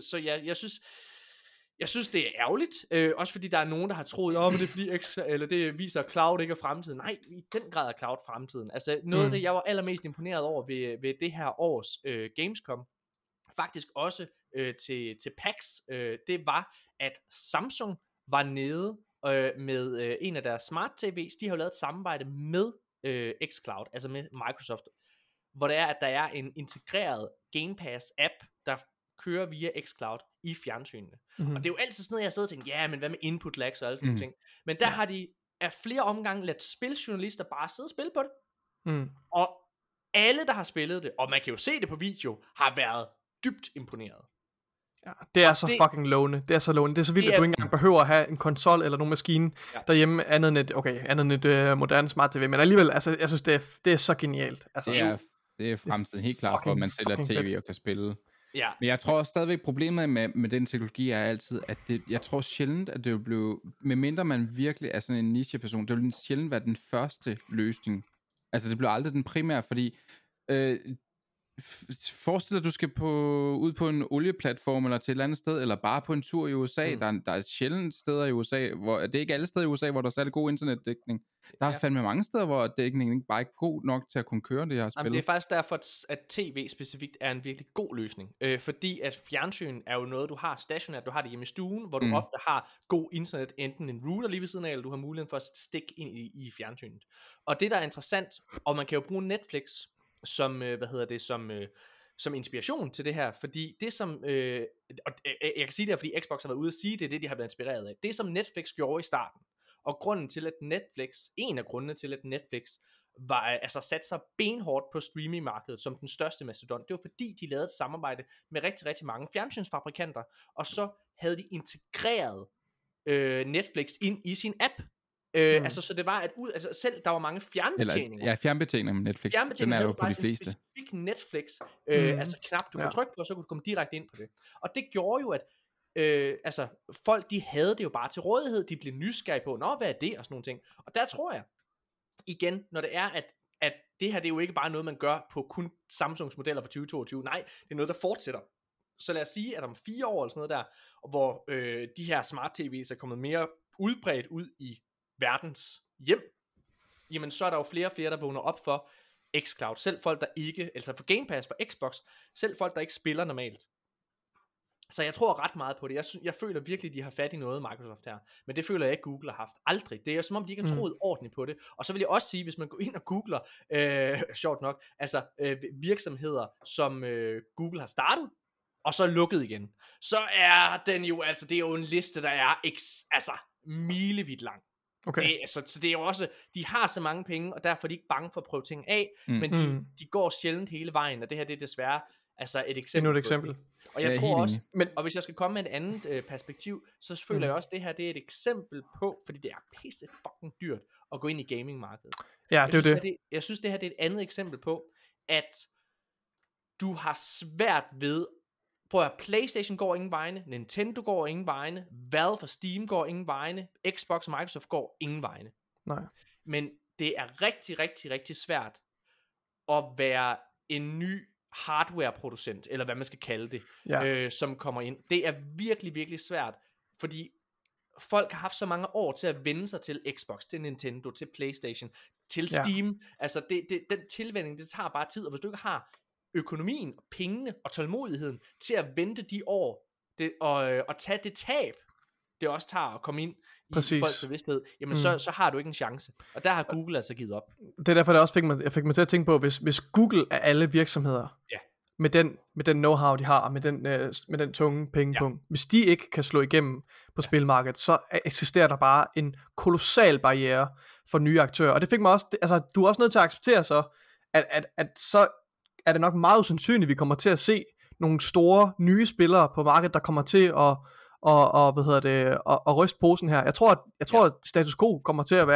jeg synes, det er ærgerligt, også fordi der er nogen, der har troet, men det er fordi eller det viser, at cloud ikke er fremtiden. Nej, i den grad er cloud fremtiden. Altså noget af det, jeg var allermest imponeret over ved det her års Gamescom, faktisk også til PAX, det var, at Samsung var nede med en af deres smart TV's. De har jo lavet et samarbejde med xCloud, altså med Microsoft, hvor det er, at der er en integreret Game Pass app, der kører via xCloud i fjernsynene. Mm-hmm. Og det er jo altid sådan noget, jeg sidder og tænker, men hvad med input lags og alle sådan nogle ting. Men der har de af flere omgange ladt spiljournalister bare sidde og spille på det. Mm. Og alle, der har spillet det, og man kan jo se det på video, har været dybt imponeret. Ja, det er så fucking lovende. Det er så lovende. Det er så vildt, at du ikke engang behøver at have en konsol eller nogen maskine derhjemme, andet end et moderne smart TV. Men alligevel, altså, jeg synes, det er så genialt. Altså, det er fremtiden helt klart for, at man sælger tv og kan spille. Ja. Men jeg tror stadigvæk, problemet med den teknologi er altid, at jeg tror sjældent, at det vil blive, medmindre man virkelig er sådan en niche-person, det vil sjældent være den første løsning. Altså, det bliver aldrig den primære, fordi forestil dig, at du skal ud på en olieplatform eller til et eller andet sted, eller bare på en tur i USA. Der er sjældent steder i USA, hvor det er ikke alle steder i USA, hvor der er særlig god internetdækning. Der er fandme mange steder, hvor dækningen bare ikke er god nok til at kunne køre det her spil. Jamen, det er faktisk derfor, at tv specifikt er en virkelig god løsning. Fordi at fjernsyn er jo noget, du har stationært, du har det hjemme i stuen, hvor du ofte har god internet, enten en router lige ved siden af, eller du har muligheden for at stik ind i fjernsynet. Og det, der er interessant, og man kan jo bruge Netflix som som inspiration til det her, fordi det som og jeg kan sige det her, fordi Xbox har været ude at sige det de har været inspireret af. Det som Netflix gjorde i starten, og en af grundene til at Netflix var sat sig benhårdt på streamingmarkedet som den største mastodont, det var fordi de lavede et samarbejde med rigtig rigtig mange fjernsynsfabrikanter, og så havde de integreret Netflix ind i sin app. Altså så det var selv der var mange fjernbetjeninger. Fjernbetjening med Netflix. Den er jo på de fleste. En specifik Netflix knap du kunne trykke på, og så kunne du komme direkte ind på det. Og det gjorde jo, at folk de havde det jo bare til rådighed. De blev nysgerrige på, hvad er det og sådan nogle ting. Og der tror jeg igen, når det er at det her det er jo ikke bare noget man gør på kun Samsungs modeller for 2022. Nej, det er noget der fortsætter. Så lad os sige at om 4 år eller sådan noget der, hvor de her smart TV's er kommet mere udbredt ud i verdens hjem, jamen så er der jo flere og flere, der vågner op for xCloud. Selv folk, der ikke, altså for Game Pass, for Xbox, selv folk, der ikke spiller normalt. Så jeg tror ret meget på det. Jeg føler virkelig, de har fat i noget, Microsoft her. Men det føler jeg ikke, Google har haft. Aldrig. Det er som om, de ikke har troet ordentligt på det. Og så vil jeg også sige, hvis man går ind og googler, sjovt nok, virksomheder, som Google har startet, og så lukket igen, så er den jo, det er jo en liste, der er milevidt lang. Okay. Så det er jo også, de har så mange penge, og derfor er de ikke bange for at prøve ting af, men de går sjældent hele vejen, og det her det er desværre et eksempel. Endnu et eksempel. Og jeg tror også, og hvis jeg skal komme med et andet perspektiv, så føler jeg også, at det her det er et eksempel på, fordi det er pisse fucking dyrt at gå ind i gamingmarkedet. Ja, det er det. Jeg synes, det her det er et andet eksempel på, at du har svært ved. Prøv at PlayStation går ingen vegne, Nintendo går ingen vegne, Valve og Steam går ingen vegne, Xbox og Microsoft går ingen vegne. Nej. Men det er rigtig, rigtig, rigtig svært at være en ny hardware-producent, eller hvad man skal kalde det, som kommer ind. Det er virkelig, virkelig svært, fordi folk har haft så mange år til at vende sig til Xbox, til Nintendo, til PlayStation, til Steam. Altså den tilvænning, det tager bare tid, og hvis du ikke har økonomien, pengene og tålmodigheden til at vente de år og tage det tab, det også tager at komme ind i folks bevidsthed, jamen så har du ikke en chance. Og der har Google altså givet op. Det er derfor, det også fik mig til at tænke på, hvis Google er alle virksomheder, med den know-how, de har, med den tunge pengepunkt, hvis de ikke kan slå igennem på spilmarkedet, så eksisterer der bare en kolossal barriere for nye aktører. Og det fik mig også, du er også nødt til at acceptere så, at så er det nok meget usandsynligt, at vi kommer til at se nogle store nye spillere på markedet, der kommer til at ryste posen her. Jeg tror at status quo kommer til at være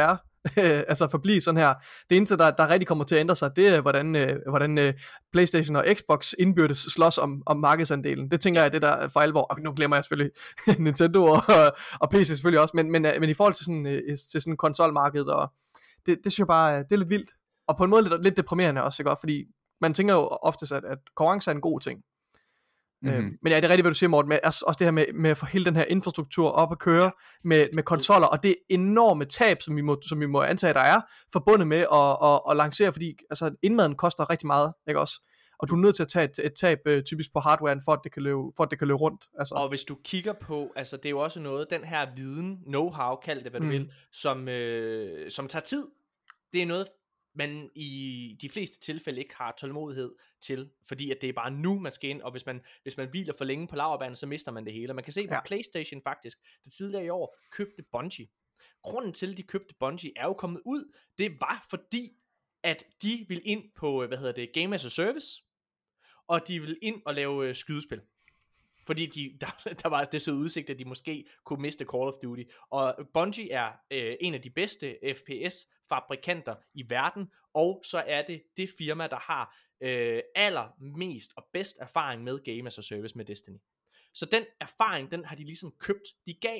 altså forblive sådan her. Det eneste, der rigtig kommer til at ændre sig, det er, hvordan PlayStation og Xbox indbyrdes slås om markedsandelen. Det tænker jeg er det, der for alvor, og nu glemmer jeg selvfølgelig Nintendo og PC selvfølgelig også, men i forhold til sådan konsolmarkedet, og det synes jeg bare, det er lidt vildt, og på en måde lidt deprimerende også, ikke? Fordi man tænker jo oftest, at konkurrence er en god ting. Men ja, det er rigtigt, hvad du siger, Morten, med, også det her med at få hele den her infrastruktur op at køre med konsoller, og det enorme tab, som vi må antage, der er forbundet med at lancere, fordi altså, indmaden koster rigtig meget, ikke også? Og du er nødt til at tage et tab typisk på hardwaren, for at det kan løbe rundt. Altså. Og hvis du kigger på, altså det er jo også noget, den her viden, know-how, kald det hvad du vil, som tager tid. Det er noget, man i de fleste tilfælde ikke har tålmodighed til, fordi at det er bare nu, man skal ind, og hvis man hviler for længe på laurbærrene, så mister man det hele. Og man kan se på PlayStation faktisk, det tidligere i år, købte Bungie. Grunden til, at de købte Bungie, er jo kommet ud, det var fordi, at de vil ind på, Game as a Service, og de vil ind og lave skydespil. Fordi der var det så udsigt, at de måske kunne miste Call of Duty. Og Bungie er en af de bedste FPS-fabrikanter i verden, og så er det firma, der har allermest og bedst erfaring med Game as a Service med Destiny. Så den erfaring, den har de ligesom købt. De gav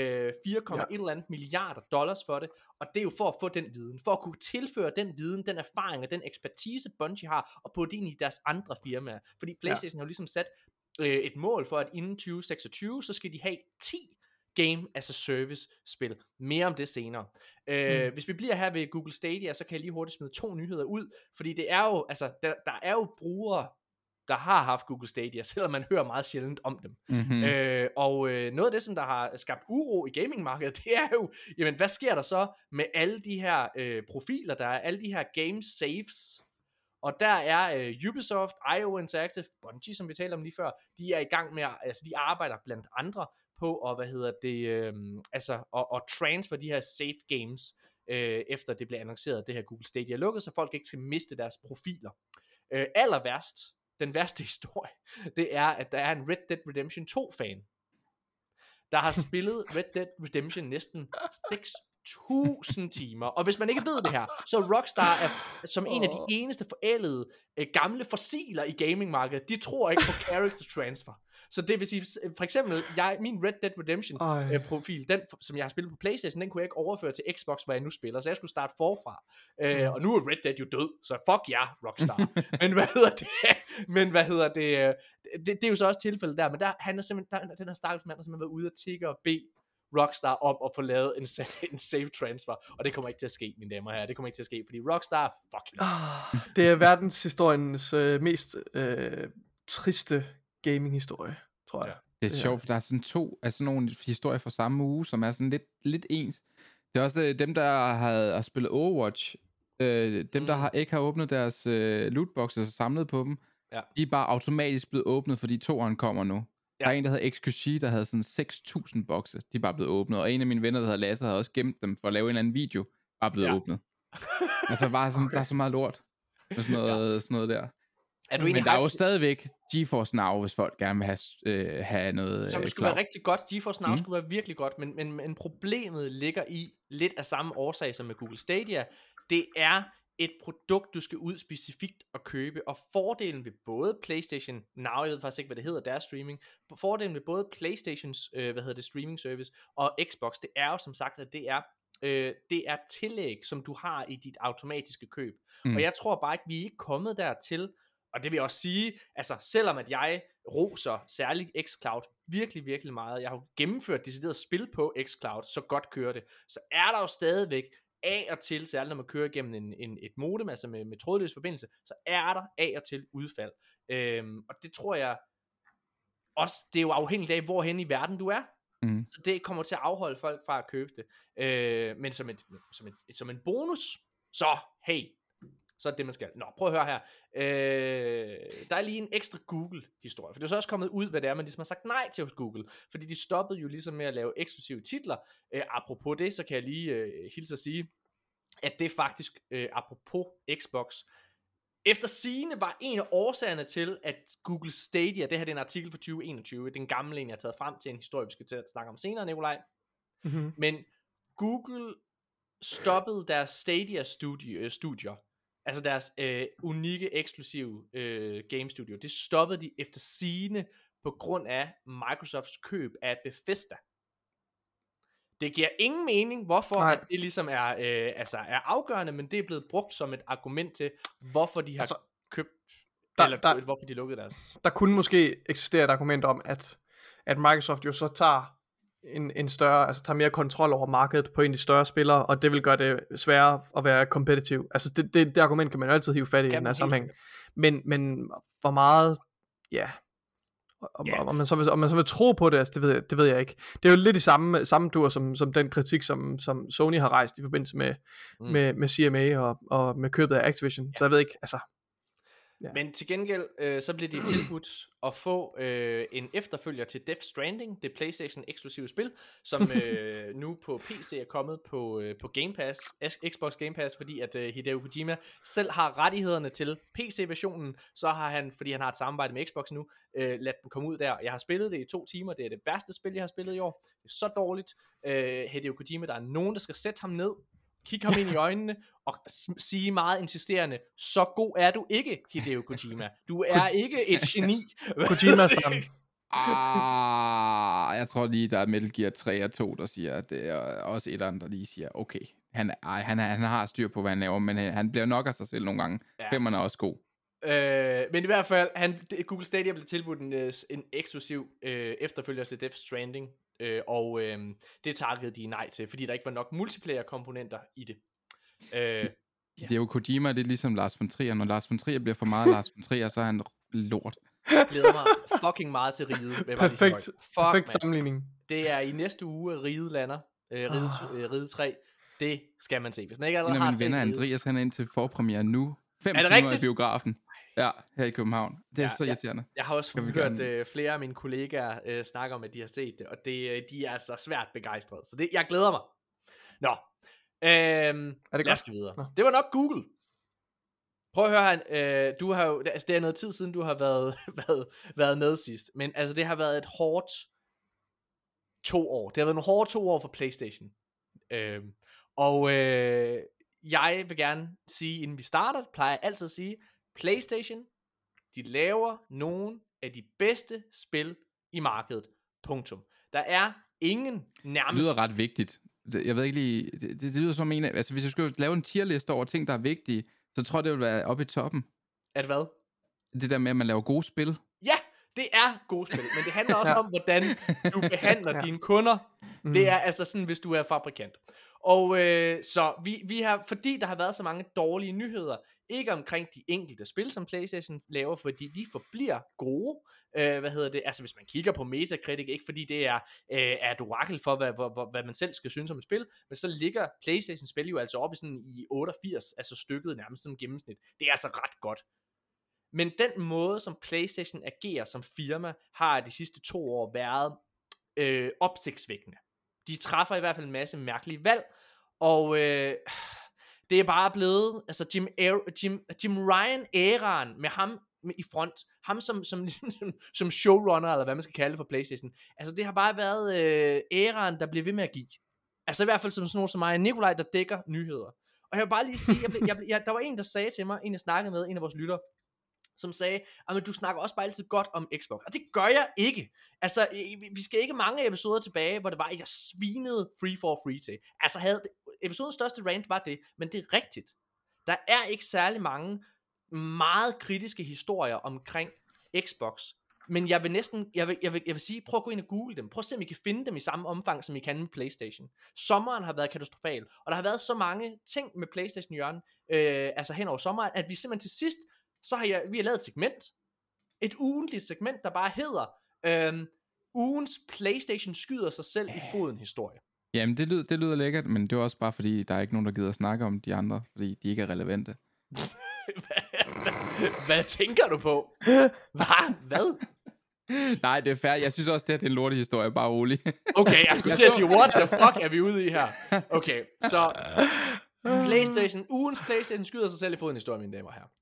4,1 milliarder dollars for det, og det er jo for at få den viden, for at kunne tilføre den viden, den erfaring og den ekspertise Bungie har, og putte ind i deres andre firmaer. Fordi PlayStation har jo ligesom sat et mål for, at inden 2026, så skal de have 10 Game as a Service spil. Mere om det senere. Hvis vi bliver her ved Google Stadia, så kan jeg lige hurtigt smide 2 nyheder ud, fordi det er jo, altså, der er jo brugere, der har haft Google Stadia, selvom man hører meget sjældent om dem. Noget af det, som der har skabt uro i gamingmarkedet, det er jo, jamen hvad sker der så med alle de her profiler, der er alle de her game saves. Og der er Ubisoft, IO Interactive, Bungie, som vi talte om lige før, de er i gang med, altså de arbejder blandt andre på at, at transfer de her save games, efter det blev annonceret, at det her Google Stadia er lukket, så folk ikke skal miste deres profiler. Den værste historie, det er, at der er en Red Dead Redemption 2-fan, der har spillet Red Dead Redemption næsten 6.000 timer. Og hvis man ikke ved det her, så Rockstar er som en af de eneste forældede gamle fossiler i gamingmarkedet. De tror ikke på character transfer. Så det vil sige, for eksempel, min Red Dead Redemption profil, den som jeg har spillet på PlayStation, den kunne jeg ikke overføre til Xbox, hvor jeg nu spiller, så jeg skulle starte forfra. Og nu er Red Dead jo død, så fuck ja, Rockstar. Men hvad hedder det? Det er jo så også tilfældet der, men han er simpelthen, den her stakkels mand, som har været ude og tigge og bede Rockstar om at få lavet en save transfer, og det kommer ikke til at ske, mine damer og herrer. Det kommer ikke til at ske, fordi Rockstar er fucking det er verdenshistoriens mest triste gaming-historie, tror jeg. Det er sjovt, for der er sådan to af sådan nogle historier fra samme uge, som er sådan lidt ens. Det er også dem, der har spillet Overwatch, dem, der ikke har åbnet deres lootboxes og samlet på dem, de er bare automatisk blevet åbnet, fordi toeren kommer nu. Der er en, der hedder XQC, der havde sådan 6.000 bokse. De er bare blevet åbnet. Og en af mine venner, der hedder Lasse, havde også gemt dem for at lave en eller anden video. Bare blevet åbnet. Altså bare sådan, der er så meget lort. Med sådan noget der. Men der er jo stadigvæk GeForce Now, hvis folk gerne vil have noget som skulle være rigtig godt. GeForce Now skulle være virkelig godt. Men problemet ligger i lidt af samme årsag som med Google Stadia. Det er et produkt, du skal ud specifikt og købe, og fordelen ved både PlayStation Now, jeg ved faktisk ikke, hvad det hedder, deres streaming, fordelen ved både PlayStations, streaming service, og Xbox, det er jo som sagt, at det er tillæg, som du har i dit automatiske køb. Og jeg tror bare ikke, vi er ikke kommet dertil, og det vil jeg også sige, altså selvom at jeg roser særligt xCloud virkelig, virkelig meget, jeg har gennemført decideret spil på xCloud, så godt kører det, så er der jo stadigvæk af og til, særligt når man kører igennem et modem, altså med trådløs forbindelse, så er der af og til udfald. Og det tror jeg også, det er jo afhængigt af, hvorhen i verden du er. Så det kommer til at afholde folk fra at købe det. Men som en bonus, så hey, så er det man skal. Nå, prøv at høre her. Der er lige en ekstra Google-historie, for det er så også kommet ud, hvad det er, man ligesom har sagt nej til hos Google, fordi de stoppede jo ligesom med at lave eksklusive titler. Apropos det, så kan jeg lige hilse at sige, at det faktisk, apropos Xbox, efter sigende var en af årsagerne til, at Google Stadia, det her det er en artikel fra 2021, den gamle en, jeg har taget frem til en historie, vi skal til at snakke om senere, Nikolaj. Men Google stoppede deres Stadia-studier, altså deres unikke, eksklusive game-studio, det stoppede de efter sigende på grund af Microsofts køb af Bethesda. Det giver ingen mening, hvorfor at det ligesom er afgørende, men det er blevet brugt som et argument til, hvorfor de har købt, hvorfor de lukkede deres. Der kunne måske eksistere et argument om, at Microsoft jo så tager en større, altså tager mere kontrol over markedet på en af de større spillere, og det vil gøre det sværere at være kompetitiv. Altså det argument kan man jo altid hive fat i den her sammenhæng. Men hvor meget, om man så vil tro på det, altså det ved jeg ikke. Det er jo lidt i samme dur som den kritik, som Sony har rejst i forbindelse med CMA og med købet af Activision. Så jeg ved ikke, altså. Ja. Men til gengæld, så bliver de tilbudt at få en efterfølger til Death Stranding, det PlayStation eksklusive spil, som nu på PC er kommet på Game Pass, Xbox Game Pass, fordi at Hideo Kojima selv har rettighederne til PC-versionen, så har han, fordi han har et samarbejde med Xbox nu, ladt den komme ud der. Jeg har spillet det i 2 timer, det er det værste spil, jeg har spillet i år. Det er så dårligt. Hideo Kojima, der er nogen, der skal sætte ham ned, kigge ham ind i øjnene og sige meget insisterende, så god er du ikke, Hideo Kojima. Du er ikke et geni. Kojima-san. Jeg tror lige, der er Metal Gear 3 og 2, der siger, at det er også et andet, der lige siger, okay, han har styr på, hvad han laver, men han bliver nok af sig selv nogle gange. Ja. 5'erne er også god. Men i hvert fald, Google Stadia blev tilbudt en eksklusiv efterfølger til Death Stranding, og det takkede de nej til, fordi der ikke var nok multiplayer-komponenter i det. Det er jo Kojima, det er ligesom Lars von Trier. Når Lars von Trier bliver for meget Lars von Trier, så er han lort. Jeg glæder mig fucking meget til Riget. Perfekt sammenligning. Det er i næste uge, at Riget lander. Riget 3. Det skal man se. Hvis man ikke allerede har set venner Andreas, han er ind til forpremiere nu. 5 timer rigtigt? I biografen. Ja, her i København. Det er så irriterende. Jeg har også hørt flere af mine kollegaer snakke om, at de har set det, og de er altså svært begejstrede. Så jeg glæder mig. Nå. Lad os gå videre. Nå. Det var nok Google. Prøv at høre her, du har jo, altså det er noget tid siden, du har været med sidst, men altså det har været et hårdt 2 år. Det har været nogle hårde 2 år for PlayStation. Jeg vil gerne sige, inden vi starter, plejer jeg altid at sige, PlayStation, de laver nogle af de bedste spil i markedet. Punktum. Der er ingen nærmest... Det lyder ret vigtigt. Jeg ved ikke lige... Det lyder som en af... Altså, hvis jeg skulle lave en tierliste over ting, der er vigtige, så tror jeg, det vil være oppe i toppen. At hvad? Det der med, at man laver gode spil. Ja, det er gode spil, men det handler også om, hvordan du behandler dine kunder. Det er altså sådan, hvis du er fabrikant. Og så vi har, fordi der har været så mange dårlige nyheder, ikke omkring de enkelte spil, som PlayStation laver, fordi de forbliver gode. Altså hvis man kigger på Metacritic, ikke fordi det er et orakel for, hvad man selv skal synes om et spil, men så ligger PlayStation spil jo altså op i sådan i 88, altså stykket nærmest som gennemsnit. Det er altså ret godt. Men den måde, som PlayStation agerer som firma, har de sidste 2 år været opsigtsvækkende. De træffer i hvert fald en masse mærkelige valg, og det er bare blevet, altså Jim Ryan-æraen med ham i front, ham som showrunner, eller hvad man skal kalde det for PlayStation, altså det har bare været æraen, der bliver ved med at give. Altså i hvert fald som sådan nogen som mig, Nikolaj, der dækker nyheder. Og jeg vil bare lige sige, der var en, der sagde til mig, en jeg snakkede med, en af vores lyttere, som sagde, at du snakker også bare altid godt om Xbox. Og det gør jeg ikke. Altså, vi skal ikke mange episoder tilbage, hvor det var, at jeg svinede Free for Free til. Altså, episodens største rant var det, men det er rigtigt. Der er ikke særlig mange meget kritiske historier omkring Xbox. Men jeg vil sige, prøv at gå ind og google dem. Prøv at se, om I kan finde dem i samme omfang, som I kan med PlayStation. Sommeren har været katastrofal, og der har været så mange ting med PlayStation hjørne, altså hen over sommeren, at vi simpelthen til sidst, vi har lavet et segment. Et ugentligt segment, der bare hedder ugens PlayStation skyder sig selv i foden historie. Jamen, det lyder lækkert, men det er også bare fordi, der er ikke nogen, der gider at snakke om de andre, fordi de ikke er relevante. Hvad tænker du på? Hvad? Nej, det er fair. Jeg synes også, det er en lortehistorie, bare rolig. Okay, jeg skulle til at sige, what the fuck er vi ude i her? Okay, så ugens PlayStation skyder sig selv i foden historie, mine damer og herrer.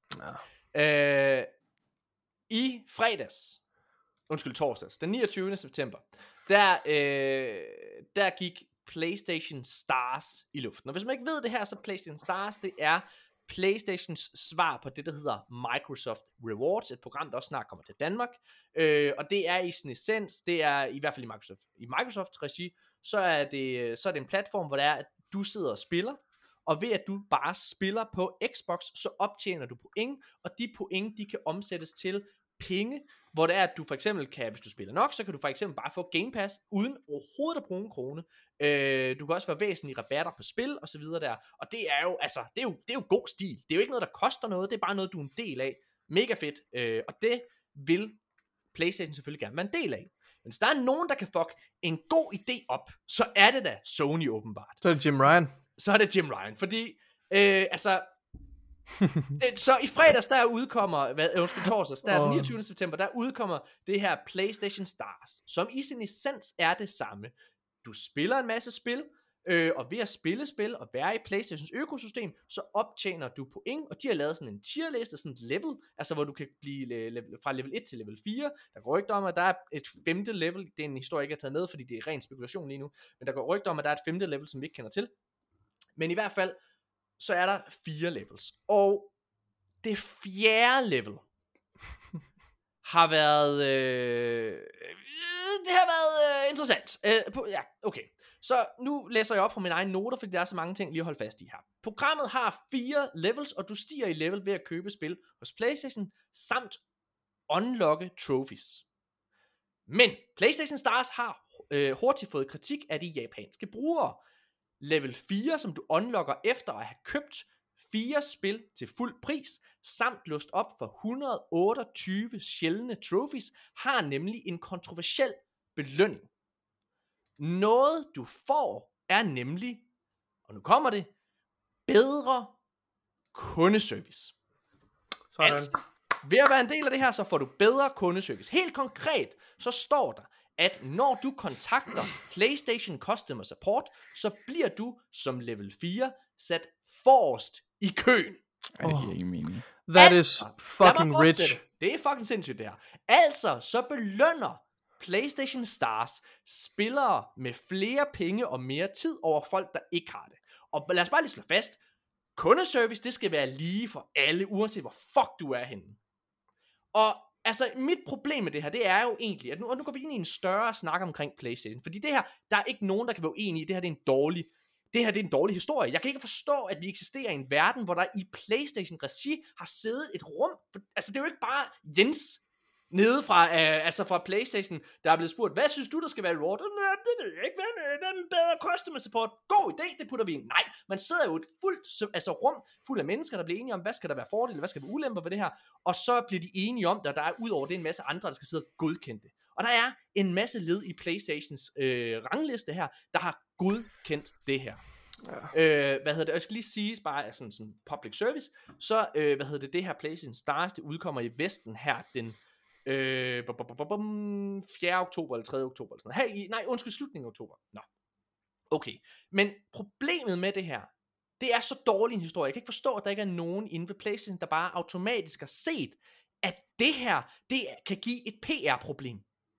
I torsdags, den 29. september, der gik PlayStation Stars i luften. Og hvis man ikke ved det her, så PlayStation Stars, det er PlayStations svar på det, der hedder Microsoft Rewards, et program, der også snart kommer til Danmark. Og det er i sin essens, det er i hvert fald i Microsoft regi, så er det en platform, hvor det er, at du sidder og spiller, og ved at du bare spiller på Xbox, så optjener du point, og de point, de kan omsættes til penge, hvor det er, at du for eksempel kan, hvis du spiller nok, så kan du for eksempel bare få Game Pass, uden overhovedet at bruge en krone. Du kan også være væsentlige rabatter på spil, og så videre der. Og det er jo, altså, det er jo god stil. Det er jo ikke noget, der koster noget, det er bare noget, du er en del af. Mega fedt. Og det vil PlayStation selvfølgelig gerne være en del af. Men hvis der er nogen, der kan fuck en god idé op, så er det da Sony åbenbart. Så er det Jim Ryan. Så er det Jim Ryan, fordi, så i fredags, der udkommer, torsdags, der den 29. september, der udkommer det her PlayStation Stars, som i sin essens er det samme. Du spiller en masse spil, og ved at spille spil og være i PlayStations økosystem, så optjener du point, og de har lavet sådan en tierliste, sådan et level, altså hvor du kan blive fra level 1 til level 4. Der går rygter om, at der er et 5. level, det er en historie, jeg ikke har taget med, fordi det er ren spekulation lige nu, men der går rygter om, at der er et 5. level, som vi ikke kender til. Men i hvert fald, så er der 4 levels. Og det 4. level har været det har været interessant. Ja, okay. Så nu læser jeg op fra mine egne noter, fordi der er så mange ting lige at holde fast i her. Programmet har 4 levels, og du stiger i level ved at købe spil hos PlayStation, samt unlocke trophies. Men PlayStation Stars har hurtigt fået kritik af de japanske brugere. Level 4, som du unlocker efter at have købt 4 spil til fuld pris, samt låst op for 128 sjældne trophies, har nemlig en kontroversiel belønning. Noget du får er nemlig, og nu kommer det, bedre kundeservice. Sådan. Altså, ved at være en del af det her, så får du bedre kundeservice. Helt konkret, så står der, at når du kontakter PlayStation Customer Support, så bliver du som level 4 sat forrest i køen. Ej, det giver ingen mening. That is fucking rich. Det er fucking sindssygt det her. Altså, så belønner PlayStation Stars spillere med flere penge og mere tid over folk, der ikke har det. Og lad os bare lige slå fast, kundeservice, det skal være lige for alle, uanset hvor fuck du er henne. Og altså, mit problem med det her, det er jo egentlig, at nu går vi ind i en større snak omkring PlayStation, fordi det her, der er ikke nogen, der kan være uenige i, det her det er en dårlig historie. Jeg kan ikke forstå, at vi eksisterer i en verden, hvor der i PlayStation-regi har siddet et rum, altså det er jo ikke bare Jens nede fra PlayStation, der er blevet spurgt, hvad synes du, der skal være reward? Det ved jeg ikke, hvad den bedre customer support? God idé, det putter vi ind. Nej, man sidder jo et rum fuld af mennesker, der bliver enige om, hvad skal der være fordele, hvad skal være ulemper ved det her, og så bliver de enige om det, og der er ud over det en masse andre, der skal sidde og godkende det. Og der er en masse led i PlayStations rangliste her, der har godkendt det her. Ja. Jeg skal lige sige bare sådan public service, så det her PlayStation Stars, det udkommer i Vesten her den 4. oktober eller 3. oktober eller sådan noget. Slutningen af oktober. Nå. Okay. Men problemet med det her, det er så dårlig en historie. Jeg kan ikke forstå, at der ikke er nogen inde ved PlayStation, der bare automatisk har set, at det her, det kan give et PR-problem.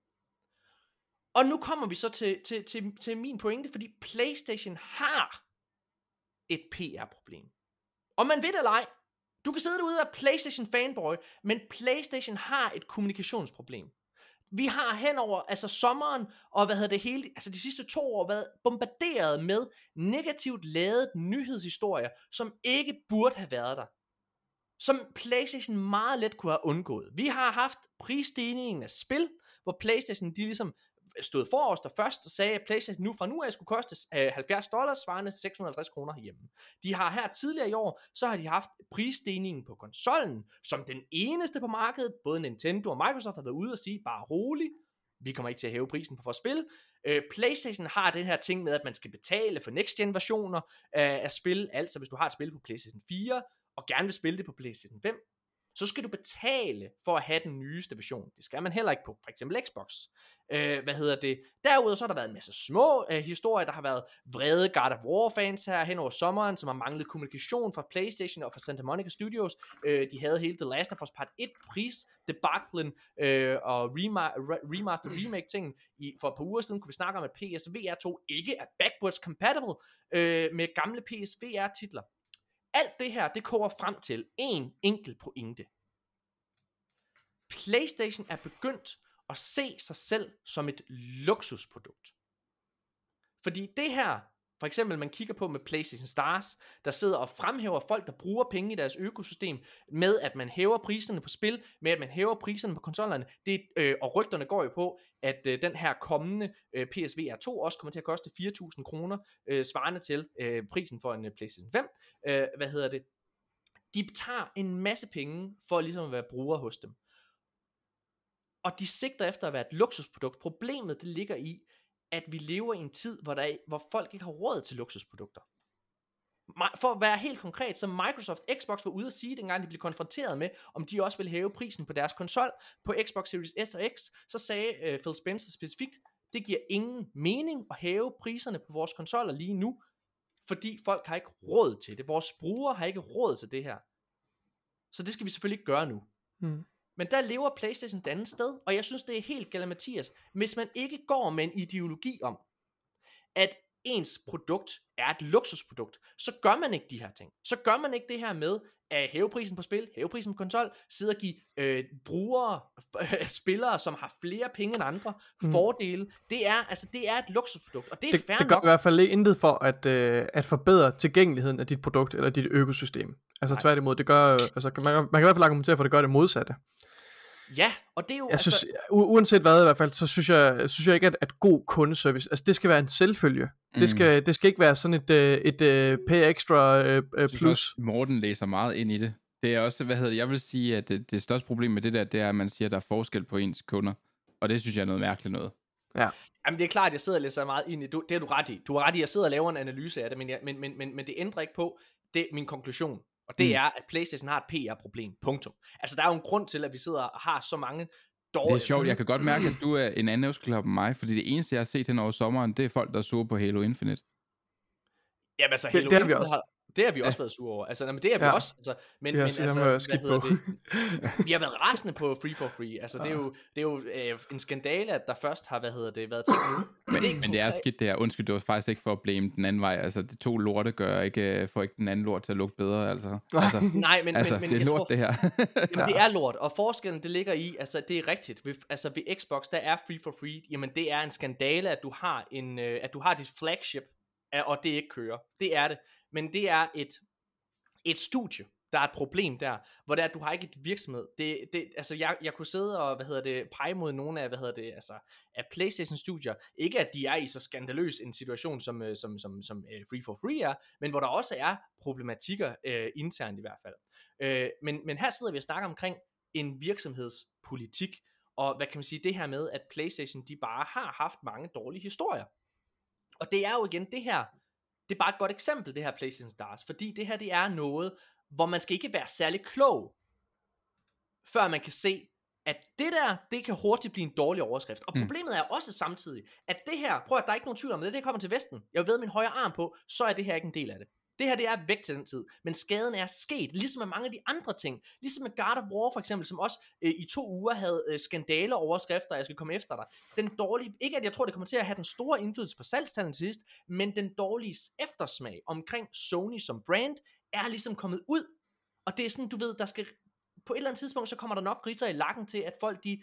Og nu kommer vi så til min pointe, fordi PlayStation har et PR-problem. Og man ved det eller ej, du kan sidde derude og være PlayStation fanboy, men PlayStation har et kommunikationsproblem. Vi har henover sommeren og de sidste 2 år været bombarderet med negativt lavet nyhedshistorier, som ikke burde have været der. Som PlayStation meget let kunne have undgået. Vi har haft prisstigningen af spil, hvor PlayStation de ligesom stod forrest og først og sagde, at PlayStation fra nu af skulle koste $70, svarende 650 kroner herhjemme. De har her tidligere i år, så har de haft prisstigningen på konsollen, som den eneste på markedet. Både Nintendo og Microsoft har været ude og sige, bare rolig, vi kommer ikke til at hæve prisen på vores spil. PlayStation har den her ting med, at man skal betale for next gen versioner af spil, altså hvis du har et spil på PlayStation 4, og gerne vil spille det på PlayStation 5, så skal du betale for at have den nyeste version. Det skal man heller ikke på for eksempel Xbox. Derudover så har der været en masse små historier. Der har været vrede God of War fans her hen over sommeren, som har manglet kommunikation fra PlayStation og fra Santa Monica Studios. De havde hele The Last of Us Part 1 pris, debaclen og remaster remake tingen. For et par uger siden kunne vi snakke om, at PSVR 2 ikke er backwards compatible med gamle PSVR titler. Alt det her, det koger frem til en enkelt pointe. PlayStation er begyndt at se sig selv som et luksusprodukt. Fordi det her, for eksempel man kigger på med PlayStation Stars, der sidder og fremhæver folk, der bruger penge i deres økosystem, med at man hæver priserne på spil, med at man hæver priserne på konsollerne, og rygterne går jo på, at den her kommende PSVR 2 også kommer til at koste 4.000 kroner, svarende til prisen for en PlayStation 5. De tager en masse penge for ligesom at være brugere hos dem. Og de sigter efter at være et luksusprodukt. Problemet det ligger i, at vi lever i en tid, hvor folk ikke har råd til luksusprodukter. For at være helt konkret, så Microsoft Xbox var ude at sige, dengang de blev konfronteret med, om de også ville hæve prisen på deres konsol, på Xbox Series S og X, så sagde Phil Spencer specifikt, det giver ingen mening at hæve priserne på vores konsoller lige nu, fordi folk har ikke råd til det. Vores brugere har ikke råd til det her. Så det skal vi selvfølgelig ikke gøre nu. Men der lever PlayStation et andet sted, og jeg synes, det er helt galt, Mathias. Hvis man ikke går med en ideologi om, at ens produkt er et luksusprodukt, så gør man ikke de her ting. Så gør man ikke det her med at hæve prisen på spil, hæve prisen på konsol, sidde og give brugere, spillere, som har flere penge end andre, fordele. Det er et luksusprodukt, og det er fair nok. Det gør i hvert fald intet for at forbedre tilgængeligheden af dit produkt eller dit økosystem. Altså tværtimod, det gør, man kan i hvert fald argumentere for, at det gør det modsatte. Ja, og det er jo... Jeg synes, uanset hvad i hvert fald, så synes jeg ikke, at god kundeservice, altså det skal være en selvfølge. Det skal ikke være sådan et pay extra plus. Også, Morten læser meget ind i det. Det er også, jeg vil sige, at det største problem med det der, det er, at man siger, at der er forskel på ens kunder. Og det synes jeg er noget mærkeligt noget. Ja. Jamen det er klart, at jeg sidder og læser meget ind i det. Det har du ret i. Du har ret i, at jeg sidder og laver en analyse af det, men det ændrer ikke på min konklusion. Og det er, at PlayStation har et PR-problem. Punktum. Altså, der er jo en grund til, at vi sidder og har så mange dårlige... Det er sjovt. Jeg kan godt mærke, at du er en anden nævsklub end mig, fordi det eneste, jeg har set hen over sommeren, det er folk, der er sure på Halo Infinite. Jamen altså, Halo det har vi også. Det har vi også været sure over. Altså, det har vi også. Altså, men hvad hedder det? Vi har været rasende på Free for Free. Altså, det er jo en skandale, at der først har været ting nu. Men det er skidt det her. Undskyld, det var faktisk ikke for at blame den anden vej. Altså, det 2 lorte får ikke den anden lort til at lugte bedre. Altså. Nej, men det er lort, det her. Jamen, det er lort. Og forskellen, det ligger i, altså, det er rigtigt. Ved Xbox, der er Free for Free. Jamen, det er en skandale, at du har dit flagship, og det ikke kører. Det er det. Men det er et studie, der er et problem der, hvor det er, at du har ikke et virksomhed. Altså, jeg kunne sidde og, pege mod nogle af, af PlayStation-studier. Ikke at de er i så skandaløs en situation, som Free for Free er, men hvor der også er problematikker internt i hvert fald. Men her sidder vi og snakker omkring en virksomhedspolitik, og hvad kan man sige, det her med, at PlayStation, de bare har haft mange dårlige historier. Og det er jo igen det her, det er bare et godt eksempel, det her PlayStation Stars, fordi det her, det er noget, hvor man skal ikke være særlig klog, før man kan se, at det der, det kan hurtigt blive en dårlig overskrift. Og problemet er også samtidig, at det her, prøv at der er ikke nogen tvivl om det, det kommer til Vesten, jeg ved min højre arm på, så er det her ikke en del af det. Det her, det er væk til den tid, men skaden er sket, ligesom med mange af de andre ting, ligesom med God of War for eksempel, som også i 2 uger havde skandaleoverskrifter, jeg skal komme efter dig. Den dårlige, ikke at jeg tror, det kommer til at have den store indflydelse på salgstallene til sidst, men den dårlige eftersmag omkring Sony som brand, er ligesom kommet ud, og det er sådan, du ved, der skal, på et eller andet tidspunkt, så kommer der nok ritter i lakken til, at folk de,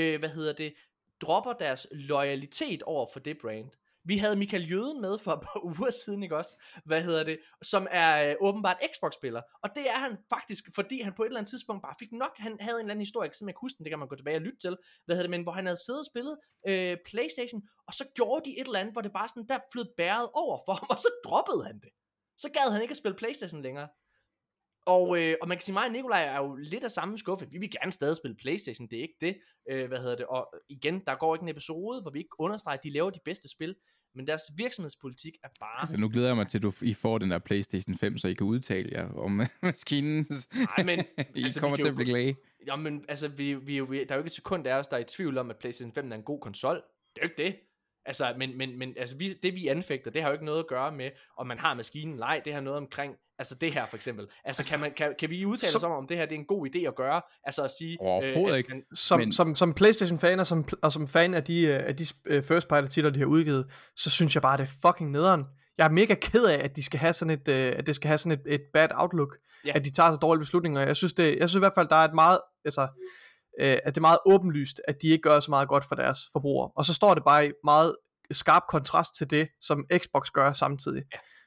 dropper deres loyalitet over for det brand. Vi havde Michael Jøden med for et par uger siden, ikke også? Som er åbenbart Xbox-spiller. Og det er han faktisk, fordi han på et eller andet tidspunkt bare fik nok. Han havde en eller anden historie, jeg ikke huske den, det kan man gå tilbage og lytte til. Men hvor han havde siddet og spillet PlayStation, og så gjorde de et eller andet, hvor det bare sådan, der flød bæret over for ham, og så droppede han det. Så gad han ikke at spille PlayStation længere. Og man kan sige, mig og Nikolaj er jo lidt af samme skuffe. Vi vil gerne stadig spille PlayStation, det er ikke det. Og igen, der går ikke en episode, hvor vi ikke understreger, at de laver de bedste spil, men deres virksomhedspolitik er bare... Altså, nu glæder jeg mig til, at I får den der PlayStation 5, så I kan udtale jer om maskinen. Nej, men... I kommer til at blive glade. Jamen, altså, der er jo ikke et sekund af os, der er i tvivl om, at PlayStation 5 er en god konsol. Det er jo ikke det. Altså, men altså, det vi anfægter, det har jo ikke noget at gøre med, om man har maskinen. Nej, det har noget omkring, altså det her for eksempel. Altså, kan vi udtale os om det her, det er en god idé at gøre? Altså at sige... Overhovedet ikke. Som PlayStation-fan og som fan af de first party titler, de har udgivet, så synes jeg bare, det er fucking nederen. Jeg er mega ked af, at de skal have sådan det skal have sådan et bad outlook, at de tager så dårlige beslutninger. Jeg synes i hvert fald, der er et meget, altså, at det er meget åbenlyst, at de ikke gør så meget godt for deres forbrugere. Og så står det bare i meget skarp kontrast til det, som Xbox gør samtidig.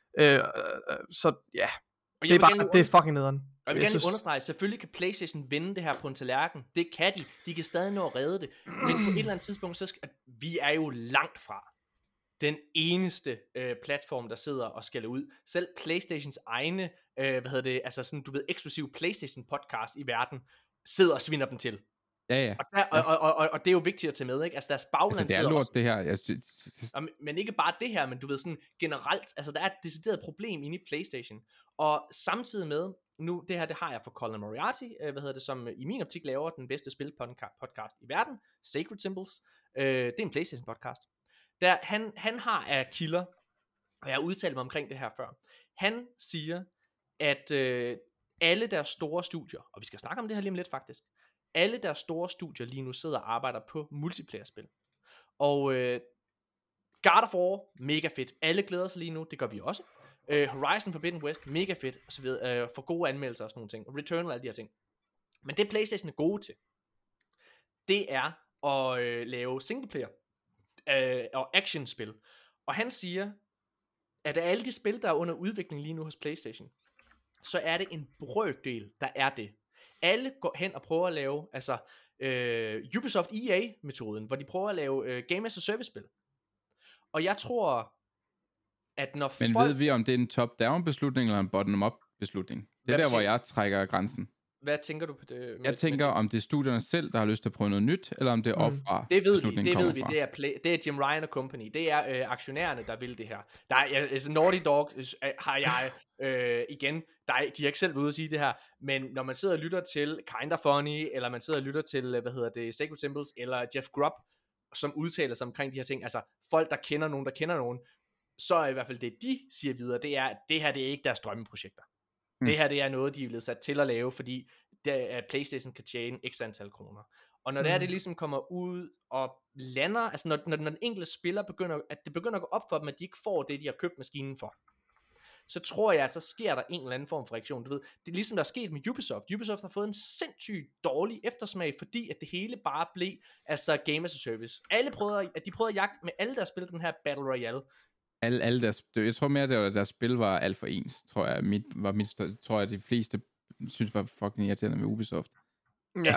Så ja, det er fucking nederen. Og jeg vil gerne understrege, selvfølgelig kan PlayStation vinde det her på en tallerken. Det kan de. De kan stadig nå at redde det. Men på et eller andet tidspunkt, så vi er jo langt fra den eneste platform, der sidder og skælder ud. Selv PlayStations egne, altså sådan, du ved, eksklusiv PlayStation podcast i verden, sidder og sviner dem til. Ja. Og det er jo vigtigt at tage med, ikke? Altså deres bagland altså, det er lort, også, det her. Men ikke bare det her, men du ved sådan generelt, altså der er et decideret problem inde i PlayStation. Og samtidig med, nu det her, det har jeg for Colin Moriarty, som i min optik laver den bedste spilpodcast i verden, Sacred Symbols. Det er en PlayStation podcast. Der, han har af kilder, og jeg har udtalt mig omkring det her før. Han siger, at alle deres store studier, og vi skal snakke om det her lige om lidt faktisk, alle deres store studier lige nu sidder og arbejder på multiplayer-spil. Og God of War, mega fedt. Alle glæder sig lige nu, det gør vi også. Horizon Forbidden West, mega fedt, og så videre, for gode anmeldelser og sådan nogle ting. Returnal og alle de her ting. Men det PlayStation er gode til, det er at lave singleplayer og actionspil. Og han siger, at af alle de spil, der er under udvikling lige nu hos PlayStation, så er det en brøkdel, der er det. Alle går hen og prøver at lave, altså Ubisoft EA-metoden, hvor de prøver at lave Game as a Service-spil. Og jeg tror, at når Men ved vi, om det er en top-down beslutning eller en bottom-up beslutning? Det er der, hvor jeg trækker grænsen. Hvad tænker du på det? Jeg tænker, om det er studierne selv, der har lyst til at prøve noget nyt, eller om det er opfra. Det ved vi. Det er Jim Ryan og company. Det er aktionærerne, der vil det her. Der er, altså Naughty Dog har jeg igen, de har ikke selv ude at sige det her, men når man sidder og lytter til Kinda Funny, eller man sidder og lytter til, Sacred Symbols, eller Jeff Grubb, som udtaler sig omkring de her ting, altså folk, der kender nogen, så er i hvert fald det, de siger videre, det er, at det her, det er ikke deres drømmeprojekter. Det her, det er noget, de er blevet sat til at lave, fordi PlayStation kan tjene x antal kroner. Og når det ligesom kommer ud og lander, altså når den enkelte spiller begynder at gå op for dem, at de ikke får det, de har købt maskinen for, så tror jeg, at så sker der en eller anden form for reaktion. Du ved, det er ligesom der er sket med Ubisoft. Ubisoft har fået en sindssygt dårlig eftersmag, fordi at det hele bare blev altså Game as a Service. De prøvede at jagte med alle deres spil den her Battle Royale. Alle deres, jeg tror mere, at deres spil var alt for ens, tror jeg. Tror jeg, de fleste synes var fucking irriterende med Ubisoft. Ja,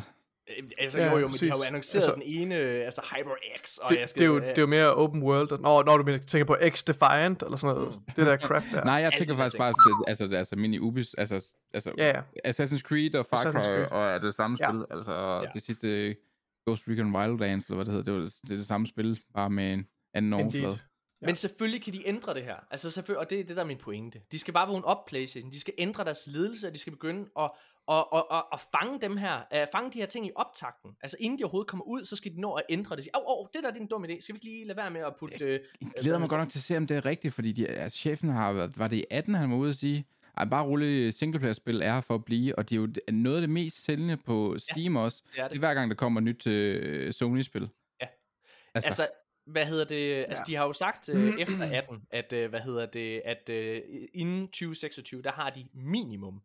men de har jo annonceret den ene, altså HyperX. Og det er jo mere open world. Når du tænker på X-Defiant, eller sådan noget, det der crap der. Nej, jeg tænker faktisk bare, altså mini Ubisoft, altså Assassin's Creed og Far Cry, og er det samme spil, altså det sidste Ghost Recon Wildlands, eller hvad det hedder, det er det samme spil, bare med en anden overflade. Ja. Men selvfølgelig kan de ændre det her. Altså selvfølgelig, og det er det, der er min pointe. De skal bare vågne op, PlayStation. De skal ændre deres ledelse, og de skal begynde at fange dem her, fange de her ting i optakten. Altså inden de overhovedet kommer ud, så skal de nå at ændre det. Sige, det der er en dum idé. Skal vi ikke lige lade være med at putte... Jeg glæder mig godt nok til at se, om det er rigtigt, fordi chefen var det i 18, han var ude at sige, bare roligt, singleplayer-spil er her for at blive, og det er jo noget af det mest sælgende på Steam også. Det er hver gang, der kommer nyt Sony-spil. Ja. Altså altså de har jo sagt efter 18, at inden 2026, der har de minimum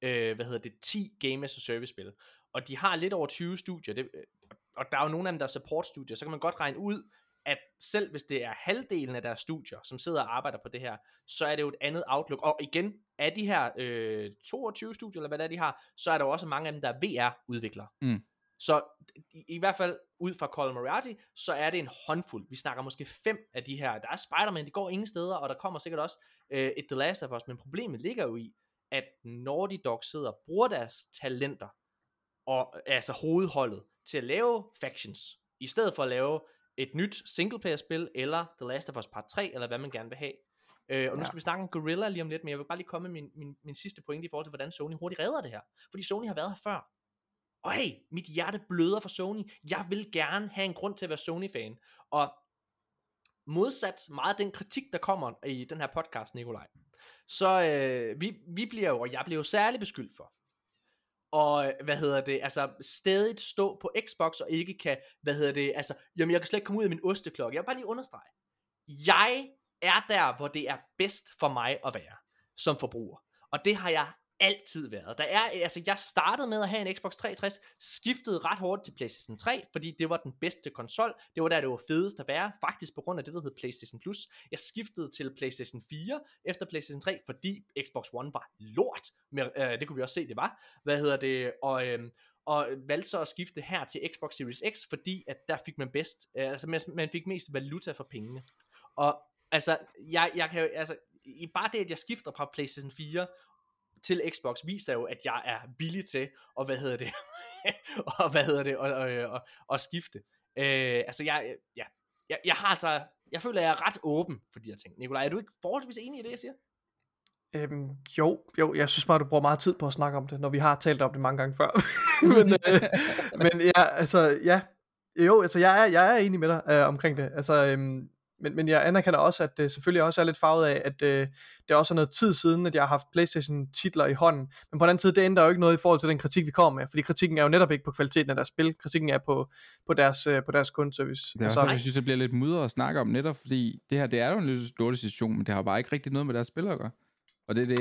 10 Game as a Service spil. Og de har lidt over 20 studier, og der er jo nogle af dem, der er support studier, så kan man godt regne ud, at selv hvis det er halvdelen af deres studier, som sidder og arbejder på det her, så er det jo et andet outlook. Og igen, af de her 22 studier, eller hvad det er, de har, så er der jo også mange af dem, der er VR-udviklere. Så i hvert fald ud fra Colin Moriarty, så er det en håndfuld. Vi snakker måske 5 af de her. Der er Spider-Man, det går ingen steder, og der kommer sikkert også et The Last of Us, men problemet ligger jo i, at Naughty Dog sidder og bruger deres talenter, og altså hovedholdet, til at lave factions, i stedet for at lave et nyt singleplayer-spil, eller The Last of Us Part 3, eller hvad man gerne vil have. Og nu skal vi snakke om Guerrilla lige om lidt, men jeg vil bare lige komme med min sidste pointe i forhold til, hvordan Sony hurtigt redder det her. Fordi Sony har været her før. Og hey, mit hjerte bløder for Sony. Jeg vil gerne have en grund til at være Sony-fan. Og modsat meget af den kritik, der kommer i den her podcast, Nikolaj, så vi bliver jo, og jeg bliver jo særligt beskyldt for, og altså stadig stå på Xbox og ikke kan, altså, jamen jeg kan slet ikke komme ud af min osteklokke. Jeg vil bare lige understrege, jeg er der, hvor det er bedst for mig at være som forbruger, og det har jeg altid været. Jeg startede med at have en Xbox 360, skiftede ret hurtigt til PlayStation 3, fordi det var den bedste konsol. Det var der, det var fedest at være, faktisk på grund af det, der hed PlayStation Plus. Jeg skiftede til PlayStation 4 efter PlayStation 3, fordi Xbox One var lort. Men, det kunne vi også se, det var. Og valgte så at skifte her til Xbox Series X, fordi at der fik man man fik mest valuta for pengene. Og altså, jeg kan jo, altså, i bare det, at jeg skifter fra PlayStation 4 til Xbox, viser jo, at jeg er villig til at, og skifte. Jeg føler, at jeg er ret åben for de her ting. Nikolaj, er du ikke forholdsvis enig i det, jeg siger? Jo, jeg synes bare, du bruger meget tid på at snakke om det, når vi har talt om det mange gange før. men jeg er enig med dig omkring det. Altså, men jeg anerkender også, at det selvfølgelig også er lidt farvet af, at det også er noget tid siden, at jeg har haft PlayStation-titler i hånden. Men på den tid, det ændrer jo ikke noget i forhold til den kritik, vi kommer med. Fordi kritikken er jo netop ikke på kvaliteten af deres spil. Kritikken er på deres kundeservice. Det er også, jeg synes, det bliver lidt mudret at snakke om, netop fordi det her, det er jo en lidt dårlig situation, men det har bare ikke rigtig noget med deres spillere at gøre. Og det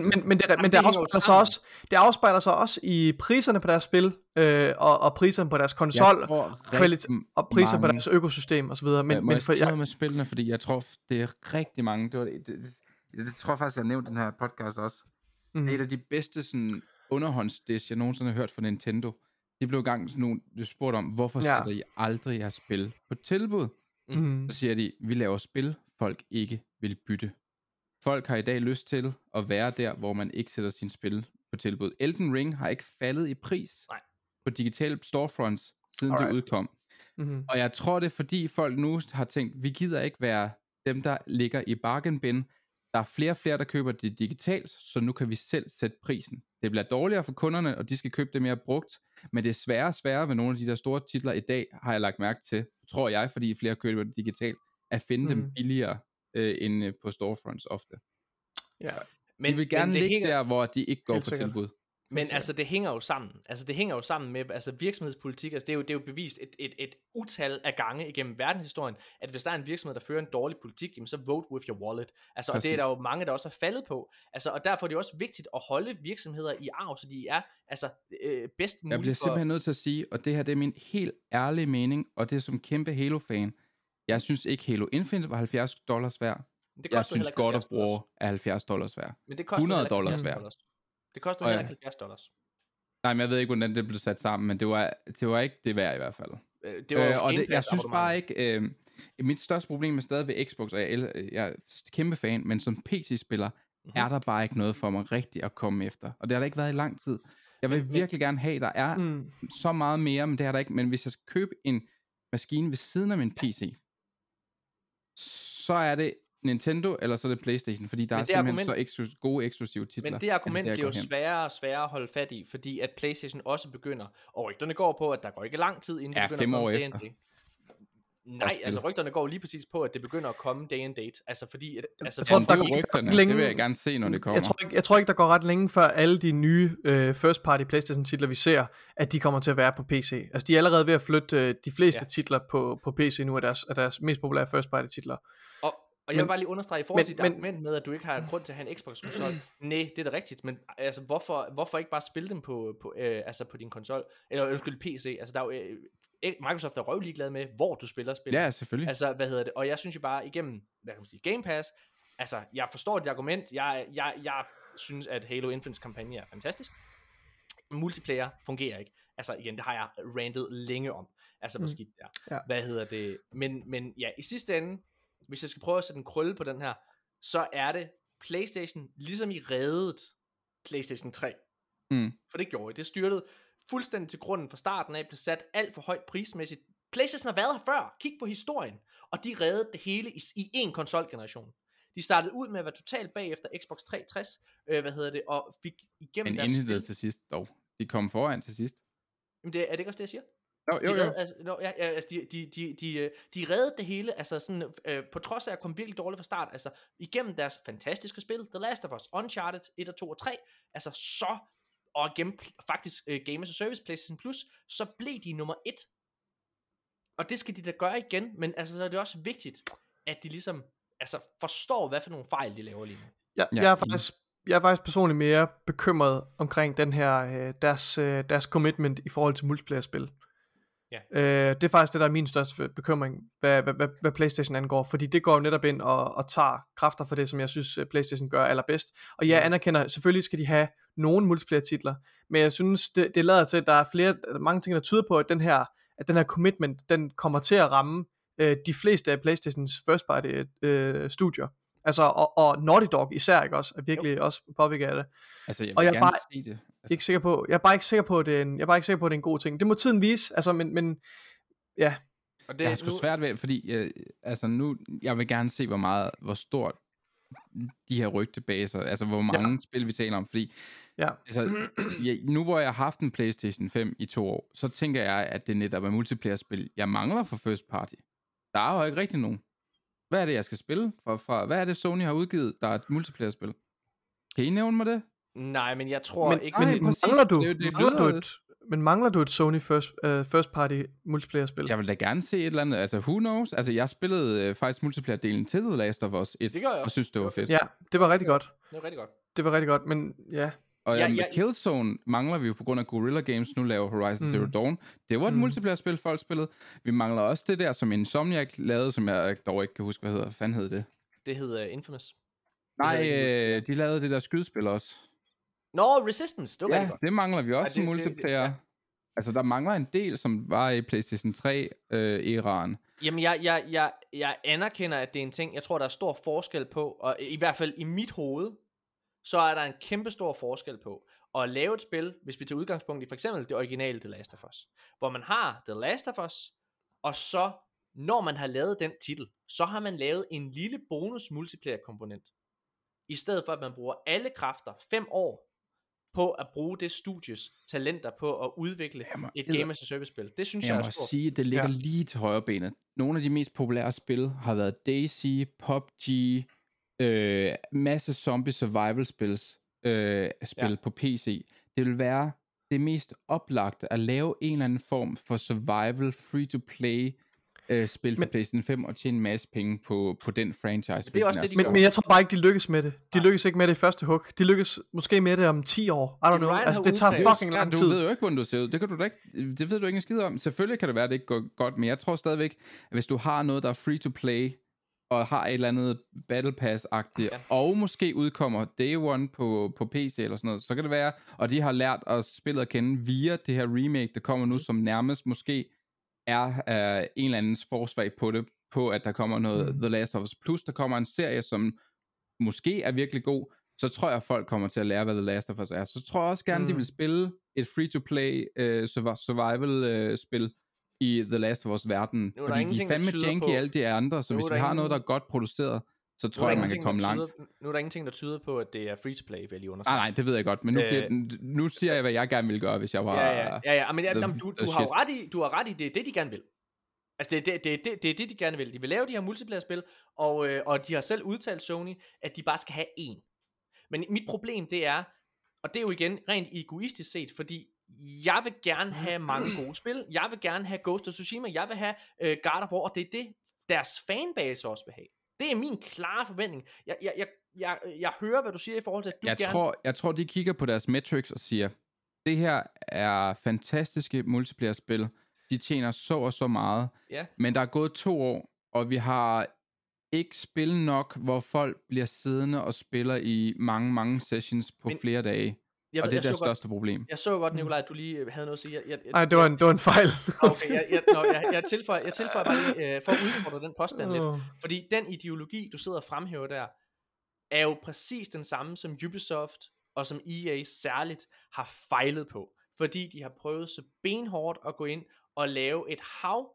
afspejler sig også i priserne på deres spil, og priserne på deres konsol, og priserne på deres økosystem og så videre. Men jeg med spillene, fordi jeg tror det er rigtig mange. Det tror jeg faktisk, jeg har nævnt den her podcast også. Det er et af de bedste sådan underhåndsdish, jeg nogensinde har hørt fra Nintendo. De blev engang spurgt om, hvorfor sætter I aldrig jeres spil på tilbud? Så siger de, vi laver spil, folk ikke vil bytte. Folk har i dag lyst til at være der, hvor man ikke sætter sin spil på tilbud. Elden Ring har ikke faldet i pris på digitale storefronts, siden det udkom. Og jeg tror, det er fordi folk nu har tænkt, vi gider ikke være dem, der ligger i bargain bin. Der er flere og flere, der køber det digitalt, så nu kan vi selv sætte prisen. Det bliver dårligere for kunderne, og de skal købe det mere brugt. Men det er sværere og sværere ved nogle af de der store titler i dag, har jeg lagt mærke til, tror jeg, fordi flere køber det digitalt, at finde dem billigere end på storefronts ofte. Ja. Men de vil gerne ligge der, hvor de ikke går på tilbud. Men altså, det hænger jo sammen. Altså, det hænger jo sammen med virksomhedspolitik. Altså, det er jo bevist et utal af gange igennem verdenshistorien, at hvis der er en virksomhed, der fører en dårlig politik, jamen, så vote with your wallet. Altså, og det er der jo mange, der også har faldet på. Altså, og derfor er det også vigtigt at holde virksomheder i arv, så de er bedst muligt. Jeg bliver simpelthen nødt til at sige, og det her, det er min helt ærlige mening, og det er som kæmpe Halo-fan. Jeg synes ikke, Halo Infinite var $70 værd. Jeg synes God of War er $70 værd. Men det koster $100 værd. Det koster heller ikke $70. Nej, men jeg ved ikke, hvordan det blev sat sammen, men det var ikke det værd i hvert fald. Det var og jeg synes bare ikke, mit største problem er stadig ved Xbox, og jeg er kæmpe fan, men som PC-spiller er der bare ikke noget for mig rigtigt at komme efter. Og det har der ikke været i lang tid. Jeg vil virkelig gerne have, der er så meget mere, men det har der ikke. Men hvis jeg skal købe en maskine ved siden af min PC, så er det Nintendo, eller så er det PlayStation, fordi der er simpelthen så gode eksklusive titler. Men det argument bliver jo sværere og sværere at holde fat i, fordi at PlayStation også begynder, og rygterne går på, at der går ikke lang tid, inden det begynder 5 år efter. Nej, altså rygterne går lige præcis på, at det begynder at komme day and date. Altså fordi at, jeg tror, der går rygterne. Det vil jeg gerne se, når det kommer. Jeg tror ikke, der går ret længe før alle de nye first party PlayStation titler, vi ser, at de kommer til at være på PC. Altså de er allerede ved at flytte de fleste titler på PC nu af deres mest populære first party titler. Og jeg vil bare lige understrege i forhold til dit argument med, at du ikke har grund til at have en Xbox-konsol. Nej, det er da rigtigt, men altså, hvorfor ikke bare spille dem på din konsol? Eller undskyld, PC. Altså, der er jo, Microsoft er røvlig glad med, hvor du spiller spil. Ja, selvfølgelig. Altså, Og jeg synes jo bare, igennem, Game Pass, altså, jeg forstår dit argument. Jeg synes, at Halo Infinite's kampagne er fantastisk. Multiplayer fungerer ikke. Altså, igen, det har jeg rantet længe om. Altså, hvor skidt det er. Ja. Men ja, i sidste ende, hvis jeg skal prøve at sætte en krølle på den her, så er det PlayStation, ligesom I reddede PlayStation 3. Mm. For det gjorde I. Det styrtede fuldstændig til grunden fra starten af, blev sat alt for højt prismæssigt. PlayStation har været her før. Kig på historien. Og de reddede det hele i én konsolgeneration. De startede ud med at være totalt bagefter Xbox 360, og fik igennem Men deres indhentede til sidst dog. De kom foran til sidst. Jamen er det ikke også det, jeg siger? Jo. De reddede det hele, altså sådan, på trods af at komme virkelig dårligt fra start, altså igennem deres fantastiske spil, The Last of Us, Uncharted 1 og 2 og 3, altså så, og gennem faktisk Game as a Service, PlayStation Plus, så blev de nummer 1. Og det skal de da gøre igen, men altså så er det også vigtigt, at de ligesom, altså forstår, hvad for nogle fejl de laver lige nu. Jeg er faktisk personligt mere bekymret omkring den her, deres commitment i forhold til multiplayer-spil. Ja. Det er faktisk det, der er min største bekymring, hvad PlayStation angår, fordi det går netop ind og tager kræfter for det, som jeg synes PlayStation gør allerbedst. Og jeg anerkender, selvfølgelig skal de have nogle multiplayer-titler, men jeg synes, det lader til, at der er mange ting, der tyder på, at den her commitment, den kommer til at ramme de fleste af PlayStations first party studier. Altså, og Naughty Dog især, ikke også, er virkelig også påvirket af det. Altså, jeg og vil jeg gerne se det. Altså, ikke sikker på, jeg er bare ikke sikker på, at det er en god ting. Det må tiden vise, altså, men ja. Og det er sgu svært ved, fordi altså nu, jeg vil gerne se, hvor stort de her rygtebaser, altså hvor mange spil vi taler om, fordi altså, nu hvor jeg har haft en PlayStation 5 i 2 år, så tænker jeg, at det netop er multiplayer-spil, jeg mangler for first party. Der er jo ikke rigtig nogen. Hvad er det, jeg skal spille? Hvad er det, Sony har udgivet, der er et multiplayer-spil? Kan I nævne mig det? Nej, men jeg tror ikke... Men mangler du et Sony first party multiplayer-spil? Jeg vil da gerne se et eller andet, altså who knows? Altså jeg spillede faktisk multiplayer-delen til The Last of Us 1, og synes det var fedt. Ja, det var rigtig godt. Det var rigtig godt. Men ja... Og med Killzone mangler vi jo på grund af Guerrilla Games nu laver Horizon Zero Dawn. Det var et multiplayer-spil, folk spillede. Vi mangler også det der, som Insomniac lavede, som jeg dog ikke kan huske, hvad hedder. Hvad fanden hed det? Det hedder Infamous. Nej, de lavede det der skydespil også. Resistance, det var rigtig godt. Det mangler vi også som multiplayer. Altså, der mangler en del, som var i PlayStation 3-æraen. Jamen, jeg anerkender, at det er en ting, jeg tror, der er stor forskel på, og i hvert fald i mit hoved, så er der en kæmpe stor forskel på at lave et spil, hvis vi tager udgangspunkt i for eksempel det originale The Last of Us, hvor man har The Last of Us, og så, når man har lavet den titel, så har man lavet en lille bonus multiplayer komponent, i stedet for at man bruger alle kræfter 5 år på at bruge det studies talenter på at udvikle et Game as a Service spil. Det synes jeg er stort. Jeg må sige, det ligger lige til højre benet. Nogle af de mest populære spil har været DayZ, PUBG, masse zombie survival spil på PC. Det vil være det mest oplagte at lave en eller anden form for survival free-to-play spil til PlayStation 5 og tjene en masse penge på den franchise. Det er også det, men jeg tror bare ikke, de lykkes med det. De lykkes ikke med det i første hug. De lykkes måske med det om 10 år. I don't know. Altså, det tager fucking lang tid. Du ved jo ikke, hvordan du ser ud. Det kan du da ikke. Det ved du ikke en skid om. Selvfølgelig kan det være, at det ikke går godt, men jeg tror stadigvæk, at hvis du har noget, der er free-to-play, og har et eller andet Battle Pass-agtigt, og måske udkommer Day One på PC eller sådan noget, så kan det være, og de har lært at spillet at kende via det her remake, der kommer nu, som nærmest måske er en eller andens forsvag på at der kommer noget The Last of Us Plus, der kommer en serie, som måske er virkelig god, så tror jeg, at folk kommer til at lære, hvad The Last of Us er. Så tror jeg også gerne, de vil spille et free-to-play survival-spil i The Last of Us verden, fordi de er fandme janky alle de andre, så hvis vi har noget, der er godt produceret, så tror jeg, man kan komme langt. Nu er der ingenting, der tyder på, at det er free-to-play, vil jeg lige understrege. Nej, det ved jeg godt, men nu siger jeg, hvad jeg gerne ville gøre, hvis jeg var... Men du har jo ret i, det er det, de gerne vil. Altså, det er det, de gerne vil. De vil lave de her multiplayer-spil, og de har selv udtalt Sony, at de bare skal have én. Men mit problem, det er, og det er jo igen rent egoistisk set, fordi jeg vil gerne have mange gode spil. Jeg vil gerne have Ghost of Tsushima. Jeg vil have God of War, og det er det, deres fanbase også vil have. Det er min klare forventning. Jeg hører, hvad du siger i forhold til, at Jeg tror, de kigger på deres metrics og siger, det her er fantastiske multiplayer-spil. De tjener så og så meget. Men der er gået 2 år, og vi har ikke spil nok, hvor folk bliver siddende og spiller i mange sessions på flere dage. Og det er deres største problem. Jeg så godt, Nikolaj, at du lige havde noget at sige. Nej, det var en fejl. Okay, jeg tilføjer bare lige, for at udfordre den påstand lidt. Fordi den ideologi, du sidder og fremhæver der, er jo præcis den samme, som Ubisoft og som EA særligt har fejlet på, fordi de har prøvet så benhårdt at gå ind og lave et hav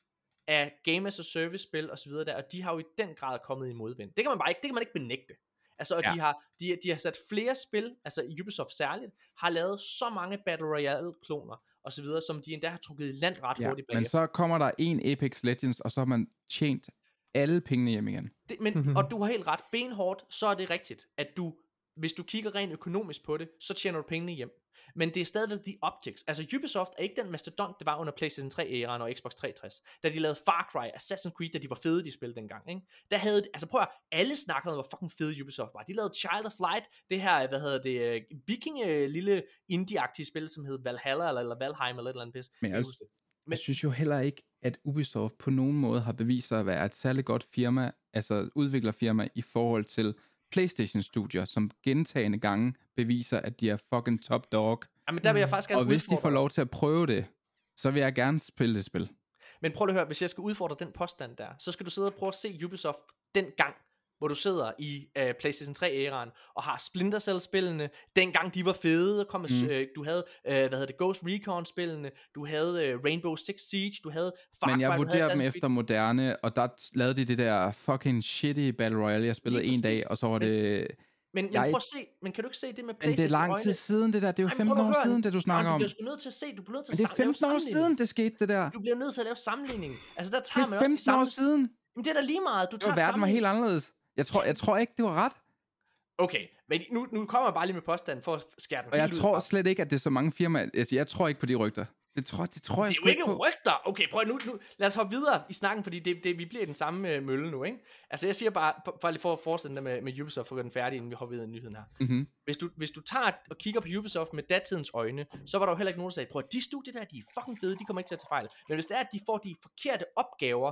af Game as a Service spil og så videre der, og de har jo i den grad kommet i modvind. Det kan man ikke benægte. Altså, og de har sat flere spil, altså Ubisoft særligt, har lavet så mange Battle Royale-kloner og så videre, som de endda har trukket i land ret hurtigt bagefter. Men så kommer der en Apex Legends, og så har man tjent alle pengene hjem igen. Og du har helt ret, benhårdt, så er det rigtigt, at hvis du kigger rent økonomisk på det, så tjener du pengene hjem. Men det er stadigvæk the optics. Altså Ubisoft er ikke den mastodont, det var under PlayStation 3-æraen og Xbox 360. Da de lavede Far Cry, Assassin's Creed, da de var fede, de spillede dengang. Ikke? Der havde, altså prøv at alle snakkede om, hvor fucking fede Ubisoft var. De lavede Child of Light, det her, viking lille indie-agtige spil, som hed Valhalla, eller Valheim, eller et eller andet pis. Men jeg synes jo heller ikke, at Ubisoft på nogen måde har bevist sig at være et særligt godt firma, altså udviklerfirma i forhold til PlayStation-studier, som gentagende gange beviser, at de er fucking top dog. Jamen, der vil jeg faktisk gerne og hvis de får lov til at prøve det, så vil jeg gerne spille det spil. Men prøv at høre, hvis jeg skal udfordre den påstand der, så skal du sidde og prøve at se Ubisoft den gang, hvor du sidder i PlayStation 3-æraen, og har Splinter Cell-spillene, dengang de var fede, du havde, Ghost Recon-spillene, du havde Rainbow Six Siege, du havde Far Cry. Men jeg vurderer dem efter moderne, og der lavede de det der fucking shitty Battle Royale, jeg spillede en dag, og så var det... Men prøv at se, men kan du ikke se det med PlayStation? Men det er lang tid siden det der, det er jo 15 år siden, det du snakker om. Du bliver nødt til at se, du bliver nødt til at det er 15 år siden, det skete det der. Du bliver nødt til at lave sammenligning. Altså der tager man også... Det er 15 år siden. Men det er da lige meget, du tager verden var helt anderledes. Jeg tror ikke, det var ret. Okay, men nu kommer jeg bare lige med påstanden for at skære den. Og jeg tror slet ikke, at det er så mange firmaer. Altså, jeg tror ikke på de rygter. Det tror jeg sgu ikke på. Det er jo ikke rygter. Okay, prøv nu. Lad os hoppe videre i snakken, fordi vi bliver i den samme mølle nu, ikke? Altså, jeg siger bare lige for at fortsætte med Ubisoft, for at gøre den færdig, inden vi hopper videre i nyheden her. Mm-hmm. Hvis du tager og kigger på Ubisoft med datidens øjne, så var der jo heller ikke nogen, der sagde, prøv at de studier der, de er fucking fede, de kommer ikke til at tage fejl. Men hvis det er, at de får de forkerte opgaver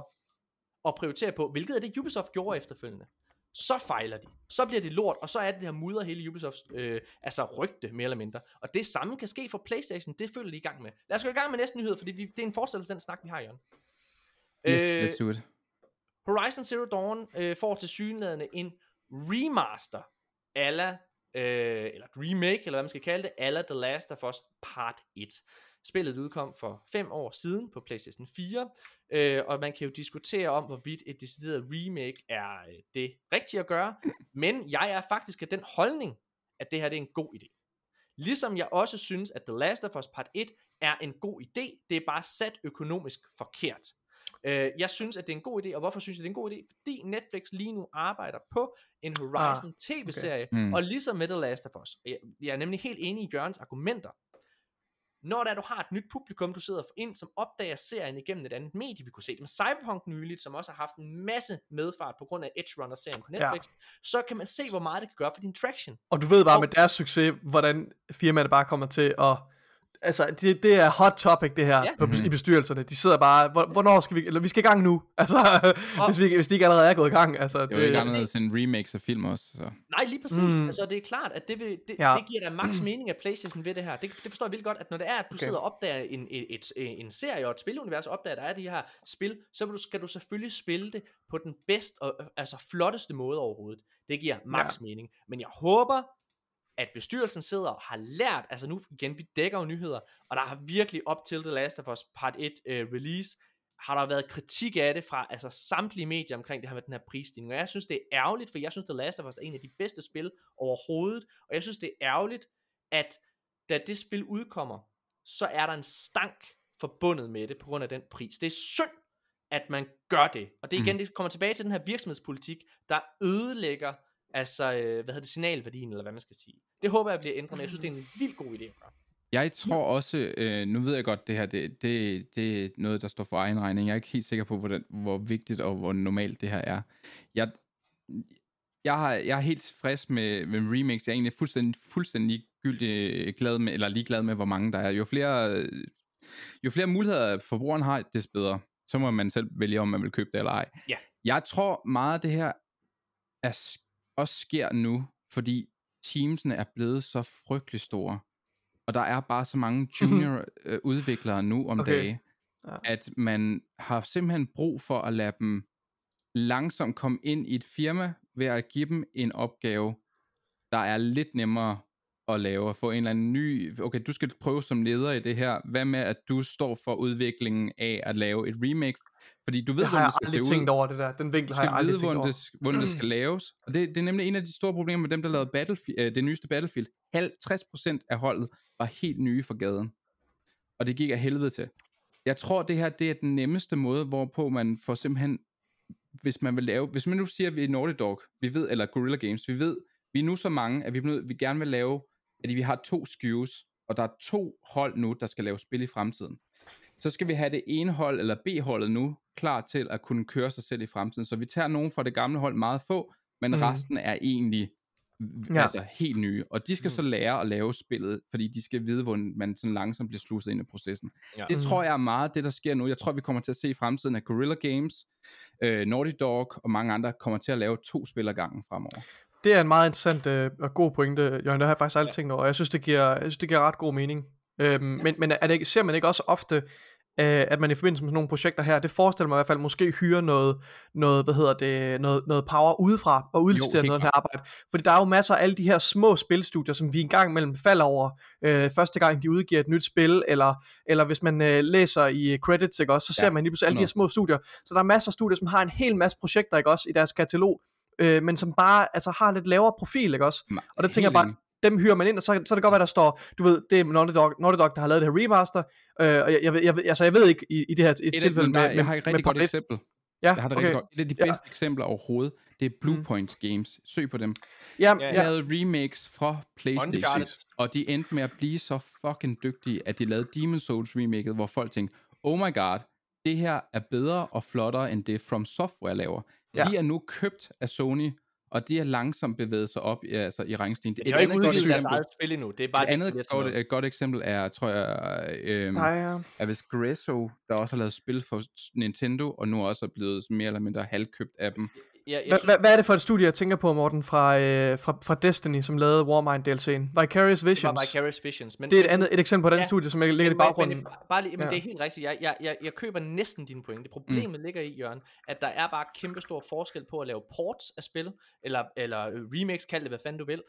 at prioritere på, hvilket er det Ubisoft gjorde efterfølgende, så fejler de. Så bliver det lort, og så er det her mudder hele Ubisofts rygte, mere eller mindre. Og det samme kan ske for PlayStation, det følger de i gang med. Lad os gå i gang med næste nyhed, fordi det er en fortsættelse af den snak, vi har, Jørgen. Yes, let's do it. Horizon Zero Dawn får tilsyneladende en remaster, eller et remake, eller hvad man skal kalde det, eller The Last of Us Part 1. Spillet udkom for 5 år siden på PlayStation 4, og man kan jo diskutere om, hvorvidt et decideret remake er det rigtige at gøre, men jeg er faktisk af den holdning, at det her det er en god idé. Ligesom jeg også synes, at The Last of Us Part 1 er en god idé, det er bare sat økonomisk forkert. Jeg synes, at det er en god idé, og hvorfor synes jeg, det er en god idé? Fordi Netflix lige nu arbejder på en Horizon tv-serie, og ligesom med The Last of Us. Jeg er nemlig helt enig i Jørgens argumenter. Når du har et nyt publikum, du sidder ind, som opdager serien igennem et andet medie, vi kunne se det med Cyberpunk nyligt, som også har haft en masse medfart på grund af Edge Runner-serien på Netflix, så kan man se, hvor meget det kan gøre for din traction. Og du ved bare med deres succes, hvordan firmaerne bare kommer til at... Altså, det er hot topic, det her, i bestyrelserne. De sidder bare, hvornår skal vi... Eller vi skal i gang nu. Altså, hvis de ikke allerede er gået i gang. Altså, det er jo ikke anderledes end remakes af film også. Så. Nej, lige præcis. Altså, det er klart, at det giver da max mening, at PlayStation ved det her. Det forstår jeg virkelig godt, at når det er, at du sidder og opdager en serie og et spilunivers, og opdager, at der er de her spil, så skal du selvfølgelig spille det på den bedste og flotteste måde overhovedet. Det giver max mening. Men jeg håber, at bestyrelsen sidder og har lært, altså nu igen, vi dækker jo nyheder, og der har virkelig op til The Last of Us Part 1 release, har der været kritik af det fra samtlige medier omkring det her med den her prisstigning, og jeg synes det er ærgerligt, for jeg synes The Last of Us er en af de bedste spil overhovedet, og jeg synes det er ærgerligt, at da det spil udkommer, så er der en stank forbundet med det, på grund af den pris. Det er synd, at man gør det, og det igen, det kommer tilbage til den her virksomhedspolitik, der ødelægger signalværdien, eller hvad man skal sige. Det håber jeg bliver ændret, men jeg synes, det er en vildt god idé at gøre. Jeg tror også, nu ved jeg godt, det her, det er noget, der står for egen regning. Jeg er ikke helt sikker på, hvor vigtigt og hvor normalt det her er. Jeg er helt tilfreds med remakes. Jeg er egentlig fuldstændig glad med, eller ligeglad med, hvor mange der er. Jo flere muligheder forbrugeren har, des bedre. Så må man selv vælge, om man vil købe det eller ej. Ja. Jeg tror meget af det her også sker nu, fordi teamsene er blevet så frygtelig store, og der er bare så mange junior udviklere nu om dagen, at man har simpelthen brug for at lade dem langsomt komme ind i et firma, ved at give dem en opgave, der er lidt nemmere at lave, og få en eller anden ny, okay, du skal prøve som leder i det her, hvad med, at du står for udviklingen af at lave et remake, fordi du ved, hvordan det skal se ud. Det har jeg aldrig tænkt over, det der. Den vinkel har jeg aldrig tænkt over. Hvordan det skal laves, og det er nemlig en af de store problemer med dem, der lavede det nyeste Battlefield. 50% af holdet var helt nye for gaden, og det gik af helvede til. Jeg tror, det her, det er den nemmeste måde, hvorpå man får simpelthen, hvis man nu siger, at vi er Naughty Dog, vi ved, eller Guerrilla Games, vi ved, vi er nu så mange, at vi gerne vil lave, at vi har 2 SKUs, og der er 2 hold nu, der skal lave spil i fremtiden. Så skal vi have det ene hold, eller B-holdet nu, klar til at kunne køre sig selv i fremtiden. Så vi tager nogen fra det gamle hold meget få, men resten er egentlig altså helt nye. Og de skal så lære at lave spillet, fordi de skal vide, hvordan man sådan langsomt bliver sluset ind i processen. Ja. Det tror jeg er meget det, der sker nu. Jeg tror, vi kommer til at se i fremtiden, at Guerrilla Games, Naughty Dog og mange andre kommer til at lave 2 spil ad gangen fremover. Det er en meget interessant og god pointe, Jørgen. Det har jeg faktisk aldrig tænkt over. Jeg synes, det giver ret god mening. Men ser man ikke også ofte, at man i forbindelse med sådan nogle projekter her, det forestiller mig i hvert fald, måske hyre noget power udefra, og udliciterer noget af det her arbejde. Fordi der er jo masser af alle de her små spilstudier, som vi engang imellem falder over, første gang de udgiver et nyt spil, eller hvis man læser i credits, ikke også, så ser man lige pludselig alle de her små studier. Så der er masser af studier, som har en hel masse projekter, ikke også, i deres katalog, men som bare altså har lidt lavere profil, ikke også? Og der tænker jeg bare, dem hyrer man ind, og så det godt være, der står, du ved, det er Naughty Dog, der har lavet det her remaster, og jeg ved ikke i det her tilfælde med jeg har et rigtig godt eksempel. Ja, jeg har det rigtig godt. Det er de bedste eksempler overhovedet. Det er Bluepoint Games. Søg på dem. De lavede remakes fra PlayStation, og de endte med at blive så fucking dygtige, at de lavede Demon's Souls remaket, hvor folk tænkte, oh my god, det her er bedre og flottere, end det From Software laver. De er nu købt af Sony, og de har langsomt bevæget sig op i rangstigen. Det er ikke udgivet deres eget spil endnu. Det er bare et godt eksempel er, tror jeg, er vist Grezzo, der også har lavet spil for Nintendo, og nu også er blevet mere eller mindre halvkøbt af dem. Hvad er det for et studie, jeg tænker på, Morten, fra Destiny, som lavede Warmind DLC'en? Vicarious Visions. Det var Vicarious Visions. Men, det er et eksempel på den studie, som ligger i baggrunden. Men det er helt rigtigt. Jeg køber næsten dine pointe. Problemet ligger i, Jørgen, at der er bare kæmpe stor forskel på at lave ports af spil, eller remakes, kald det hvad fanden du vil,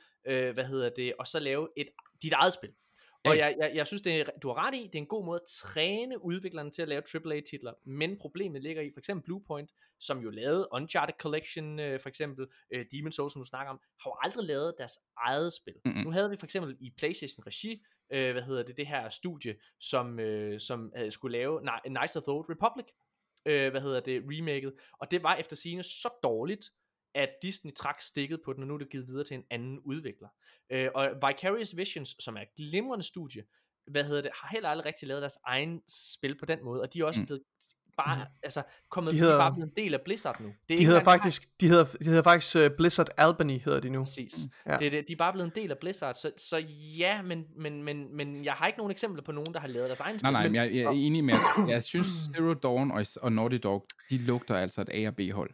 og så lave dit eget spil. Og jeg synes, du har ret i, det er en god måde at træne udviklerne til at lave AAA-titler, men problemet ligger i, for eksempel Bluepoint, som jo lavede Uncharted Collection, for eksempel Demon's Souls, som du snakker om, har jo aldrig lavet deres eget spil. Nu havde vi for eksempel i PlayStation regi, det her studie, som skulle lave Knights of the Old Republic, remaket, og det var efter sigende så dårligt, at Disney trak stikket på den, og nu er det givet videre til en anden udvikler. Og Vicarious Visions, som er et glimrende studie, har heller aldrig rigtig lavet deres egen spil på den måde, og de er også blevet bare, de er bare blevet en del af Blizzard nu. De hedder faktisk Blizzard Albany, hedder de nu. Præcis. Ja. De er bare blevet en del af Blizzard, så ja, men jeg har ikke nogen eksempler på nogen, der har lavet deres egen spil. Nej, jeg er enig med, jeg synes Zero Dawn og Naughty Dog, de lugter altså et A- og B-hold.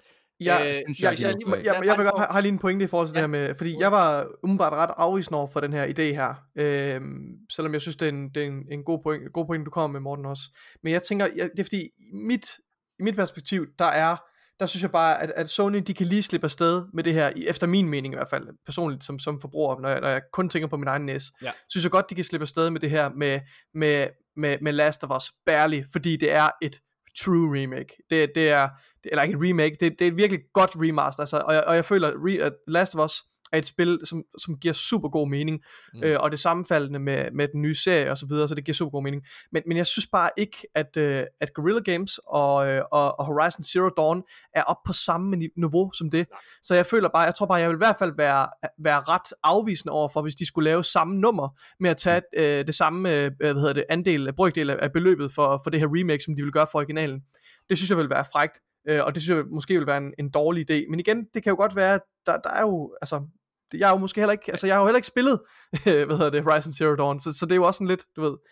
Jeg vil godt have lige en pointe i forhold til det her med, fordi jeg var umiddelbart ret afvisende over for den her idé her, selvom jeg synes det er en god point du kommer med, Morten, også. Men jeg tænker, det er fordi i mit perspektiv, der synes jeg bare, at Sony, de kan lige slippe afsted med det her, efter min mening i hvert fald, personligt som forbruger, når jeg kun tænker på min egen næse, synes jeg godt, de kan slippe afsted med det her med Last of Us, barely, fordi det er et true remake. Det er eller ikke et remake, det er et virkelig godt remaster, og jeg føler at Last of Us er et spil, som giver super god mening, og det sammenfaldende med den nye serie og så videre, så det giver super god mening. Men jeg synes bare ikke, at Guerrilla Games og Horizon Zero Dawn er op på samme niveau som det. Så jeg tror bare, jeg vil i hvert fald være ret afvisende overfor, hvis de skulle lave samme nummer med at tage det samme brøkdel af beløbet for det her remake, som de vil gøre for originalen. Det synes jeg vil være frækt. Og det synes jeg måske vil være en dårlig idé. Men igen, det kan jo godt være, der er jo, jeg har jo måske heller ikke, jeg har jo heller ikke spillet, Horizon Zero Dawn, så det er jo også sådan lidt, du ved.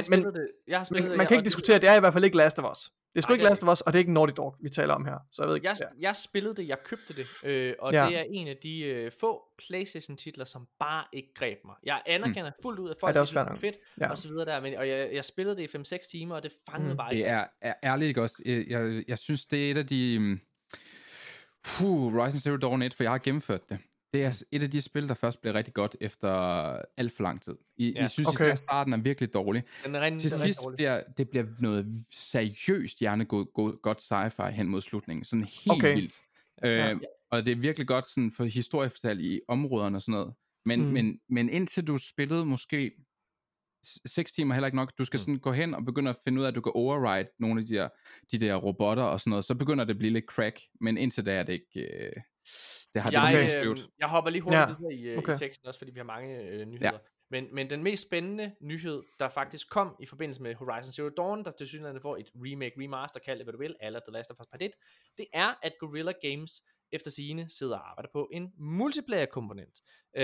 Man kan ikke diskutere, det er i hvert fald ikke Last of Us. Det er sgu ikke Last of Us, og det er ikke Naughty Dog, vi taler om her. Så jeg ved ikke. Jeg spillede det, jeg købte det, og det er en af de få PlayStation-titler, som bare ikke greb mig. Jeg anerkender fuldt ud, at folk er fedt, og så videre der, og jeg spillede det i 5-6 timer, og det fangede bare ikke. Det er ærligt ikke også. Jeg synes, det er et af de... Horizon Zero Dawn 1, for jeg har gennemført det. Det er et af de spil, der først bliver rigtig godt efter alt for lang tid. I synes Okay. især starten er virkelig dårlig. Den er rigtig, Til den er rigtig sidst dårlig. bliver noget seriøst godt sci-fi hen mod slutningen. Sådan helt Okay. vildt. Og det er virkelig godt sådan for historiefortælling i områderne og sådan noget. Men indtil du spillede måske 6 timer heller ikke nok, du skal sådan gå hen og begynde at finde ud af, at du kan override nogle af de der robotter og sådan noget, så begynder det at blive lidt crack, men indtil da er det ikke... det har det jeg hopper lige hurtigt videre i teksten også, fordi vi har mange nyheder. Ja. Men den mest spændende nyhed, der faktisk kom i forbindelse med Horizon Zero Dawn, der til synligheden får et remaster, kald det hvad du vil, eller The Last of Us Part 1, det er, at Guerrilla Games efter sigende sidder og arbejder på en multiplayer-komponent.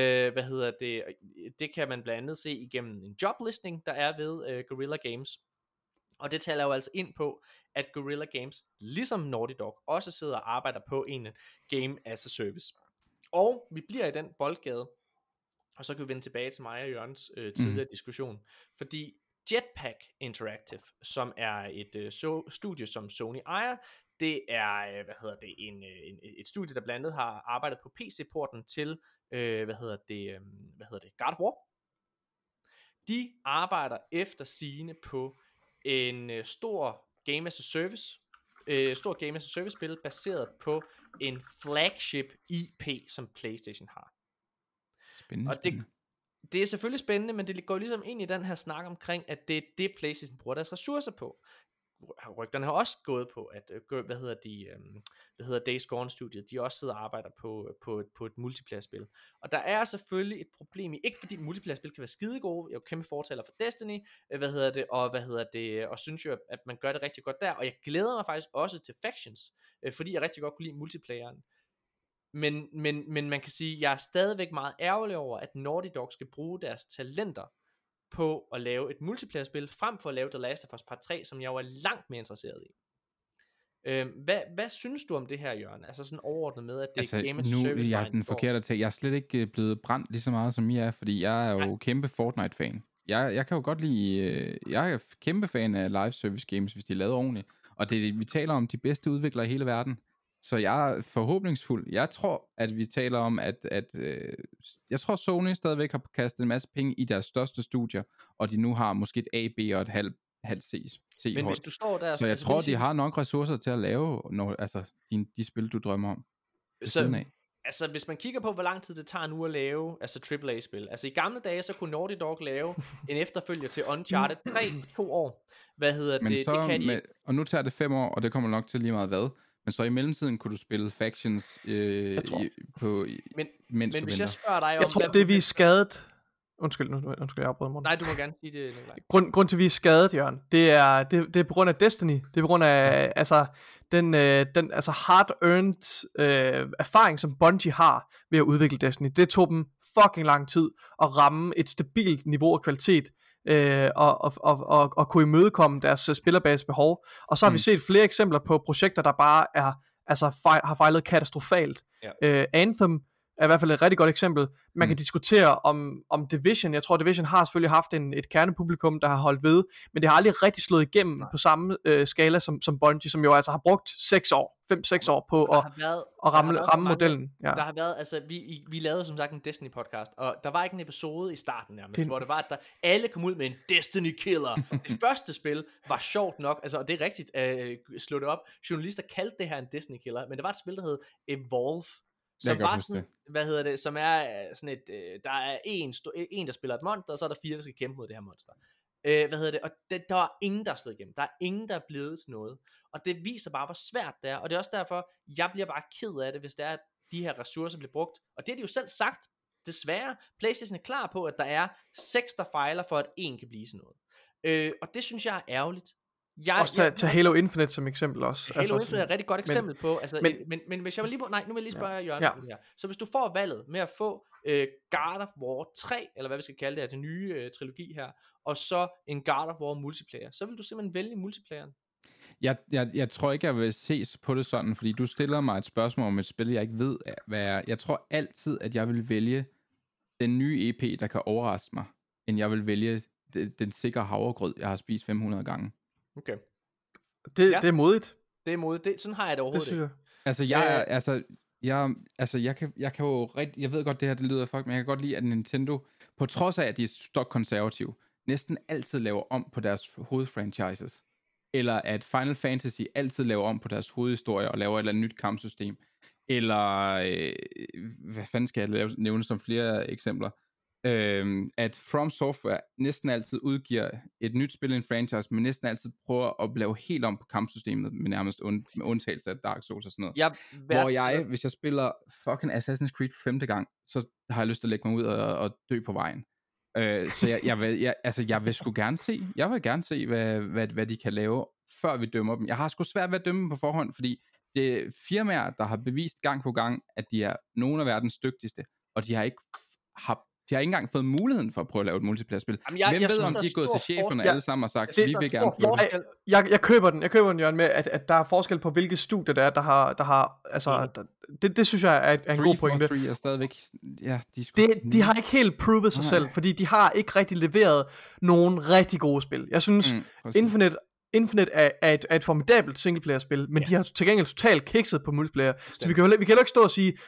Det kan man blandt andet se igennem en joblistning, der er ved Guerrilla Games. Og det taler jo altså ind på, at Guerrilla Games, ligesom Naughty Dog, også sidder og arbejder på en game as a service. Og vi bliver i den boldgade, og så kan vi vende tilbage til mig og Jørgens tidligere diskussion. Fordi Jetpack Interactive, som er et studie, som Sony ejer, det er, et studie, der blandt andet har arbejdet på PC-porten til, God of War. De arbejder efter sigende på en stor Game as a Service spil, baseret på en flagship IP, som PlayStation har. Spændende. Og det er selvfølgelig spændende, men det går ligesom ind i den her snak omkring, at det er det PlayStation bruger deres ressourcer på. Rygterne har også gået på, at Days Gone Studiet, de også sidder og arbejder på et multiplayer-spil. Og der er selvfølgelig et problem i, ikke fordi multiplayer-spil kan være skidegode, jeg er jo kæmpe fortaler for Destiny, og synes jo, at man gør det rigtig godt der, og jeg glæder mig faktisk også til Factions, fordi jeg rigtig godt kunne lide multiplayeren. Men man kan sige, at jeg er stadigvæk meget ærgerlig over, at Naughty Dog skal bruge deres talenter på at lave et multiplayer-spil, frem for at lave The Last of Us Part 3, som jeg jo er langt mere interesseret i. Hvad synes du om det her, Jørgen? Altså sådan overordnet med, at det er Game as a Service. Nu er jeg sådan forkert at tage. Jeg er slet ikke blevet brændt lige så meget, som I er, fordi jeg er jo kæmpe Fortnite-fan. Jeg kan jo godt lide... jeg er kæmpe fan af live service games, hvis de er lavet ordentligt. Og vi taler om de bedste udviklere i hele verden. Så jeg er forhåbningsfuld. Jeg tror, at vi taler om, jeg tror, Sony stadigvæk har kastet en masse penge i deres største studier, og de nu har måske et A, B og et halvt C. Men hvis du står der... Så jeg tror, de har nok ressourcer til at lave de spil, du drømmer om. Altså, hvis man kigger på, hvor lang tid det tager nu at lave AAA-spil. Altså, i gamle dage, så kunne Naughty Dog lave en efterfølger til Uncharted 2 år. Det kan de og nu tager det 5 år, og det kommer nok til lige meget hvad. Men så i mellemtiden kunne du spille Factions mens du hvis jeg spørger dig om... Jeg tror, det vi er skadet... Undskyld, jeg afbryder mig. Nej, du må gerne sige det. Grund til, at vi er skadet, Jørgen, det er på grund af Destiny. Det er på grund af den hard-earned erfaring, som Bungie har ved at udvikle Destiny. Det tog dem fucking lang tid at ramme et stabilt niveau af kvalitet, og kunne imødekomme deres spillerbase behov. Og så har vi set flere eksempler på projekter, der bare har fejlet katastrofalt. Anthem er i hvert fald et rigtig godt eksempel. Man kan diskutere om Division. Jeg tror, Division har selvfølgelig haft et kernepublikum, der har holdt ved, men det har aldrig rigtig slået igennem på samme skala som Bungie, som jo altså har brugt 5-6 år på at ramme modellen. Ja. Der har været, altså vi lavede som sagt en Destiny podcast, og der var ikke en episode i starten nærmest, hvor det var, at alle kom ud med en Destiny killer. Det første spil var sjovt nok, altså, og det er rigtigt, slå det op. Journalister kaldte det her en Destiny killer, men det var et spil, der hed Evolve, som var sådan, som er sådan et, der er en, der spiller et monster, og så er der 4, der skal kæmpe mod det her monster. Og der er ingen, der er slået igennem. Der er ingen, der er blevet til noget. Og det viser bare, hvor svært det er. Og det er også derfor, jeg bliver bare ked af det, hvis det er, at de her ressourcer bliver brugt. Og det har de jo selv sagt. Desværre, PlayStation er klar på, at der er 6, der fejler, for at 1 kan blive sådan noget. Og det synes jeg er ærgerligt. Også tage Halo Infinite som eksempel også. Halo Infinite er et rigtig godt eksempel på, altså, men hvis jeg vil lige nu vil jeg lige spørge Jørgen her. Så hvis du får valget med at få God of War 3, eller hvad vi skal kalde det, den nye trilogi her, og så en God of War multiplayer, så vil du simpelthen vælge multiplayeren. Jeg tror ikke, jeg vil ses på det sådan, fordi du stiller mig et spørgsmål om et spil, jeg ikke ved, hvad er. Jeg tror altid, at jeg vil vælge den nye EP, der kan overraske mig, end jeg vil vælge den sikre havregrød, jeg har spist 500 gange. Okay. Det er modigt. Det er modigt. Sådan har jeg det overhovedet ikke. Altså, Jeg kan jo rigtig, jeg ved godt, det her det lyder af fuck, men jeg kan godt lide, at Nintendo, på trods af, at de er stok-konservative, næsten altid laver om på deres hovedfranchises. Eller at Final Fantasy altid laver om på deres hovedhistorie og laver et eller andet nyt kampsystem. Eller, hvad fanden skal jeg nævne som flere eksempler? At From Software næsten altid udgiver et nyt spil i en franchise, men næsten altid prøver at lave helt om på kampsystemet, med nærmest med undtagelse af Dark Souls og sådan noget. Hvor jeg, hvis jeg spiller fucking Assassin's Creed 5. gang, så har jeg lyst til at lægge mig ud og dø på vejen. Så jeg vil sgu gerne se, hvad de kan lave, før vi dømmer dem. Jeg har sgu svært ved at dømme dem på forhånd, fordi det er firmaer, der har bevist gang på gang, at de er nogle af verdens dygtigste, og de har ikke engang fået muligheden for at prøve at lave et multiplayer-spil. Hvem ved, om de er gået til cheferne alle sammen og sagt, vi vil gerne prøve det? Jeg køber den, Jørgen, med, at der er forskel på, hvilke studier der har altså, det synes jeg er en god pointe. 343 er stadigvæk, ja, de har ikke helt provet sig selv, fordi de har ikke rigtig leveret nogen rigtig gode spil. Jeg synes, Infinite er et formidabelt singleplayer-spil, men de har til gengæld totalt kikset på multiplayer. Så vi kan jo ikke stå og sige,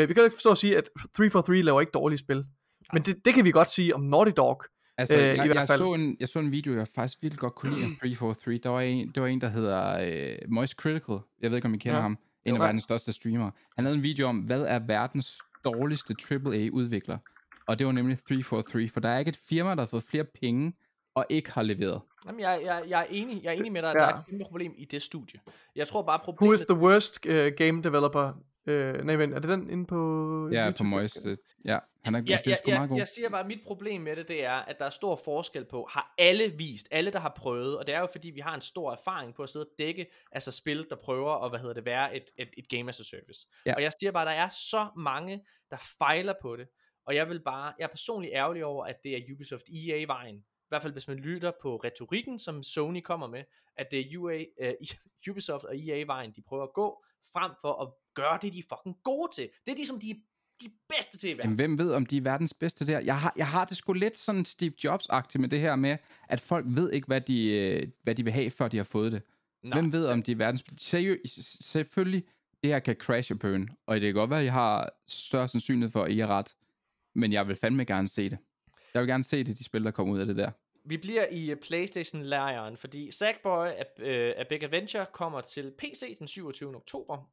at 343 laver ikke dårlige spil. Men det kan vi godt sige om Naughty Dog. Altså, jeg så en video, jeg faktisk virkelig godt kunne lide af 343. Det var en, der hedder Moist Critical. Jeg ved ikke, om I kender ham. En af verdens største streamere. Han lavede en video om, hvad er verdens dårligste AAA-udvikler. Og det var nemlig 343. For der er ikke et firma, der har fået flere penge og ikke har leveret. Jamen, jeg er enig med dig, at der er et kæmpe problem i det studie. Jeg tror bare problemet... Who is the worst game developer? Nej, men er det den inde på Ja, YouTube? på Moist. Ja, han er meget god. Jeg siger bare, at mit problem med det er, at der er stor forskel på, har alle vist, alle der har prøvet, og det er jo fordi, vi har en stor erfaring på at sidde og dække, altså spil, der prøver at, være et game as a service. Ja. Og jeg siger bare, at der er så mange, der fejler på det, og jeg er personligt ærgerlig over, at det er Ubisoft EA-vejen. I hvert fald hvis man lytter på retorikken, som Sony kommer med, at det er Ubisoft og EA-vejen, de prøver at gå, frem for at gøre det, de er fucking gode til. Det er de, som de er de bedste til i verden. Jamen, hvem ved, om de er verdens bedste der? Jeg har det sgu lidt sådan Steve Jobs-agtigt med det her med, at folk ved ikke, hvad de vil have, før de har fået det. Nej. Hvem ved, om de er verdens bedste? Selvfølgelig, det her kan crash og burn, og det kan godt være, at I har større sandsynlighed for, at I er ret, men jeg vil fandme gerne se det. Jeg vil gerne se det, de spil, der kommer ud af det der. Vi bliver i PlayStation-lejren, fordi Sackboy af Big Adventure kommer til PC den 27. oktober.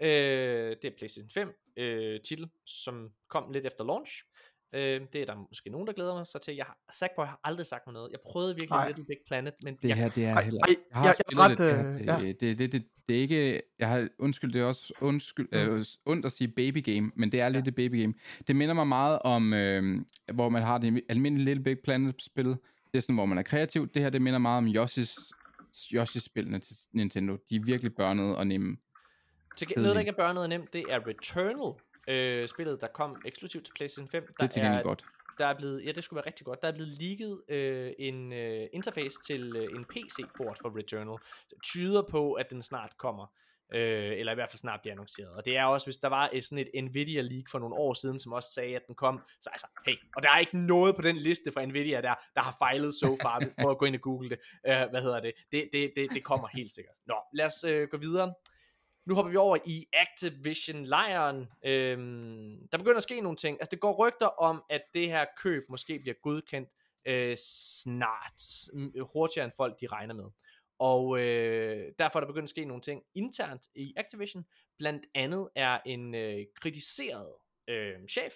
Det er PlayStation 5 titel, som kom lidt efter launch. Det er der måske nogen, der glæder sig til. Sackboy har aldrig sagt mig noget. Jeg prøvede virkelig Little Big Planet, men det her, det er heller ikke. Jeg har spillet det. Det er ikke, det er også ondt at sige baby game, men det er lidt et baby game. Det minder mig meget om, hvor man har det almindelige Little Big Planet spil. Det er sådan, hvor man er kreativ. Det her, det minder meget om Yoshi-spillene til Nintendo. De er virkelig børnede og nemme. Noget, der ikke er børnede og nemt, det er Returnal. Spillet, der kom eksklusivt til PlayStation 5. Det er til gengæld godt. Der er blevet, det skulle være rigtig godt. Der er blevet leaget en interface til en PC-port for Returnal. Det tyder på, at den snart kommer. Eller i hvert fald snart bliver annonceret. Og det er også, hvis der var sådan et Nvidia leak for nogle år siden, som også sagde, at den kom, så altså, hey, og der er ikke noget på den liste fra Nvidia der har fejlet so far, på at gå ind og google det. Det kommer helt sikkert. Nå, lad os gå videre. Nu hopper vi over i Activision-lejren. Der begynder at ske nogle ting. Altså, det går rygter om, at det her køb måske bliver godkendt snart. Hurtigere end folk, de regner med. Og derfor er der begyndt at ske nogle ting internt i Activision. Blandt andet er en kritiseret chef,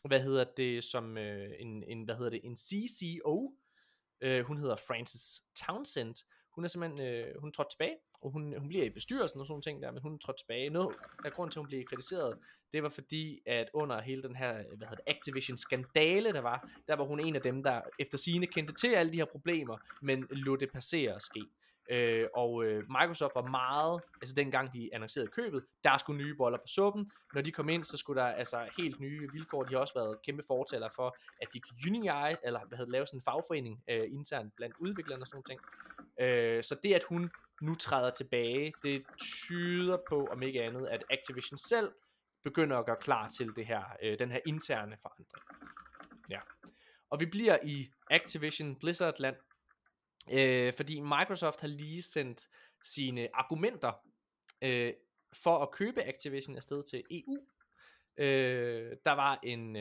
en CCO. Hun hedder Frances Townsend. Hun er simpelthen hun trådte tilbage, og hun bliver i bestyrelsen og sådan nogle ting der, men hun trådte tilbage. Noget af grunden til, at hun blev kritiseret, det var fordi, at under hele den her Activision-skandale, der var hun en af dem, der efter sigende kendte til alle de her problemer, men lod det passere og ske. Microsoft var meget, altså dengang de annoncerede købet, der skulle nye boller på suppen. Når de kom ind, så skulle der altså helt nye vilkår. De har også været kæmpe fortalere for, at de kan unionize, eller havde lavet sådan en fagforening internt blandt udviklerne og sådan nogle ting. Så det, at hun nu træder tilbage, det tyder på, om ikke andet, at Activision selv begynder at gøre klar til det her, den her interne forandring. Ja. Og vi bliver i Activision Blizzard land, fordi Microsoft har lige sendt sine argumenter for at købe Activision afsted til EU. Der var en,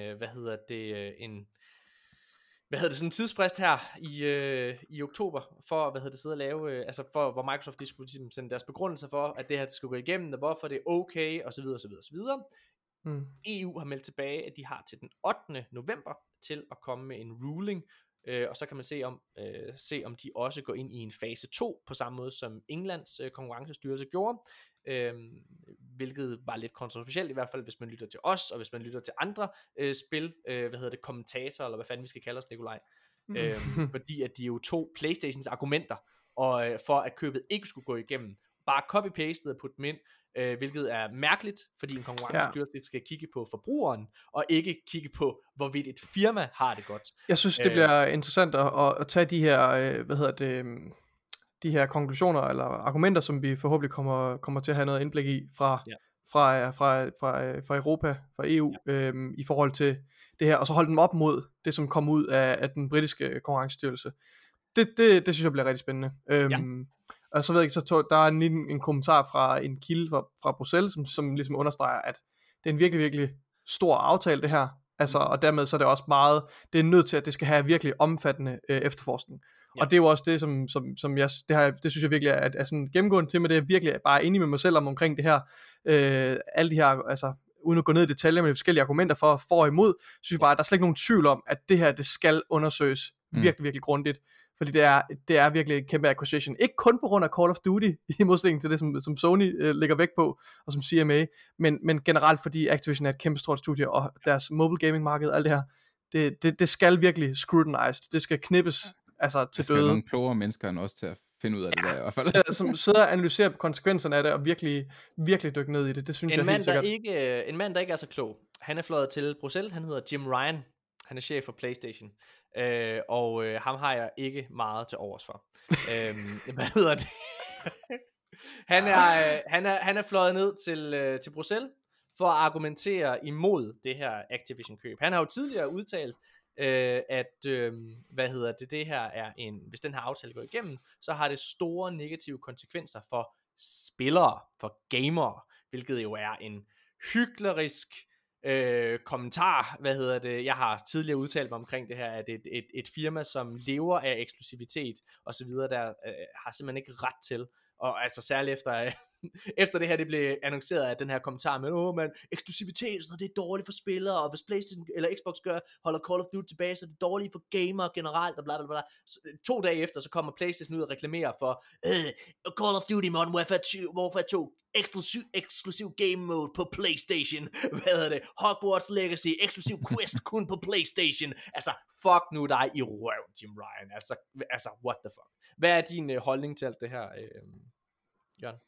sådan en tidsfrist her i oktober, for sidde og lave, for hvor Microsoft de skulle ligesom sende deres begrundelser for, at det her skulle gå igennem, og hvorfor det er okay, og så videre, og så videre, og så videre. EU har meldt tilbage, at de har til den 8. november til at komme med en ruling, og så kan man se om de også går ind i en fase 2, på samme måde som Englands konkurrencestyrelse gjorde, hvilket var lidt kontroversielt, i hvert fald hvis man lytter til os, og hvis man lytter til andre kommentatorer, eller hvad fanden vi skal kalde os, Nikolaj, fordi at de jo tog PlayStations argumenter, og for at købet ikke skulle gå igennem, bare copy-pastet og putte dem ind, hvilket er mærkeligt, fordi en konkurrencestyrelse skal kigge på forbrugeren, og ikke kigge på, hvorvidt et firma har det godt. Jeg synes, det bliver interessant at tage de her, de her konklusioner, eller argumenter, som vi forhåbentlig kommer til at have noget indblik i fra Europa, fra EU, i forhold til det her, og så holde dem op mod det, som kom ud af den britiske konkurrencestyrelse. Det synes jeg bliver rigtig spændende. Og så ved jeg ikke, der er en kommentar fra en kilde fra Bruxelles, som ligesom understreger, at det er en virkelig, virkelig stor aftale, det her. Og dermed så er det også meget, det er nødt til, at det skal have virkelig omfattende efterforskning. Ja. Og det er jo også det, som jeg, det synes jeg virkelig er sådan gennemgående til med det, jeg virkelig er bare enig med mig selv omkring det her. Alle de her, uden at gå ned i detaljer med de forskellige argumenter for og imod, synes jeg bare, at der er slet ikke nogen tvivl om, at det her, det skal undersøges virkelig, virkelig grundigt. Fordi det er virkelig en kæmpe acquisition. Ikke kun på grund af Call of Duty, i modsætning til det, som Sony lægger vægt på, og som CMA, men generelt fordi Activision er et kæmpe stort studie, og deres mobile gaming marked, alt det her, det skal virkelig scrutinized. Det skal knippes til døde. Der skal nogle klogere mennesker end os til at finde ud af det der i hvert fald. Som sidder og analyserer konsekvenserne af det, og virkelig, virkelig dykke ned i det. Det synes jeg helt sikkert. En mand, der ikke er så klog, han er fløjet til Bruxelles, han hedder Jim Ryan. Han er chef for PlayStation. Ham har jeg ikke meget til overs for. Hvad hedder det? Han er fløjet ned til Bruxelles for at argumentere imod det her Activision køb. Han har jo tidligere udtalt, at det her er hvis den her aftale går igennem, så har det store negative konsekvenser for spillere, for gamere, hvilket jo er en hyklerisk kommentar, jeg har tidligere udtalt mig omkring det her, at et firma, som lever af eksklusivitet og så videre, der har simpelthen ikke ret til, og særligt efter det her, det blev annonceret af den her kommentar med, eksklusivitet, sådan noget, det er dårligt for spillere, og hvis PlayStation eller Xbox holder Call of Duty tilbage, så er det dårligt for gamere generelt, og bla bla bla. 2 dage efter, så kommer PlayStation ud og reklamerer for Call of Duty Modern Warfare 2 eksklusiv game mode på PlayStation. Hogwarts Legacy, eksklusiv quest kun på PlayStation. Fuck nu dig i røv, Jim Ryan. What the fuck. Hvad er din holdning til alt det her, Jørgen?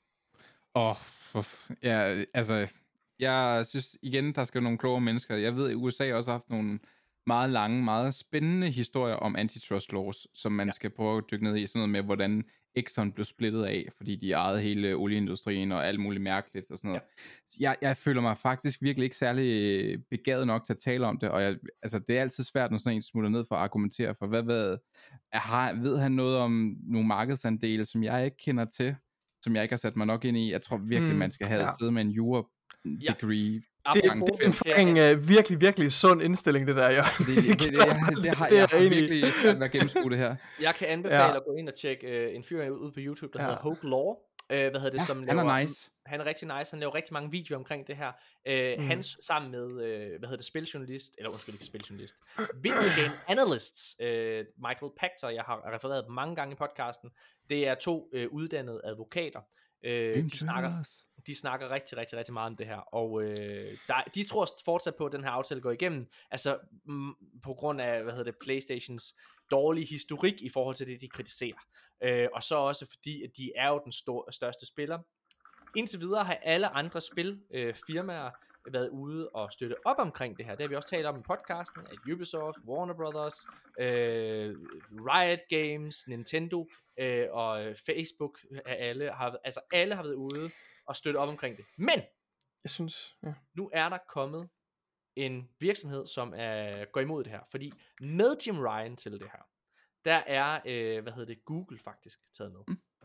Jeg synes igen, der skal nogle klogere mennesker. Jeg ved, at USA også har haft nogle meget lange, meget spændende historier om antitrust laws, som man skal prøve at dykke ned i, sådan noget med, hvordan Exxon blev splittet af, fordi de ejede hele olieindustrien og alt muligt mærkeligt og sådan noget. Ja. Jeg føler mig faktisk virkelig ikke særlig begavet nok til at tale om det, og det er altid svært, når sådan en smutter ned for at argumentere for, ved han noget om nogle markedsandele, som jeg ikke kender til, som jeg ikke har sat mig nok ind i. Jeg tror virkelig, man skal have siddet med en jura degree. Det er en virkelig, virkelig sund indstilling, det der, ja. Jeg har virkelig svært ved at gennemskue det her. Jeg kan anbefale at gå ind og tjekke en fyr ud på YouTube, der hedder Hoke Law. Som han er nice. Han er rigtig nice. Han laver rigtig mange videoer omkring det her. Han sammen med spiljournalist, ikke spiljournalist, video game analysts, Michael Pachter, jeg har refereret mange gange i podcasten. Det er 2 uddannede advokater. De snakker rigtig, rigtig, rigtig meget om det her, og de tror fortsat på, at den her aftale går igennem, på grund af, PlayStations dårlige historik i forhold til det, de kritiserer, og så også fordi, at de er jo den største spiller. Indtil videre har alle andre spilfirmaer været ude og støtte op omkring det her. Det har vi også talt om i podcasten, at Ubisoft, Warner Brothers, Riot Games, Nintendo og Facebook, alle har været ude og støtte op omkring det. Men jeg synes, nu er der kommet en virksomhed, som går imod det her, fordi med Jim Ryan til det her, der er Google faktisk taget med.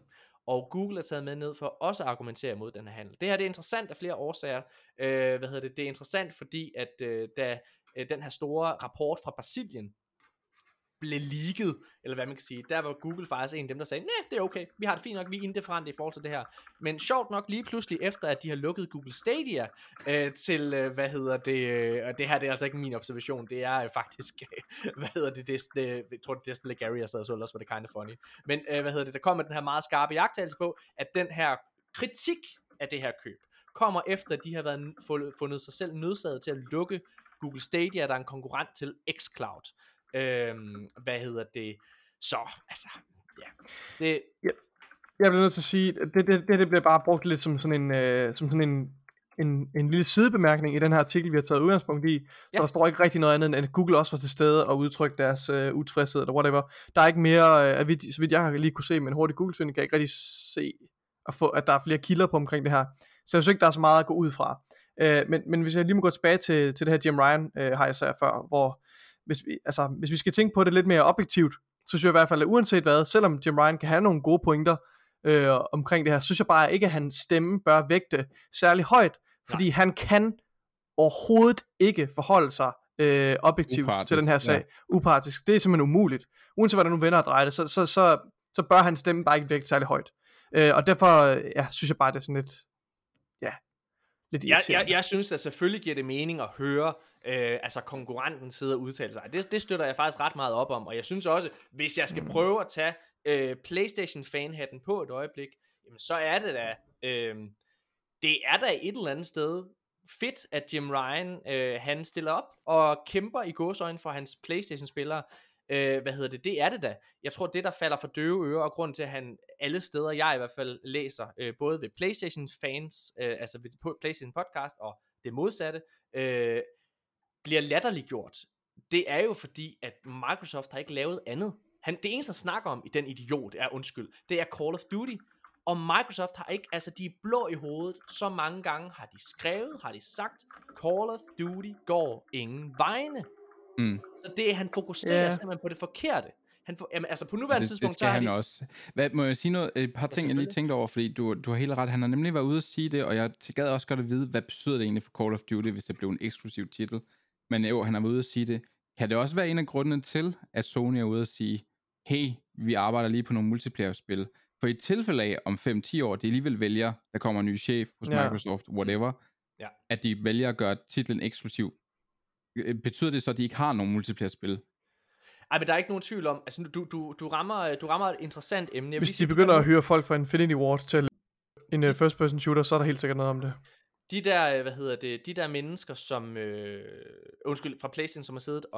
og Google er taget med ned for også at argumentere imod den her handel. Det her det er interessant af flere årsager. Det er interessant, fordi at da den her store rapport fra Brasilien blev leaget, eller hvad man kan sige, der var Google faktisk en af dem, der sagde, nej, det er okay, vi har det fint nok, vi er indifferente i forhold til det her. Men sjovt nok lige pludselig efter, at de har lukket Google Stadia til, og det her det er altså ikke min observation, det er faktisk, jeg tror det er sådan lidt Gary, jeg sad og så, ellers var det kind of funny. Men der kommer den her meget skarpe jagttagelse på, at den her kritik af det her køb, kommer efter, at de har været fundet sig selv nødsaget til at lukke Google Stadia, der er en konkurrent til xCloud. Så, altså, ja. Jeg bliver nødt til at sige, det bliver bare brugt lidt som sådan en lille sidebemærkning i den her artikel, vi har taget udgangspunkt i. Så der står ikke rigtig noget andet, end at Google også var til stede og udtrykke deres utilfredshed, eller whatever. Der er ikke mere, så vidt jeg har lige kunne se med en hurtig Google-søgning, kan jeg ikke rigtig se, at der er flere kilder på omkring det her. Så jeg synes ikke, der er så meget at gå ud fra. Men hvis jeg lige må gå tilbage til det her Jim Ryan, har jeg sagt før, hvor hvis vi skal tænke på det lidt mere objektivt, så synes jeg i hvert fald, at uanset hvad, selvom Jim Ryan kan have nogle gode pointer omkring det her, så synes jeg bare ikke, at hans stemme bør vægte særlig højt, fordi han kan overhovedet ikke forholde sig objektivt upartisk, til den her sag. Upartisk. Det er simpelthen umuligt. Uanset hvad der nu vender og drejer det, så bør hans stemme bare ikke vægte særlig højt. Og derfor synes jeg bare, det er sådan lidt jeg synes, at selvfølgelig giver det mening at høre konkurrenten sidde og udtale sig. Det støtter jeg faktisk ret meget op om, og jeg synes også, hvis jeg skal prøve at tage PlayStation-fanhatten på et øjeblik, jamen, så er det da det er da et eller andet sted fedt, at Jim Ryan han stiller op og kæmper i gåseøjne for hans PlayStation-spillere. Det er det da. Jeg tror, det der falder for døve ører, og grund til, at han alle steder, jeg i hvert fald læser, både ved PlayStation fans, altså ved PlayStation podcast, og det modsatte, bliver latterliggjort. Det er jo fordi, at Microsoft har ikke lavet andet. Det eneste, der snakker om i den idiot, det er Call of Duty. Og Microsoft har ikke, altså de er blå i hovedet, så mange gange har de skrevet, har de sagt, Call of Duty går ingen vegne. Så han fokuserer simpelthen på det forkerte. På nuværende tidspunkt, det skal han også. Må jeg sige noget? Et par ting, jeg lige tænkte over, fordi du har helt ret. Han har nemlig været ude at sige det, og jeg gad også godt at vide, hvad betyder det egentlig for Call of Duty, hvis det blev en eksklusiv titel. Men jo, han har været ude at sige det. Kan det også være en af grundene til, at Sony er ude at sige, hey, vi arbejder lige på nogle multiplayer-spil. For i tilfælde af, om 5-10 år, de alligevel vælger, der kommer en ny chef hos Microsoft, whatever, at de vælger at gøre titlen eksklusiv. Betyder det så, at de ikke har nogen multiplayer-spil? Ej, men der er ikke nogen tvivl om, altså du rammer et interessant emne. Hvis de begynder at hyre folk fra Infinity Ward til en first person shooter, så er der helt sikkert noget om det. De der, de der mennesker, som, fra PlayStation, som har siddet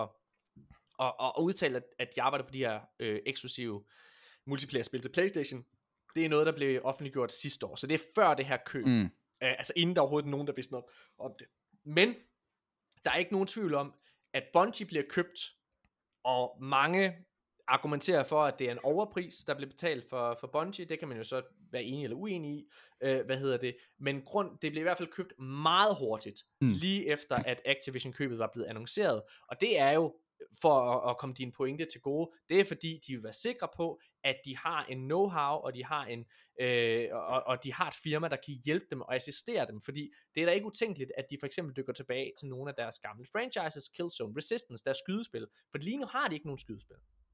og udtalt, at de arbejder på de her eksklusive multiplayer-spil til PlayStation, det er noget, der blev offentliggjort sidste år, så det er før det her køb. Altså inden der overhovedet nogen, der vidste noget om det. Men der er ikke nogen tvivl om, at Bungie bliver købt, og mange argumenterer for, at det er en overpris, der bliver betalt for Bungie. Det kan man jo så være enig eller uenig i. Men det blev i hvert fald købt meget hurtigt, lige efter at Activision-købet var blevet annonceret. Og det er jo, for at komme dine pointe til gode, det er fordi, de vil være sikre på, at de har en know-how, og de har og de har et firma, der kan hjælpe dem og assistere dem, fordi det er da ikke utænkeligt, at de for eksempel dykker tilbage til nogle af deres gamle franchises, Killzone, Resistance, deres skydespil, for lige nu har de ikke nogen skydespil.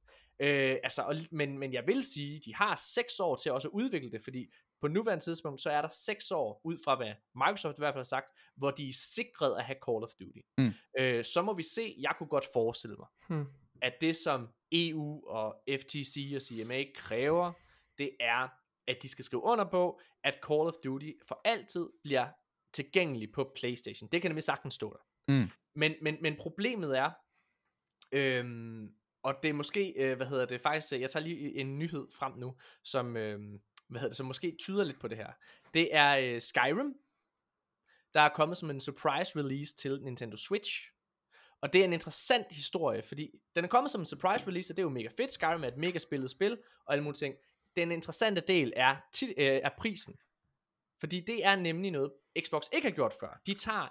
Men jeg vil sige, de har 6 år til også at udvikle det, fordi på nuværende tidspunkt, så er der 6 år, ud fra hvad Microsoft i hvert fald har sagt, hvor de er sikret at have Call of Duty. Så må vi se, jeg kunne godt forestille mig, at det som EU og FTC og CMA kræver, det er, at de skal skrive under på, at Call of Duty for altid bliver tilgængelig på PlayStation. Det kan nemlig sagtens stå der. Men problemet er, og det er måske, faktisk, jeg tager lige en nyhed frem nu, som, som måske tyder lidt på det her. Det er Skyrim, der er kommet som en surprise release til Nintendo Switch. Og det er en interessant historie, fordi den er kommet som en surprise release, og det er jo mega fedt. Skyrim er et mega spillet spil, og alle mulige ting. Den interessante del er prisen. Fordi det er nemlig noget, Xbox ikke har gjort før. De tager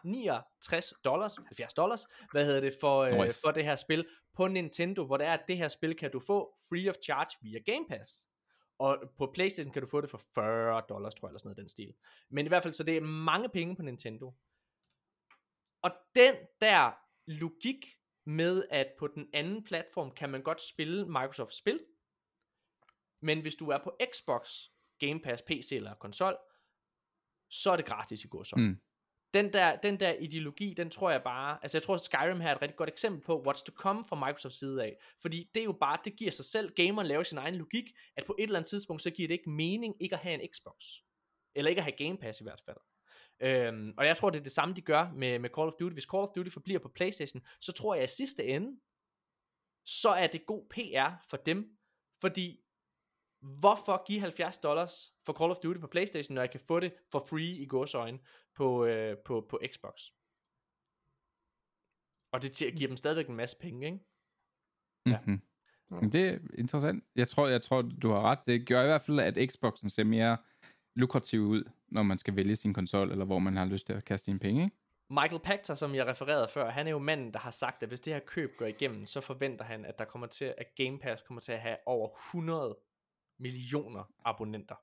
$70, for det her spil på Nintendo, hvor det er, at det her spil kan du få free of charge via Game Pass. Og på PlayStation kan du få det for $40, tror jeg, eller sådan noget den stil. Men i hvert fald, så det er mange penge på Nintendo. Og den der logik med, at på den anden platform kan man godt spille Microsoft spil, men hvis du er på Xbox, Game Pass, PC eller konsol, så er det gratis i går så. Den der ideologi, den tror jeg bare, altså jeg tror Skyrim her er et rigtig godt eksempel på what's to come fra Microsofts side af, fordi det er jo bare, det giver sig selv, gameren laver sin egen logik, at på et eller andet tidspunkt, så giver det ikke mening ikke at have en Xbox, eller ikke at have Game Pass i hvert fald. Og jeg tror det er det samme de gør med Call of Duty. Hvis Call of Duty forbliver på PlayStation, så tror jeg i sidste ende, så er det god PR for dem, fordi hvorfor give $70 for Call of Duty på PlayStation, når jeg kan få det for free i gåseøjne på Xbox? Og det giver dem stadigvæk en masse penge, ikke? Ja. Mm-hmm. Det er interessant. Jeg tror, du har ret. Det gør i hvert fald, at Xboxen ser mere lukrativ ud, når man skal vælge sin konsol, eller hvor man har lyst til at kaste sine penge, ikke? Michael Pachter, som jeg refererede før, han er jo manden, der har sagt, at hvis det her køb går igennem, så forventer han, at at Game Pass kommer til at have over 100 millioner abonnenter.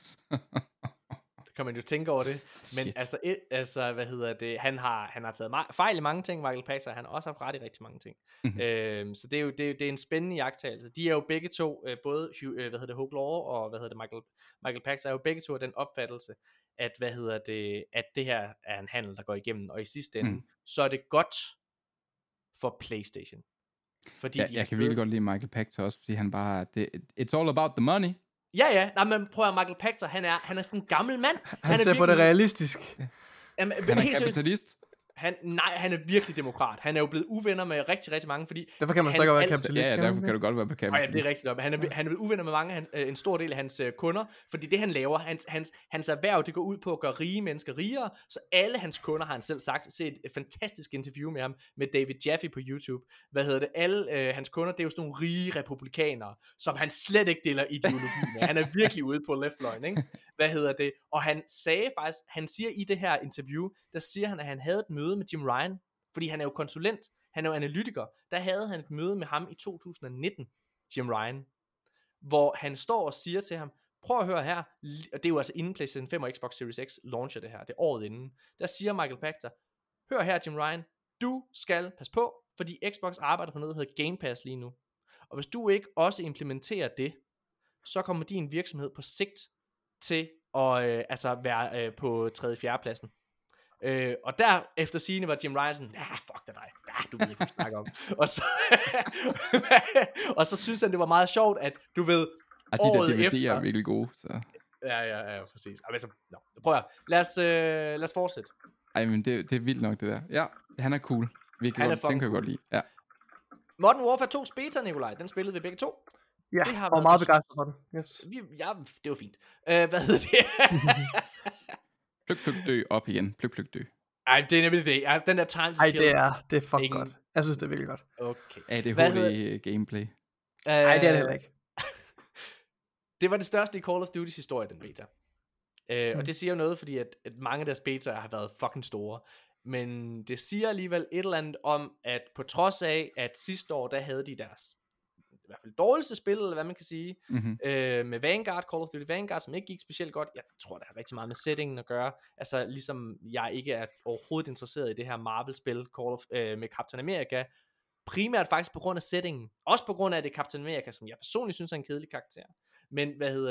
Så kan man jo tænke over det. Men altså, hvad hedder det? Han har taget fejl i mange ting, Michael Pachter. Han har også haft ret i rigtig mange ting. Så det er jo det er en spændende iagttagelse. De er jo begge to, både Hugh Law og Michael Pachter, er jo begge to af den opfattelse, at at det her er en handel, der går igennem, og i sidste ende, så er det godt for PlayStation. Fordi jeg kan virkelig godt lide Michael Pachter også, fordi han bare, it's all about the money. Ja, nej, men prøv at Michael Pachter, han er sådan en gammel mand. Han ser på det realistisk. Han er kapitalist. Han er virkelig demokrat. Han er jo blevet uvenner med rigtig, rigtig mange, fordi... Derfor kan man stadig godt være kapitalist. Ja, derfor kan du godt være kapitalist. Ja, det er rigtigt. Han er blevet uvenner med mange, en stor del af hans kunder, fordi det han laver, hans erhverv, det går ud på at gøre rige mennesker rigere, så alle hans kunder, har han selv sagt, set et fantastisk interview med ham, med David Jaffe på YouTube. Alle hans kunder, det er jo sådan nogle rige republikanere, som han slet ikke deler ideologi med. Han er virkelig ude på left-fløjen, ikke? Og han sagde faktisk, han siger i det her interview, der siger han, at han havde et møde med Jim Ryan, fordi han er jo konsulent, han er jo analytiker. Der havde han et møde med ham i 2019, Jim Ryan, hvor han står og siger til ham, prøv at høre her, og det er jo altså inden PlayStation 5 og Xbox Series X launcher det her, det er året inden. Der siger Michael Pachter, hør her Jim Ryan, du skal passe på, fordi Xbox arbejder på noget, der hedder Game Pass lige nu. Og hvis du ikke også implementerer det, så kommer din virksomhed på sigt til at være på 3. 4. pladsen. Og der efter sigende var Jim Ryan sådan, fuck dig, du ved ikke, hvad du snakker om. og så synes han, det var meget sjovt, at du ved, året efter... De er virkelig gode, så... Ja, præcis. Altså, prøv at lad os fortsætte. Ej, men det er vildt nok, det der. Ja, han er cool. Den kan jeg godt lide, ja. Modern Warfare 2 beta, Nikolaj, den spillede vi begge to. Ja, det har og meget begejstret for den. Yes. Ja, det var fint. Hvad hedder det? Pluk, dø, op igen. Pluk, dø. Ej, det er nemlig det. Den der time to kill. Det er fucking godt. Jeg synes, det er virkelig godt. Okay. Ja, det er HD gameplay. Nej, det er det heller ikke. Det var det største i Call of Duty's historie, den beta. Og det siger jo noget, fordi at mange af deres betaer har været fucking store. Men det siger alligevel et eller andet om, at på trods af, at sidste år, der havde de deres i hvert fald dårligste spil, eller hvad man kan sige, med Vanguard, Call of Duty Vanguard, som ikke gik specielt godt. Jeg tror, det har rigtig meget med settingen at gøre. Altså, ligesom jeg ikke er overhovedet interesseret i det her Marvel-spil, med Captain America, primært faktisk på grund af settingen. Også på grund af det Captain America, som jeg personligt synes er en kedelig karakter. Men,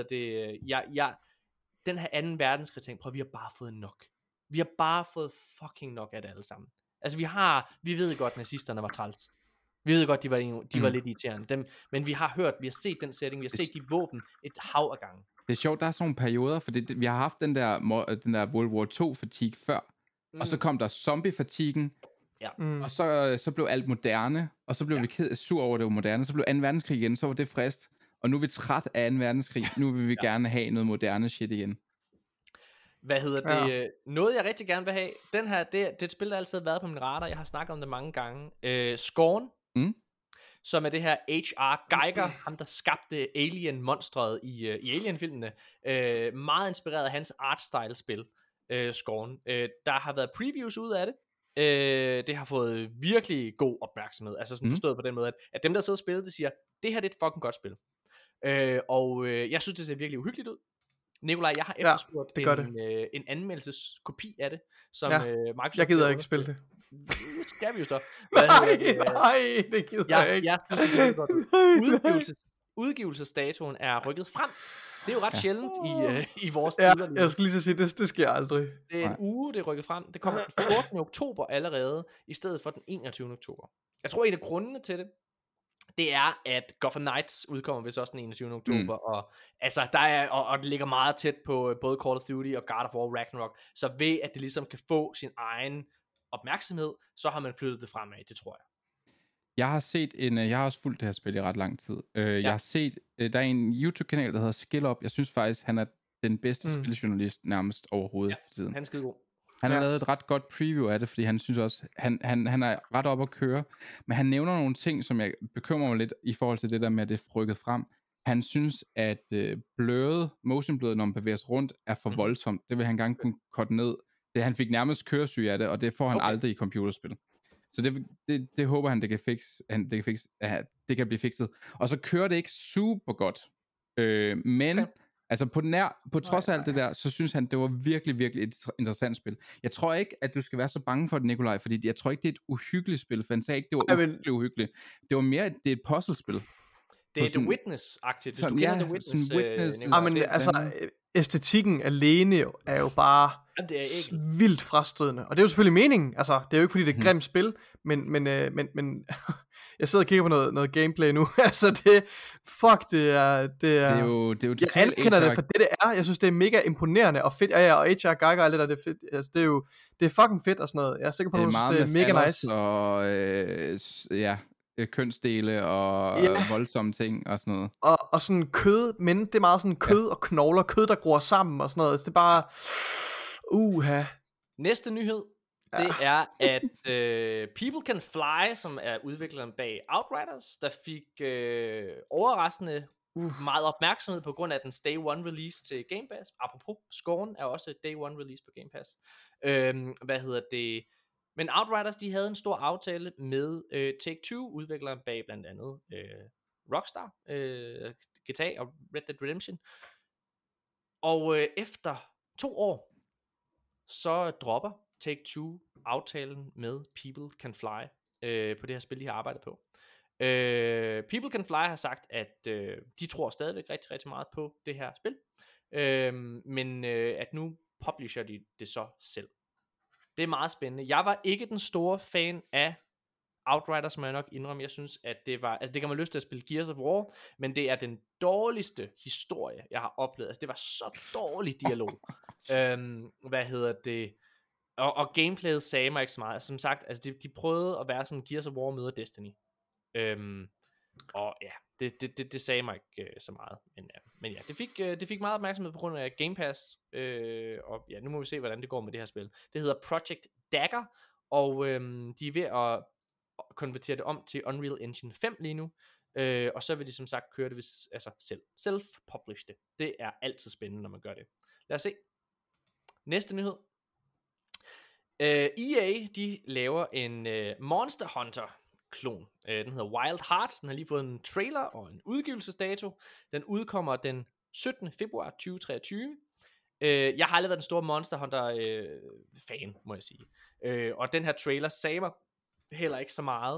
den her 2. verdenskrig ting, vi har bare fået nok. Vi har bare fået fucking nok af det alle sammen. Altså, vi ved godt, nazisterne var træls. Vi ved godt, de var lidt irriterende. Men vi har set den setting, vi har set de våben et hav af gange. Det er sjovt, der er sådan nogle perioder, for vi har haft den der World War 2 fatigue før, og så kom der zombie-fatiguen, og så blev alt moderne, og så blev vi sur over, det var moderne, så blev 2. verdenskrig igen, så var det frist, og nu er vi træt af 2. verdenskrig, nu vil vi gerne have noget moderne shit igen. Hvad hedder det? Noget jeg rigtig gerne vil have, den her, det er et spil, der altid har været på min radar, jeg har snakket om det mange gange. Scorn, som er det her H.R. Geiger, ham der skabte Alien-monstret i Alien-filmene, meget inspireret af hans artstyle-spil, Scorn. Der har været previews ud af det. Det har fået virkelig god opmærksomhed, altså sådan forstået på den måde, at dem der sidder og spiller, det siger, det her det er et fucking godt spil. Jeg synes, det ser virkelig uhyggeligt ud. Nikolaj, jeg har efterspurgt en anmeldelseskopi af det, som Microsoft... Jeg gider ikke spille det. Det skal vi jo så. Nej, det gider jeg ikke. Jeg synes, det ser godt ud. Udgivelsesdatoen er rykket frem. Det er jo ret sjældent i vores tider. Jeg skulle lige så sige, det sker aldrig. Det er en uge, det er rykket frem. Det kommer den 14. oktober allerede, i stedet for den 21. oktober. Jeg tror, en af grundene til det er, at Gotham Knights udkommer vist også den 21. oktober, og altså, og det ligger meget tæt på både Call of Duty og God of War Ragnarok, så ved at det ligesom kan få sin egen opmærksomhed, så har man flyttet det fremad, det tror jeg. Jeg har også fulgt det her spil i ret lang tid. Jeg har set, der er en YouTube-kanal, der hedder Skill Up. Jeg synes faktisk, han er den bedste spiljournalist nærmest overhovedet for tiden. Han er skidegod. Han har lavet et ret godt preview af det, fordi han synes også, han er ret op at køre. Men han nævner nogle ting, som jeg bekymrer mig lidt i forhold til det der med, at det er rykket frem. Han synes, at motion-blødet, når man bevæger sig rundt, er for voldsomt. Det vil han gerne kunne korte ned. Han fik nærmest køresyge af det, og det får han aldrig i computerspil. Så det håber han, det kan blive fikset. Og så kører det ikke super godt. Men altså på trods af alt det der, så synes han, det var virkelig, virkelig et interessant spil. Jeg tror ikke, at du skal være så bange for det, Nikolaj, fordi jeg tror ikke, det er et uhyggeligt spil, for han sagde ikke, det var uhyggeligt. Det var mere, det er et puzzlespil. Det er The Witness-agtigt, hvis du kender The Witness. Men altså, æstetikken alene er jo bare vildt frastødende. Og det er jo selvfølgelig meningen. Altså, det er jo ikke, fordi det er et grimt spil, men jeg sidder og kigger på noget gameplay nu. Altså, det er jo jeg anerkender det for det er. Jeg synes, det er mega imponerende og fedt. Ja, og HR Geiger og alt det der, det er fedt. Altså, det er fucking fedt og sådan noget. Jeg er sikker på, at det er mega nice. Og kønsdele og voldsomme ting og sådan noget. Og sådan kød, men det er meget sådan kød og knogler, kød der gror sammen og sådan noget. Det er bare Næste nyhed, det er at People Can Fly, som er udvikleren bag Outriders, der fik overraskende meget opmærksomhed på grund af dens Day One release til Game Pass. Apropos, Scorn er også Day One release på Game Pass. Men Outriders, de havde en stor aftale med Take-Two, udvikleren bag blandt andet Rockstar, GTA og Red Dead Redemption. Og efter 2 år, så dropper Take-Two aftalen med People Can Fly på det her spil, de har arbejdet på. People Can Fly har sagt, at de tror stadigvæk rigtig, rigtig meget på det her spil, men at nu publisher de det så selv. Det er meget spændende. Jeg var ikke den store fan af Outriders, må jeg nok indrømme. Jeg synes, at det var... Altså, det kan man lyst til at spille Gears of War, men det er den dårligste historie, jeg har oplevet. Altså, det var så dårlig dialog. Og gameplayet sagde mig ikke så meget. Altså, som sagt, altså, de prøvede at være sådan Gears of War møder Destiny. Og ja, det sagde mig ikke så meget. Men ja, det fik meget opmærksomhed på grund af Game Pass. Og ja, nu må vi se, hvordan det går med det her spil. Det hedder Project Dagger, og de er ved at konvertere det om til Unreal Engine 5 lige nu. Og så vil de som sagt køre det self-publish det. Det er altid spændende, når man gør det. Lad os se. Næste nyhed. EA, de laver en Monster Hunter klon. Den hedder Wild Hearts. Den har lige fået en trailer og en udgivelsesdato. Den udkommer den 17. februar 2023. Jeg har aldrig været den store Monster Hunter fan, må jeg sige. Og den her trailer sagde mig heller ikke så meget.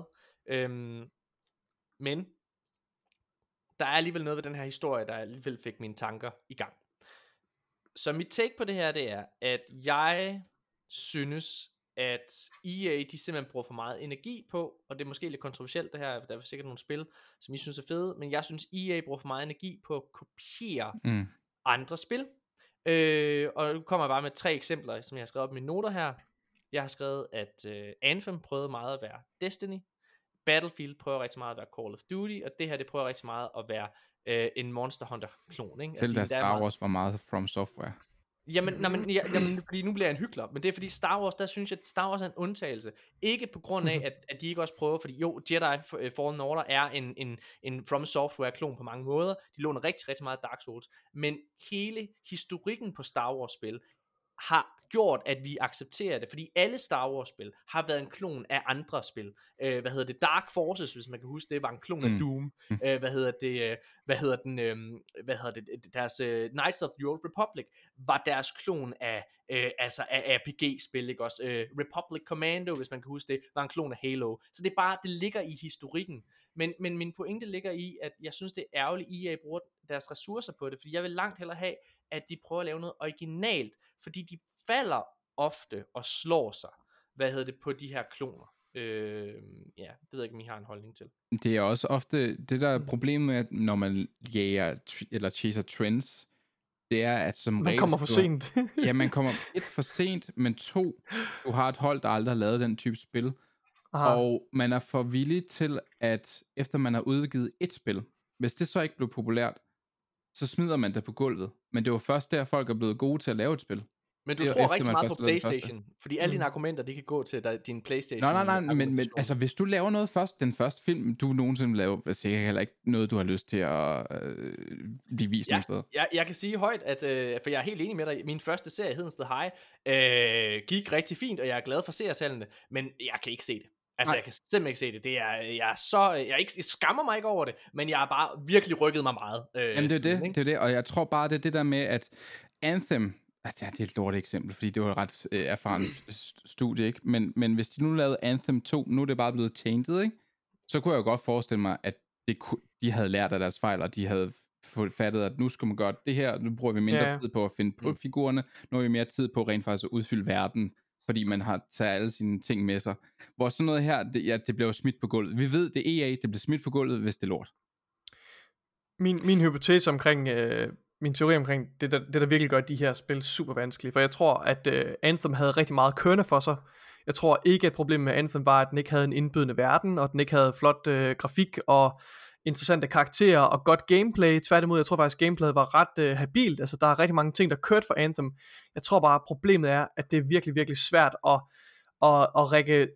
Men der er alligevel noget ved den her historie, der alligevel fik mine tanker i gang. Så mit take på det her, det er, at jeg synes, at EA, de simpelthen bruger for meget energi på, og det er måske lidt kontroversielt det her, der er sikkert nogle spil, som I synes er fede, men jeg synes, EA bruger for meget energi på at kopiere andre spil. Og nu kommer jeg bare med 3 eksempler, som jeg har skrevet op i mine noter her. Jeg har skrevet, at Anthem prøvede meget at være Destiny, Battlefield prøver rigtig meget at være Call of Duty, og det her, det prøver rigtig meget at være en Monster Hunter-klon, ikke? Selv altså, Star Wars var meget From Software. Jamen, fordi nu bliver jeg en hykler, men det er fordi Star Wars, der synes jeg, at Star Wars er en undtagelse. Ikke på grund af, at de ikke også prøver, fordi jo, Jedi Fallen Order er en From Software-klon på mange måder. De låner rigtig, rigtig meget Dark Souls. Men hele historikken på Star Wars-spil har gjort, at vi accepterer det, fordi alle Star Wars-spil har været en klon af andre spil. Dark Forces, hvis man kan huske det, var en klon af Doom. Deres Knights of the Old Republic var deres klon af af RPG-spil, ikke også? Republic Commando, hvis man kan huske det, var en klon af Halo. Så det er bare, det ligger i historikken. Men min pointe ligger i, at jeg synes, det er ærgerligt, at EA bruger deres ressourcer på det, fordi jeg vil langt hellere have, at de prøver at lave noget originalt, fordi de falder ofte og slår sig, på de her kloner. Det ved jeg ikke, om I har en holdning til. Det er også ofte, det der er problemet med, at når man jager eller chaser trends, det er, at som regel... Man kommer for sent. Ja, man kommer for sent, men 2, du har et hold, der aldrig har lavet den type spil, og man er for villig til, at efter man har udgivet et spil, hvis det så ikke blev populært, så smider man det på gulvet. Men det var først der, folk er blevet gode til at lave et spil. Men du tror rigtig meget på PlayStation, fordi alle dine argumenter, de kan gå til din PlayStation. Nej, men altså, hvis du laver noget først, den første film, du nogensinde laver, er sikkert heller ikke noget, du har lyst til at blive vist nogle steder. Jeg kan sige højt, at, for jeg er helt enig med dig, min første serie, Hedensted High, gik rigtig fint, og jeg er glad for seertallene, men jeg kan ikke se det. Altså, jeg kan simpelthen ikke se det. Jeg skammer mig ikke over det, men jeg har bare virkelig rykket mig meget. Jamen, det er det, og jeg tror bare, det er det der med, at Anthem, det er et lort eksempel, fordi det var et ret erfaren studie, ikke? Men hvis de nu lavede Anthem 2, nu er det bare blevet tainted, ikke? Så kunne jeg jo godt forestille mig, at de havde lært af deres fejl, og de havde fattet, at nu skal man gøre det her, nu bruger vi mindre tid på at finde på figurerne, nu har vi mere tid på rent faktisk at udfylde verden, fordi man har taget alle sine ting med sig. Hvor sådan noget her, det bliver jo smidt på gulvet. Vi ved, det er EA, det bliver smidt på gulvet, hvis det er lort. Min hypotese omkring... Min teori omkring det der virkelig gør de her spil super vanskelige, for jeg tror, at Anthem havde rigtig meget kørende for sig. Jeg tror ikke, at problemet med Anthem var, at den ikke havde en indbydende verden, og den ikke havde flot grafik og interessante karakterer og godt gameplay. Tværtimod, jeg tror faktisk, gameplayet var ret habilt. Altså, der er rigtig mange ting, der kørte for Anthem. Jeg tror bare, at problemet er, at det er virkelig, virkelig svært at række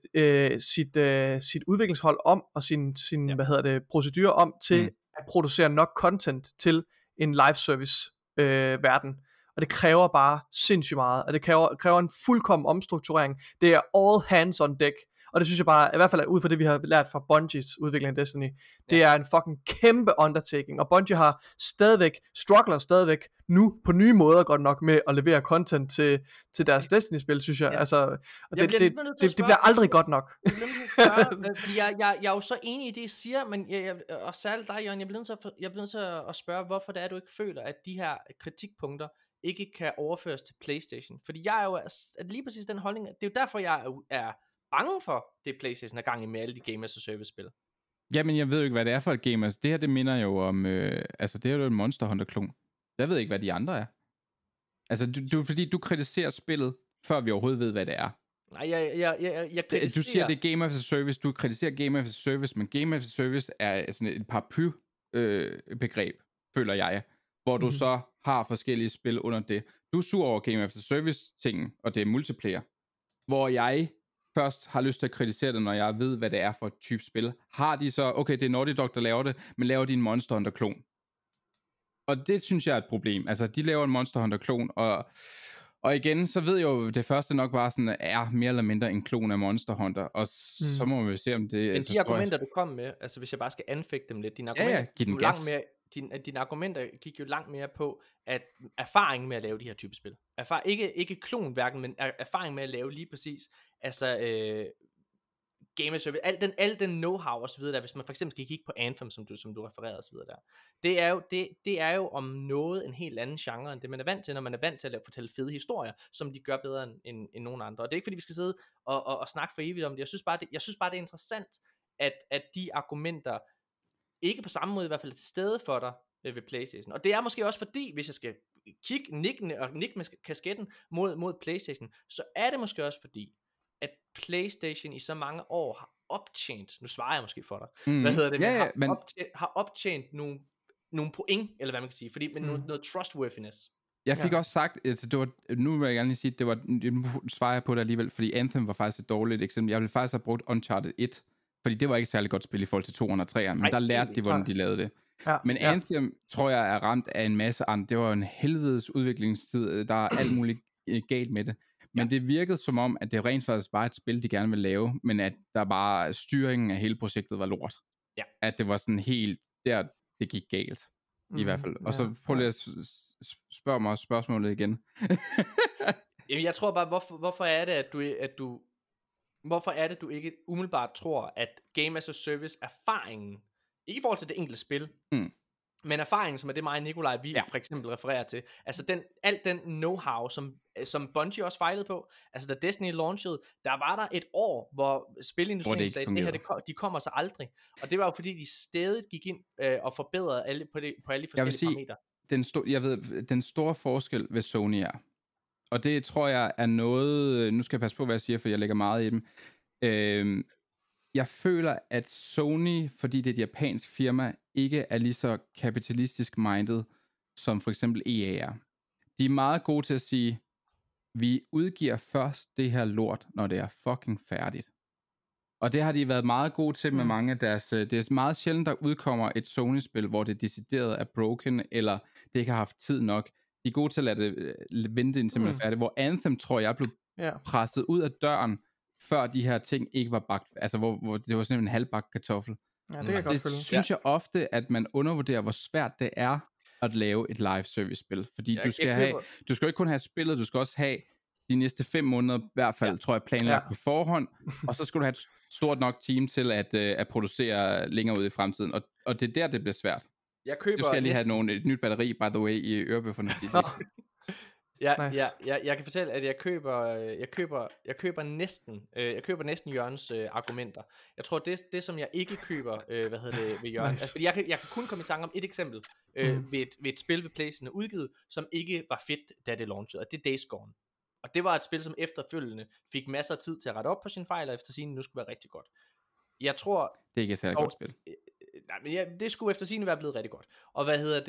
sit udviklingshold om, og sin procedurer om til at producere nok content til en live service verden, og det kræver bare sindssygt meget, og det kræver en fuldkommen omstrukturering. Det er all hands on deck, og det synes jeg bare, i hvert fald ud fra det vi har lært fra Bungies udvikling af Destiny, det er en fucking kæmpe undertaking, og Bungie har struggler stadigvæk nu på nye måder godt nok med at levere content til deres Destiny-spil, synes jeg. Altså, og det bliver aldrig godt nok. Fordi jeg er jo så enig i det, I siger, men og særligt dig, Jørgen, jeg bliver nødt til at spørge, hvorfor det er, du ikke føler, at de her kritikpunkter ikke kan overføres til PlayStation. Fordi jeg er jo lige præcis den holdning, det er jo derfor, jeg er bange for det PlayStation er gang i med alle de Game as a Service spil. Jamen, jeg ved jo ikke, hvad det er for et game. Altså, det her, det minder jo om... det er jo en Monster Hunter-klon. Jeg ved ikke, hvad de andre er. Altså, fordi du kritiserer spillet, før vi overhovedet ved, hvad det er. Nej, jeg kritiserer... Du siger, det er Game as a Service. Du kritiserer Game as a Service, men Game as a Service er sådan et paraply-begreb, føler jeg. Hvor du så har forskellige spil under det. Du er sur over Game as a Service-tingen, og det er multiplayer. Hvor jeg først har lyst til at kritisere det, når jeg ved, hvad det er for et type spil. Har de så, okay, det er Naughty Dog, der laver det, men laver de en Monster Hunter-klon? Og det synes jeg er et problem. Altså, de laver en Monster Hunter-klon, og igen, så ved jeg jo, det første nok bare sådan, er mere eller mindre en klon af Monster Hunter, og så må vi se, om det... Men de argumenter, du kom med, altså hvis jeg bare skal anfægte dem lidt, dine argumenter, dine argumenter gik jo langt mere på, at erfaringen med at lave de her type spil, ikke klonværken, men erfaring med at lave lige præcis, altså game as service, al den know-how og så videre der, hvis man for eksempel skal kigge på Anthem, som du refererede og så videre der, det er jo om noget en helt anden genre, end det man er vant til, når man er vant til at fortælle fede historier, som de gør bedre end nogen andre, og det er ikke fordi vi skal sidde og snakke for evigt om det, jeg synes bare det er interessant, at de argumenter ikke på samme måde i hvert fald er til stede for dig ved PlayStation, og det er måske også fordi, hvis jeg skal nikke med kasketten mod PlayStation, så er det måske også fordi, at PlayStation i så mange år har optjent, nu svarer jeg måske for dig, har optjent nogle point, eller hvad man kan sige, fordi med noget trustworthiness. Jeg fik også sagt, altså nu vil jeg gerne lige sige, nu svarer jeg på det alligevel, fordi Anthem var faktisk et dårligt eksempel. Jeg ville faktisk have brugt Uncharted 1, fordi det var ikke et særligt godt spil i forhold til 2 og 3'eren, men der lærte de, hvordan de lavede det. Ja, men Anthem, tror jeg, er ramt af en masse andre. Det var en helvedes udviklingstid, der er alt muligt galt med det. Men det virkede som om, at det rent faktisk var et spil, de gerne ville lave, men at der bare styringen af hele projektet var lort. Ja. At det var sådan helt, det gik galt. I hvert fald. Og så prøv lige at spørge mig spørgsmålet igen. Jamen, jeg tror bare, hvorfor er det, hvorfor er det, du ikke umiddelbart tror, at Game as a Service erfaringen, ikke i forhold til det enkelte spil, men erfaringen, som er det mig og Nikolaj, vi for eksempel refererer til, altså alt den know-how, som Bungie også fejlede på, altså da Destiny launchede, der var der et år, hvor spilindustrien sagde, det her, de kommer så aldrig, og det var jo fordi, de stadig gik ind og forbedrede på alle de forskellige parametre. Den store forskel ved Sony er, og det tror jeg er noget, nu skal jeg passe på, hvad jeg siger, for jeg lægger meget i dem. Jeg føler, at Sony, fordi det er et japansk firma, ikke er lige så kapitalistisk minded, som for eksempel EA er. De er meget gode til at sige, vi udgiver først det her lort, når det er fucking færdigt. Og det har de været meget gode til med mange af deres... Det er meget sjældent, der udkommer et Sony-spil, hvor det decideret er broken, eller det ikke har haft tid nok. De er gode til at lade det vente indtil man er færdig. Hvor Anthem, tror jeg, blev presset ud af døren, før de her ting ikke var bagt, altså hvor det var sådan en halvbagt kartoffel. Ja, det kan jeg godt følge. Synes jeg ofte, at man undervurderer, hvor svært det er at lave et live service spil, fordi du skal jo ikke kun have spillet, du skal også have de næste 5 måneder, i hvert fald, tror jeg, planlagt på forhånd, og så skal du have et stort nok team til at producere længere ud i fremtiden, og det er der, det bliver svært. Jeg køber du skal lige have et nyt batteri, by the way, i ørebøfferne. Jeg kan fortælle, at jeg køber næsten Jørgens argumenter. Jeg tror det som jeg ikke køber, ved Jørgen. Altså, fordi jeg kan kun komme i tanke om et eksempel ved et spil ved PlayStation udgivet, som ikke var fedt, da det launchede, og det er Days Gone. Og det var et spil, som efterfølgende fik masser af tid til at rette op på sine fejl, og efter sigende nu skulle være rigtig godt. Jeg tror... Det er ikke et særligt godt spil. Nej, men det skulle efter sigende være blevet rigtig godt. Og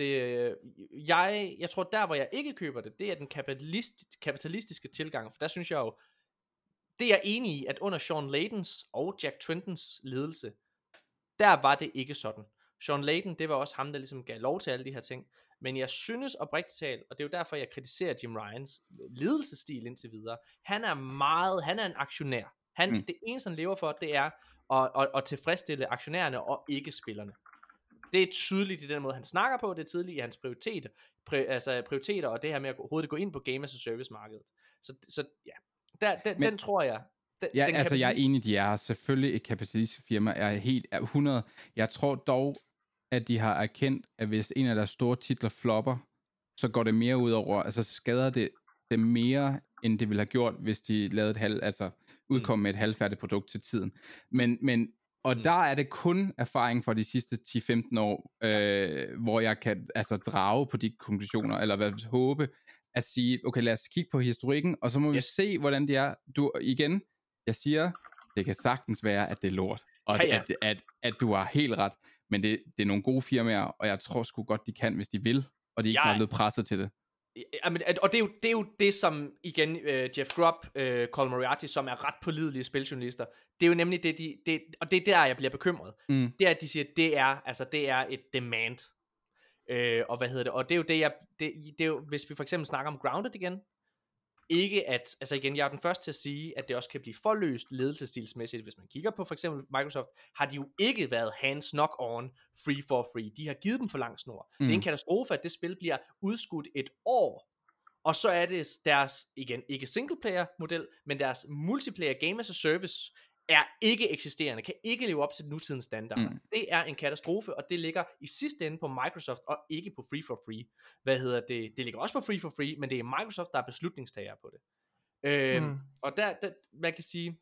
jeg tror der, hvor jeg ikke køber det, det er den kapitalistiske tilgang. For der synes jeg jo, det er jeg enig i, at under Sean Laytons og Jack Twintons ledelse, der var det ikke sådan. Sean Layton, det var også ham, der ligesom gav lov til alle de her ting. Men jeg synes oprigtigt talt, og det er jo derfor, jeg kritiserer Jim Ryans ledelsesstil indtil videre. Han er en aktionær. Det eneste, han lever for, det er at tilfredsstille aktionærerne og ikke spillerne. Det er tydeligt i den måde, han snakker på, det er tydeligt i hans prioriteter, og det her med at overhovedet gå ind på Game as a Service markedet. Så ja, den tror jeg... jeg er enig, de er selvfølgelig et kapitalistisk firma, jeg er helt 100. Jeg tror dog, at de har erkendt, at hvis en af deres store titler flopper, så går det mere ud over, altså skader det mere, end det ville have gjort, hvis de lavede udkom med et halvfærdigt produkt til tiden. Men der er det kun erfaring fra de sidste 10-15 år, hvor jeg kan drage på de konklusioner, eller håbe at sige, okay, lad os kigge på historikken, og så må vi se, hvordan det er. Jeg siger, det kan sagtens være, at det er lort, og at du har helt ret, men det er nogle gode firmaer, og jeg tror sgu godt, de kan, hvis de vil, og de ikke er blevet presset til det. Og det er jo det, som igen Jeff Grubb, Colin Moriarty, som er ret pålidelige spiljournalister, det er jo nemlig og det er der, jeg bliver bekymret. Det er, at de siger, det er et demand. Og og det er jo det er jo, hvis vi for eksempel snakker om Grounded igen, ikke at, igen, jeg er den første til at sige, at det også kan blive forløst ledelsesstilsmæssigt. Hvis man kigger på for eksempel Microsoft, har de jo ikke været hands knock on free for free. De har givet dem for lang snor. Det er en katastrofe, at det spil bliver udskudt et år, og så er det deres, igen, ikke single player model, men deres multiplayer game as a service er ikke eksisterende, kan ikke leve op til nutidens standarder. Det er en katastrofe, og det ligger i sidste ende på Microsoft, og ikke på free for free. Det ligger også på free for free, men det er Microsoft, der er beslutningstager på det. Og der, man kan sige,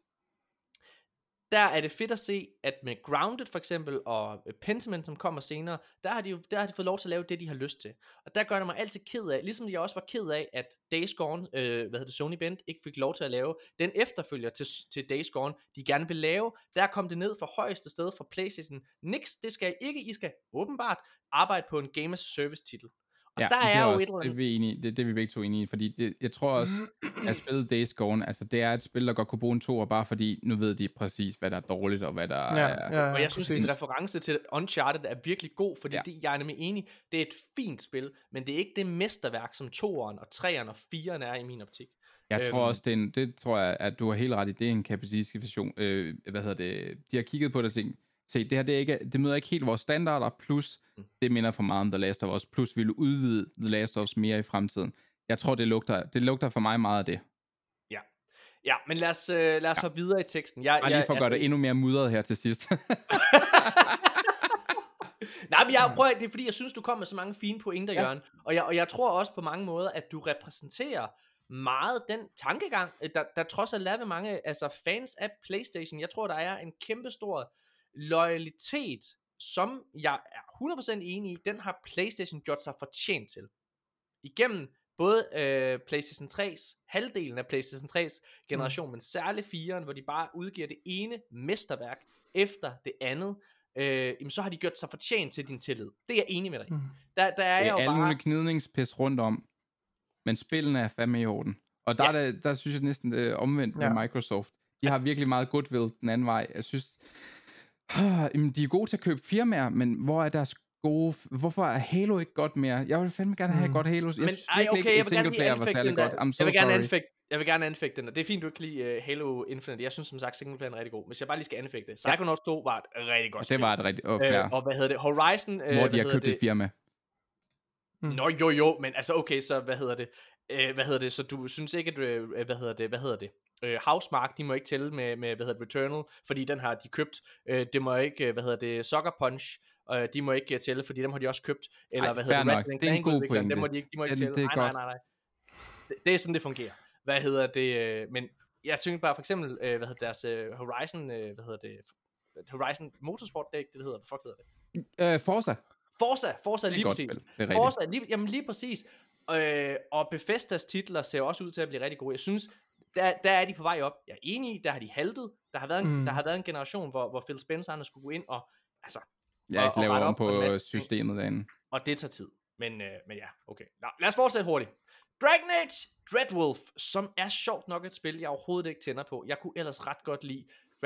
der er det fedt at se, at med Grounded for eksempel, og Pentiment, som kommer senere, der har de fået lov til at lave det, de har lyst til. Og der gør det mig altid ked af, ligesom jeg også var ked af, at Days Gone, Sony Bend, ikke fik lov til at lave den efterfølger til Days Gone, de gerne vil lave. Der kom det ned fra højeste sted fra PlayStation. Niks, det skal I ikke. I skal åbenbart arbejde på en Game as a Service titel. Og der er jo et eller andet. Det er vi begge to enige i, fordi jeg tror også, at spillet Days Gone, det er et spil, der godt kunne bruge en 2'er, bare fordi nu ved de præcis, hvad der er dårligt, og hvad der er... Og jeg synes, en reference til Uncharted er virkelig god, fordi jeg er nemlig enig, det er et fint spil, men det er ikke det mesterværk, som 2'eren og 3'eren og 4'eren er i min optik. Jeg tror også, det tror jeg, at du har helt ret i, det er en kapacitetsversion. De har kigget på det og tænkt, se, det her det møder ikke helt vores standarder, plus det minder for meget om The Last of Us, plus vi vil udvide The Last of Us mere i fremtiden. Jeg tror, det lugter for mig meget af det. Ja, men lad os hoppe videre i teksten. Jeg lige for at gøre det endnu mere mudret her til sidst. Nej, men det er fordi, jeg synes, du kom med så mange fine pointer, Jørgen. Og jeg tror også på mange måder, at du repræsenterer meget den tankegang, der trods alt er ved mange fans af PlayStation. Jeg tror, der er en kæmpestor loyalitet, som jeg er 100% enig i, den har PlayStation gjort sig fortjent til. Igennem både PlayStation 3's, halvdelen af PlayStation 3's generation, men særligt 4'eren, hvor de bare udgiver det ene mesterværk efter det andet, så har de gjort sig fortjent til din tillid. Det er jeg enig med dig i. Der er jeg jo alle bare... mulige gnidningspis rundt om, men spillene er fandme i orden. Og der synes jeg næsten det er omvendt med Microsoft. De har virkelig meget goodwill den anden vej. Jeg synes, de er gode til at købe firmaer, men hvor er deres gode... Hvorfor er Halo ikke godt mere? Jeg vil fandme gerne have et godt Halo. Jeg synes virkelig ikke, at singleplayer var særlig godt. I'm so sorry. Jeg vil gerne anfægte den, og det er fint, du ikke kan lide Halo Infinite. Jeg synes som sagt, singleplayer er rigtig god. Hvis jeg bare lige skal anfægte det. Psychonauts 2 var et rigtig godt spil. Det var et rigtig fair. Og hvad hedder det? Horizon... hvor de har købt et firma. Nå, jo, men altså okay, så hvad hedder det? Så du synes ikke, at Housemarque, de må ikke tælle med Returnal, fordi den har de købt. Det må ikke, Sucker Punch, de må ikke tælle, fordi dem har de også købt. Eller det er en god pointe. De må ikke tælle. Nej. Det er sådan, det fungerer. Men jeg synes bare for eksempel, deres Horizon, Horizon Motorsport, det er ikke det hedder. Hvad fuck hedder det? Forza lige præcis. Forza, lige præcis. Og Bethesdas titler ser også ud til at blive rigtig gode. Jeg synes, der er de på vej op. Jeg er enig i, der har de haltet. Der har været en generation, hvor Phil Spencer skulle gå ind og ikke lave om på systemet derinde. Og det tager tid. Men ja, okay. Nå, lad os fortsætte hurtigt. Dragon Age Dreadwolf, som er sjovt nok et spil, jeg overhovedet ikke tænder på. Jeg kunne ellers ret godt lide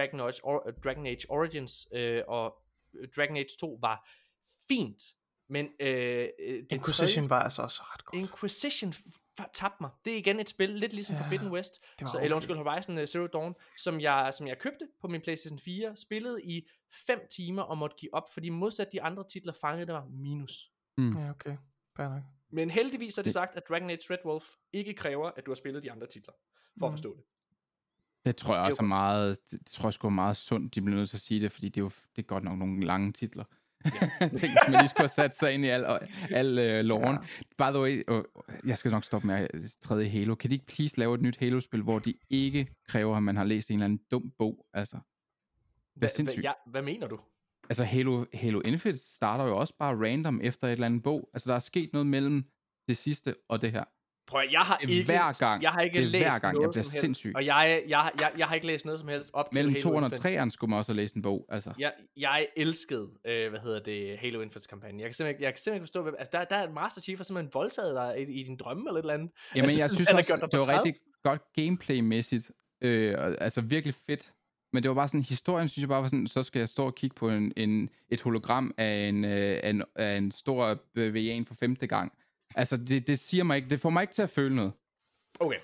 Dragon Age Origins, og Dragon Age 2 var fint, men Inquisition var altså også ret godt. Inquisition tabte mig. Det er igen et spil, lidt ligesom Forbidden West, Horizon Zero Dawn, som jeg købte på min PlayStation 4, spillede i 5 timer og måtte give op, fordi modsat de andre titler fangede, der var minus. Ja, okay. Fair nok. Men heldigvis har de sagt, at Dragon Age Dreadwolf ikke kræver, at du har spillet de andre titler, for at forstå det. Det tror jeg også er meget, det tror jeg sgu er meget sundt, de bliver nødt til at sige det, fordi det er godt nok nogle lange titler. Tænk, hvis man lige skulle have sat sig ind i al loven. By the way, jeg skal nok stoppe med at træde Halo. Kan de ikke please lave et nyt Halo-spil, hvor de ikke kræver, at man har læst en eller anden dum bog? Altså, det er sindssygt. Hvad mener du? Altså, Halo Infinite starter jo også bare random efter et eller andet bog. Altså, der er sket noget mellem det sidste og det her. Prøv, jeg har ikke læst noget som helst. Og jeg har ikke læst noget som helst op til Halo Infinite. Mellem 2 og 3'eren skulle man også have læst en bog, altså. Jeg elskede, Halo Infinite kampagne. Jeg kan simpelthen ikke forstå, altså der er en Master Chief, der simpelthen voldtaget dig i din drømme eller et eller andet. Jamen, jeg synes også, det var rigtig godt gameplay-mæssigt. Altså virkelig fedt. Men det var bare sådan, historien synes jeg bare var sådan, så skal jeg stå og kigge på et hologram af en stor VN for 5. gang. Altså, det siger mig ikke, det får mig ikke til at føle noget. Okay.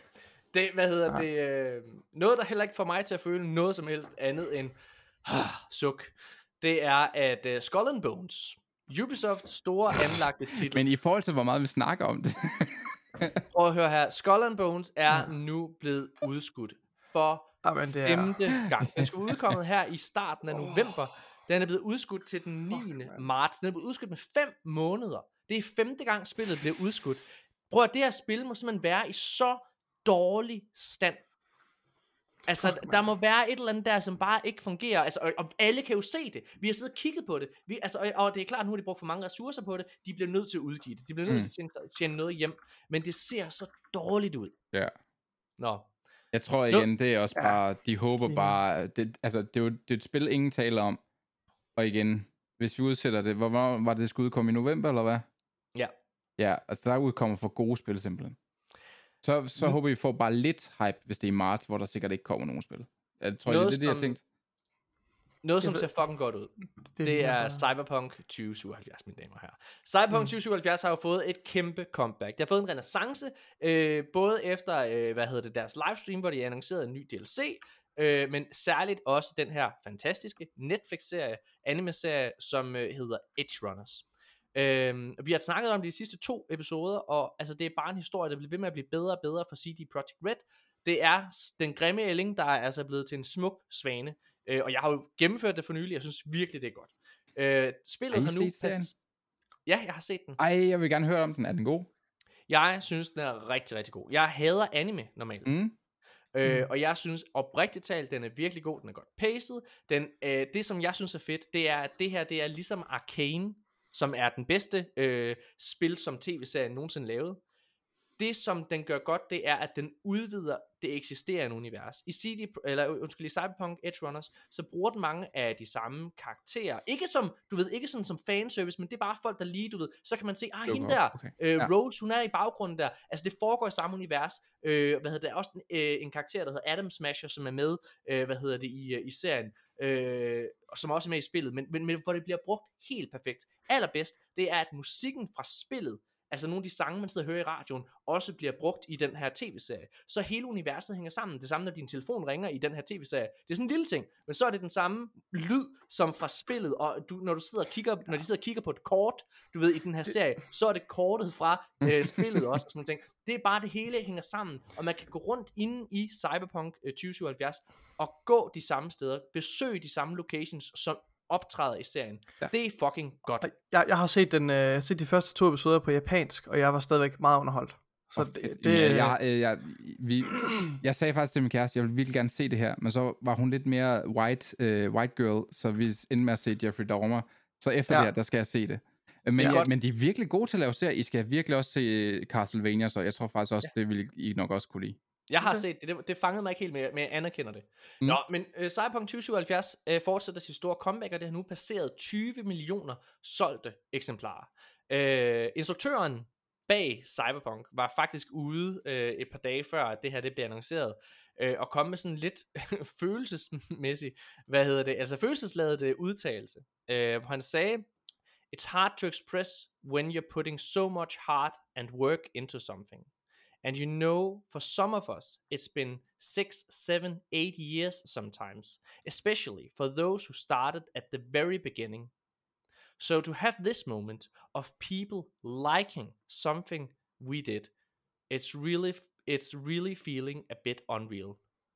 Noget, der heller ikke får mig til at føle noget som helst andet end suk, det er, at Skull and Bones, Ubisofts store anlagte titel. Men i forhold til, hvor meget vi snakker om det. Prøv at høre her. Skull and Bones er nu blevet udskudt for 5. gang. Den skulle udkomme her i starten af november. Den er blevet udskudt til den 9. marts. Den er blevet udskudt med 5 måneder. Det er 5. gang spillet bliver udskudt. Prøv at det her spil må simpelthen være i så dårlig stand. Altså, der må være et eller andet der, som bare ikke fungerer. Altså, og alle kan jo se det. Vi har siddet og kigget på det. Og det er klart, nu har de brugt for mange ressourcer på det. De bliver nødt til at udgive det. De bliver nødt til at tjene noget hjem. Men det ser så dårligt ud. Ja. Nå. Jeg tror igen, det er også bare, de håber bare, det er et spil, ingen taler om. Og igen, hvis vi udsætter det, hvor var det skulle udkomme i november, eller hvad? Ja. Ja, altså der udkommer for gode spil simpelthen. Så håber vi får bare lidt hype, hvis det er i marts, hvor der sikkert ikke kommer nogen spil. Jeg tror, det er det, jeg har tænkt. Noget, som ser fucking godt ud. Det er Cyberpunk 2077, mine damer og herrer. Cyberpunk 2077 har jo fået et kæmpe comeback. Det har fået en renaissance, både efter, deres livestream, hvor de annoncerede en ny DLC, men særligt også den her fantastiske Netflix-serie, anime-serie, som hedder Edge Runners. Vi har snakket om de sidste 2 episoder, og altså, det er bare en historie, der bliver ved med at blive bedre og bedre for CD Projekt Red. Det er den grimme ælling, der er altså blevet til en smuk svane. Og jeg har jo gennemført det for nylig. Jeg synes virkelig, det er godt. Spillet har nu... Ja, jeg har set den. Ej, jeg vil gerne høre om den. Er den god? Jeg synes, den er rigtig, rigtig god. Jeg hader anime normalt. Og jeg synes oprigtigt talt, den er virkelig god. Den er godt paced. Det, som jeg synes er fedt, det er, at det her, det er ligesom Arcane, som er den bedste spil, som tv-serien nogensinde lavede. Det, som den gør godt, det er, at den udvider det eksisterende univers. I Cyberpunk Edge Runners, så bruger den mange af de samme karakterer. Ikke som, ikke sådan som fanservice, men det er bare folk, der lige, så kan man se, hende der, Rose, hun er i baggrunden der. Altså, det foregår i samme univers. Der er også en karakter, der hedder Adam Smasher, som er med, i serien. Som også er med i spillet, men hvor det bliver brugt helt perfekt. Allerbedst, det er, at musikken fra spillet, altså nogle af de sange, man sidder og hører i radioen, også bliver brugt i den her tv-serie. Så hele universet hænger sammen. Det samme, når din telefon ringer i den her tv-serie. Det er sådan en lille ting, men så er det den samme lyd, som fra spillet, og når de sidder og kigger på et kort, i den her serie, så er det kortet fra spillet også. Sådan ting. Det er bare, det hele hænger sammen, og man kan gå rundt inde i Cyberpunk 2077, og gå de samme steder, besøge de samme locations, som optræder i serien. Ja. Det er fucking godt. Jeg har set de første 2 episoder på japansk, og jeg var stadigvæk meget underholdt. Så jeg sagde faktisk til min kæreste, jeg ville virkelig gerne se det her, men så var hun lidt mere white girl, så vi endte med at se Jeffrey Dahmer. Så efter det her, der skal jeg se det. Men de er virkelig gode til at lave serier. I skal virkelig også se Castlevania, så jeg tror faktisk også, det vil I nok også kunne lide. Jeg har set det. Det fangede mig ikke helt med, men jeg anerkender det. Nå, men Cyberpunk 2077 fortsætter sit store comeback, og det har nu passeret 20 millioner solgte eksemplarer. Instruktøren bag Cyberpunk var faktisk ude et par dage før, at det her det blev annonceret, og kom med sådan lidt følelsesmæssigt, følelsesladet udtalelse, hvor han sagde, "It's hard to express when you're putting so much heart and work into something. And for some of us, it's been 6, 7, 8 years sometimes, especially for those who started at the very beginning. So to have this moment of people liking something we did, it's really feeling a bit unreal.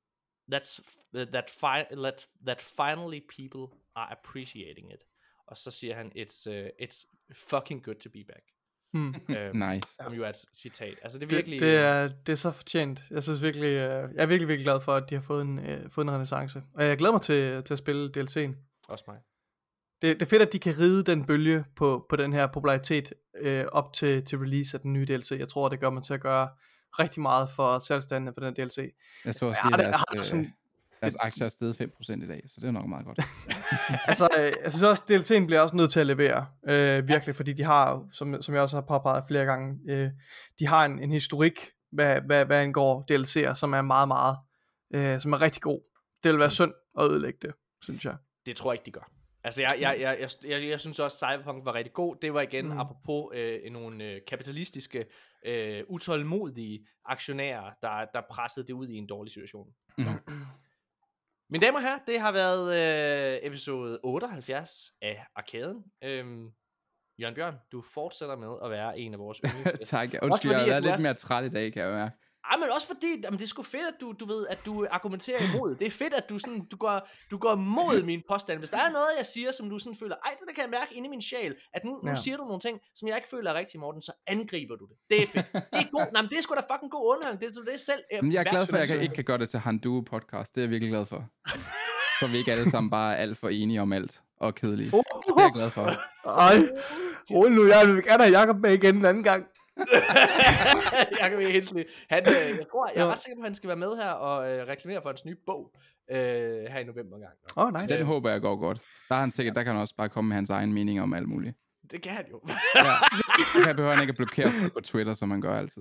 That finally people are appreciating it." Og så siger han, it's fucking good to be back. Nice. Som jo er et citat. Altså det er virkelig... Det er så fortjent. Jeg synes virkelig, jeg er virkelig, virkelig glad for, at de har fået en renaissance. Og jeg glæder mig til at spille DLC'en. Også mig. Det er fedt, at de kan ride den bølge på den her popularitet op til release af den nye DLC. Jeg tror, det gør man til at gøre rigtig meget for salgsstandene for den DLC. Jeg tror også, deres aktier er steget 5% i dag, så det er nok meget godt. Jeg synes også, DLC'en bliver også nødt til at levere, virkelig, fordi de har, som jeg også har påpeget flere gange, de har en historik, hvad angår DLC'er, som er meget, meget, som er rigtig god. Det vil være synd at ødelægge det, synes jeg. Det tror jeg ikke, de gør. Altså, jeg synes også, Cyberpunk var rigtig god. Det var igen, apropos nogle kapitalistiske, utålmodige aktionærer, der pressede det ud i en dårlig situation. Mine damer og herrer, det har været episode 78 af Arkaden. Jørgen Bjørn, du fortsætter med at være en af vores yndlingsgæster. Tak, undskyld, jeg har været lidt mere træt i dag, kan jeg mærke. Men også fordi, det er sgu fedt, at du ved, at du argumenterer imod. Det er fedt, at du går imod mine påstande. Hvis der er noget, jeg siger, som du sådan føler, det kan jeg mærke inde i min sjæl, at nu siger du nogle ting, som jeg ikke føler er rigtigt, Morten, så angriber du det. Det er fedt. Det er god. Det er sgu da fucking god underholdning. Det er selv. Men jeg er glad for, at jeg ikke kan gøre det til Handu podcast. Det er jeg virkelig glad for. Så vi ikke alle sammen bare er alt for enige om alt og kedelige. Det er jeg glad for. Hold nu, jeg vil gerne have Jacob med igen en anden gang. Jacob er helt slig. Jeg er ret sikker på, at han skal være med her og reklamere for hans nye bog her i november gang. Nice. Den håber jeg går godt. Der kan han også bare komme med hans egen mening om alt muligt. Det kan han jo. Ja. Det behøver han ikke at blokere på Twitter, som man gør altid.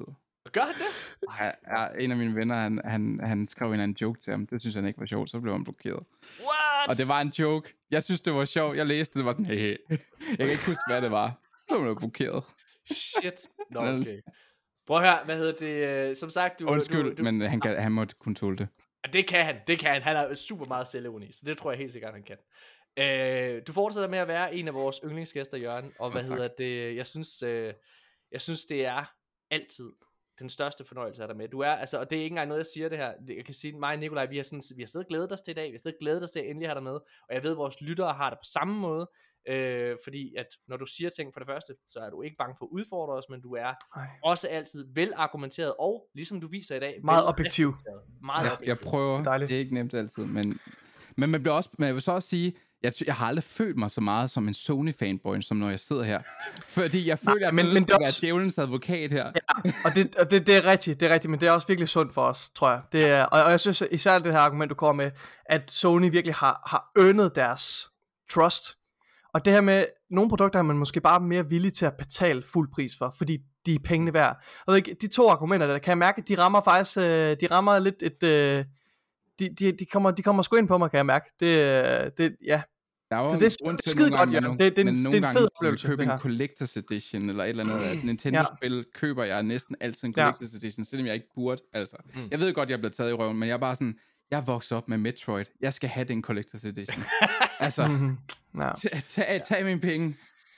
Gør han det? En af mine venner, han skrev en anden joke til ham. Det synes han ikke var sjovt, så blev han blokeret. What? Og det var en joke. Jeg synes, det var sjovt. Jeg læste det var sådan, hey. Jeg kan ikke huske, hvad det var. Så blev han blokeret. Shit. Nå, okay. Prøv at høre, hvad hedder det? Som sagt, Undskyld, men han måtte kunne tåle det. Det kan han. Han har super meget selvironi, så det tror jeg helt sikkert, han kan. Du fortsætter med at være en af vores yndlingsgæster, Jørgen, og hvad hedder det? Jeg synes, det er altid den største fornøjelse af dig med. Du er, altså, og det er ikke engang noget, jeg siger det her. Jeg kan sige, mig og Nikolaj, vi har stadig glædet os til i dag. Vi har stadig glædet os til at endelig have dig med. Og jeg ved, at vores lyttere har det på samme måde. Fordi at når du siger ting for det første, så er du ikke bange for at udfordre os, men du er også altid velargumenteret, og ligesom du viser i dag, meget objektiv. Jeg prøver. Det er ikke nemt altid, men man bliver også, men jeg vil så også sige, jeg har aldrig følt mig så meget som en Sony-fanboy, som når jeg sidder her. Fordi jeg føler, at jeg er være djævelens advokat her. Ja, og det er rigtigt, men det er også virkelig sundt for os, tror jeg. Det er, og jeg synes især det her argument, du kommer med, at Sony virkelig har earnet deres trust. Og det her med, nogle produkter er man måske bare mere villig til at betale fuld pris for, fordi de er pengene værd. Og de to argumenter, der kan jeg mærke, de rammer faktisk, lidt et... De kommer sgu ind på mig, kan jeg mærke. Ja. Så det er skide godt, ja. Det er en fed oplevelse. Købe en Collector's Edition, eller et eller andet Nintendo-spil, køber jeg næsten altid en Collector's Edition, selvom jeg ikke burde. Altså, jeg ved godt, jeg bliver taget i røven, men jeg er bare sådan, jeg er vokset op med Metroid. Jeg skal have den Collector's Edition. Altså, tag mine penge.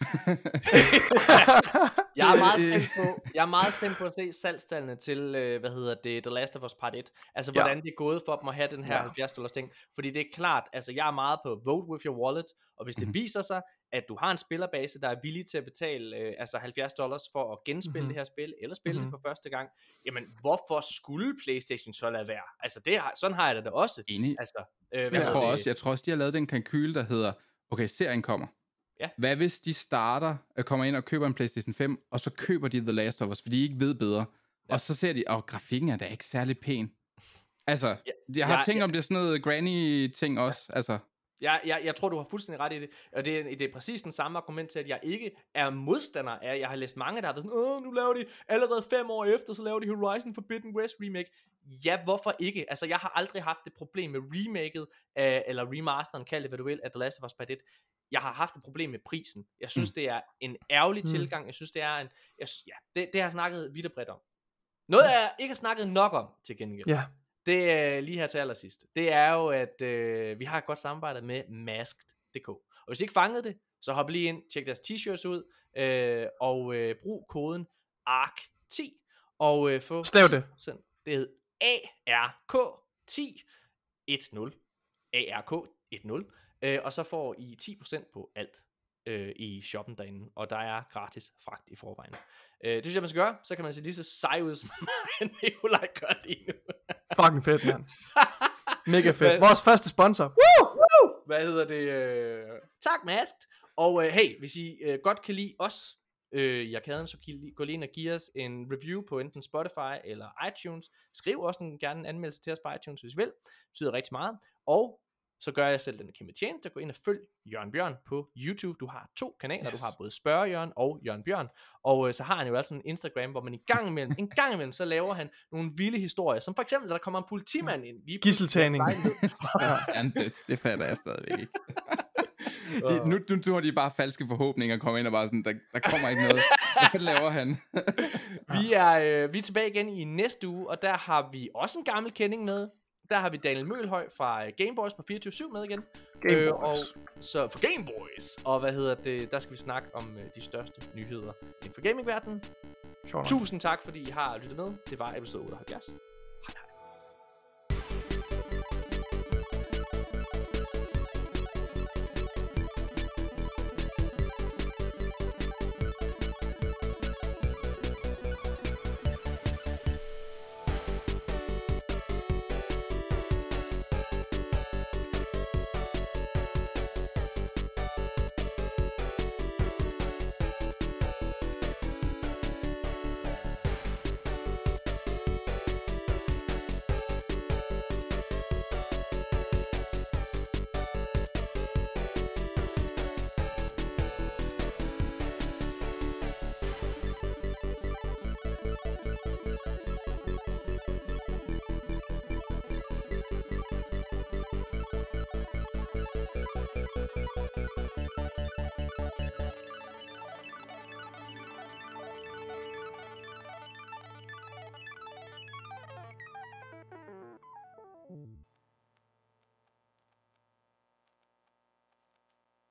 Jeg er meget spændt på at se salgstallene til The Last of Us Part 1. Altså hvordan det er gået for dem at have den her $70 ting. Fordi det er klart, altså jeg er meget på vote with your wallet. Og hvis det viser sig, at du har en spillerbase, der er villig til at betale $70 for at genspille det her spil, eller spille det for første gang, jamen hvorfor skulle PlayStation så lade være? Altså sådan har jeg det da også. Enig. Altså, jeg tror også, de har lavet den kalkyle, der hedder, okay, serien kommer. Ja. Hvad hvis de kommer ind og køber en PlayStation 5, og så køber de The Last of Us, fordi de ikke ved bedre, og så ser de, grafikken er da ikke særlig pæn. Altså, jeg har tænkt om det er sådan noget granny-ting også, altså. Jeg tror, du har fuldstændig ret i det, og det er præcis den samme argument til, at jeg ikke er modstander af, jeg har læst mange, der har været sådan, nu laver de allerede 5 år efter, så laver de Horizon Forbidden West remake. Ja, hvorfor ikke? Altså, jeg har aldrig haft et problem med remaket, eller remasteren, kald det hvad du vil, af The Last of Us Part 1. Jeg har haft et problem med prisen. Jeg synes, det er en ærgerlig tilgang. Jeg synes, det er det har jeg snakket vidt og bredt om. Noget, jeg ikke har snakket nok om, til gengæld. Ja. Det er lige her til allersidst. Det er jo, at vi har et godt samarbejde med Masked.dk. Og hvis I ikke fangede det, så hop lige ind, tjek deres t-shirts ud, og brug koden ARK10. Og få... Stav det. Det hedder ARK10. ARK10. Og så får I 10% på alt i shoppen derinde, og der er gratis fragt i forvejen. Det synes jeg, man skal gøre, så kan man se lige så sej ud, som Nikolaj gør lige nu. Fucking fedt, mand. Mega fedt. Vores første sponsor. Woo! Hvad hedder det? Tak, Masked. Og hey, hvis I godt kan lide os i Arkaden, så gå lige ind og give os en review på enten Spotify eller iTunes. Skriv også gerne en anmeldelse til os på iTunes, hvis I vil. Det betyder rigtig meget. Og så gør jeg selv den kæmpe tjeneste, gå ind og følg Jørgen Bjørn på YouTube. Du har 2 kanaler, du har både Spørge Jørgen og Jørgen Bjørn, og så har han jo altså en Instagram, hvor man en gang imellem, så laver han nogle vilde historier, som for eksempel, der kommer en politimand ind. Gisseltagning. Det fatter jeg stadigvæk ikke. Nu har de bare falske forhåbninger, kommer ind og bare sådan, der kommer ikke noget. Hvad laver han? Vi er tilbage igen i næste uge, og der har vi også en gammel kending med. Der har vi Daniel Mølhøj fra Gameboys på 24/7 med igen. Og så for Gameboys. Og der skal vi snakke om de største nyheder inden for gamingverdenen. Tusind tak, fordi I har lyttet med. Det var episode 78.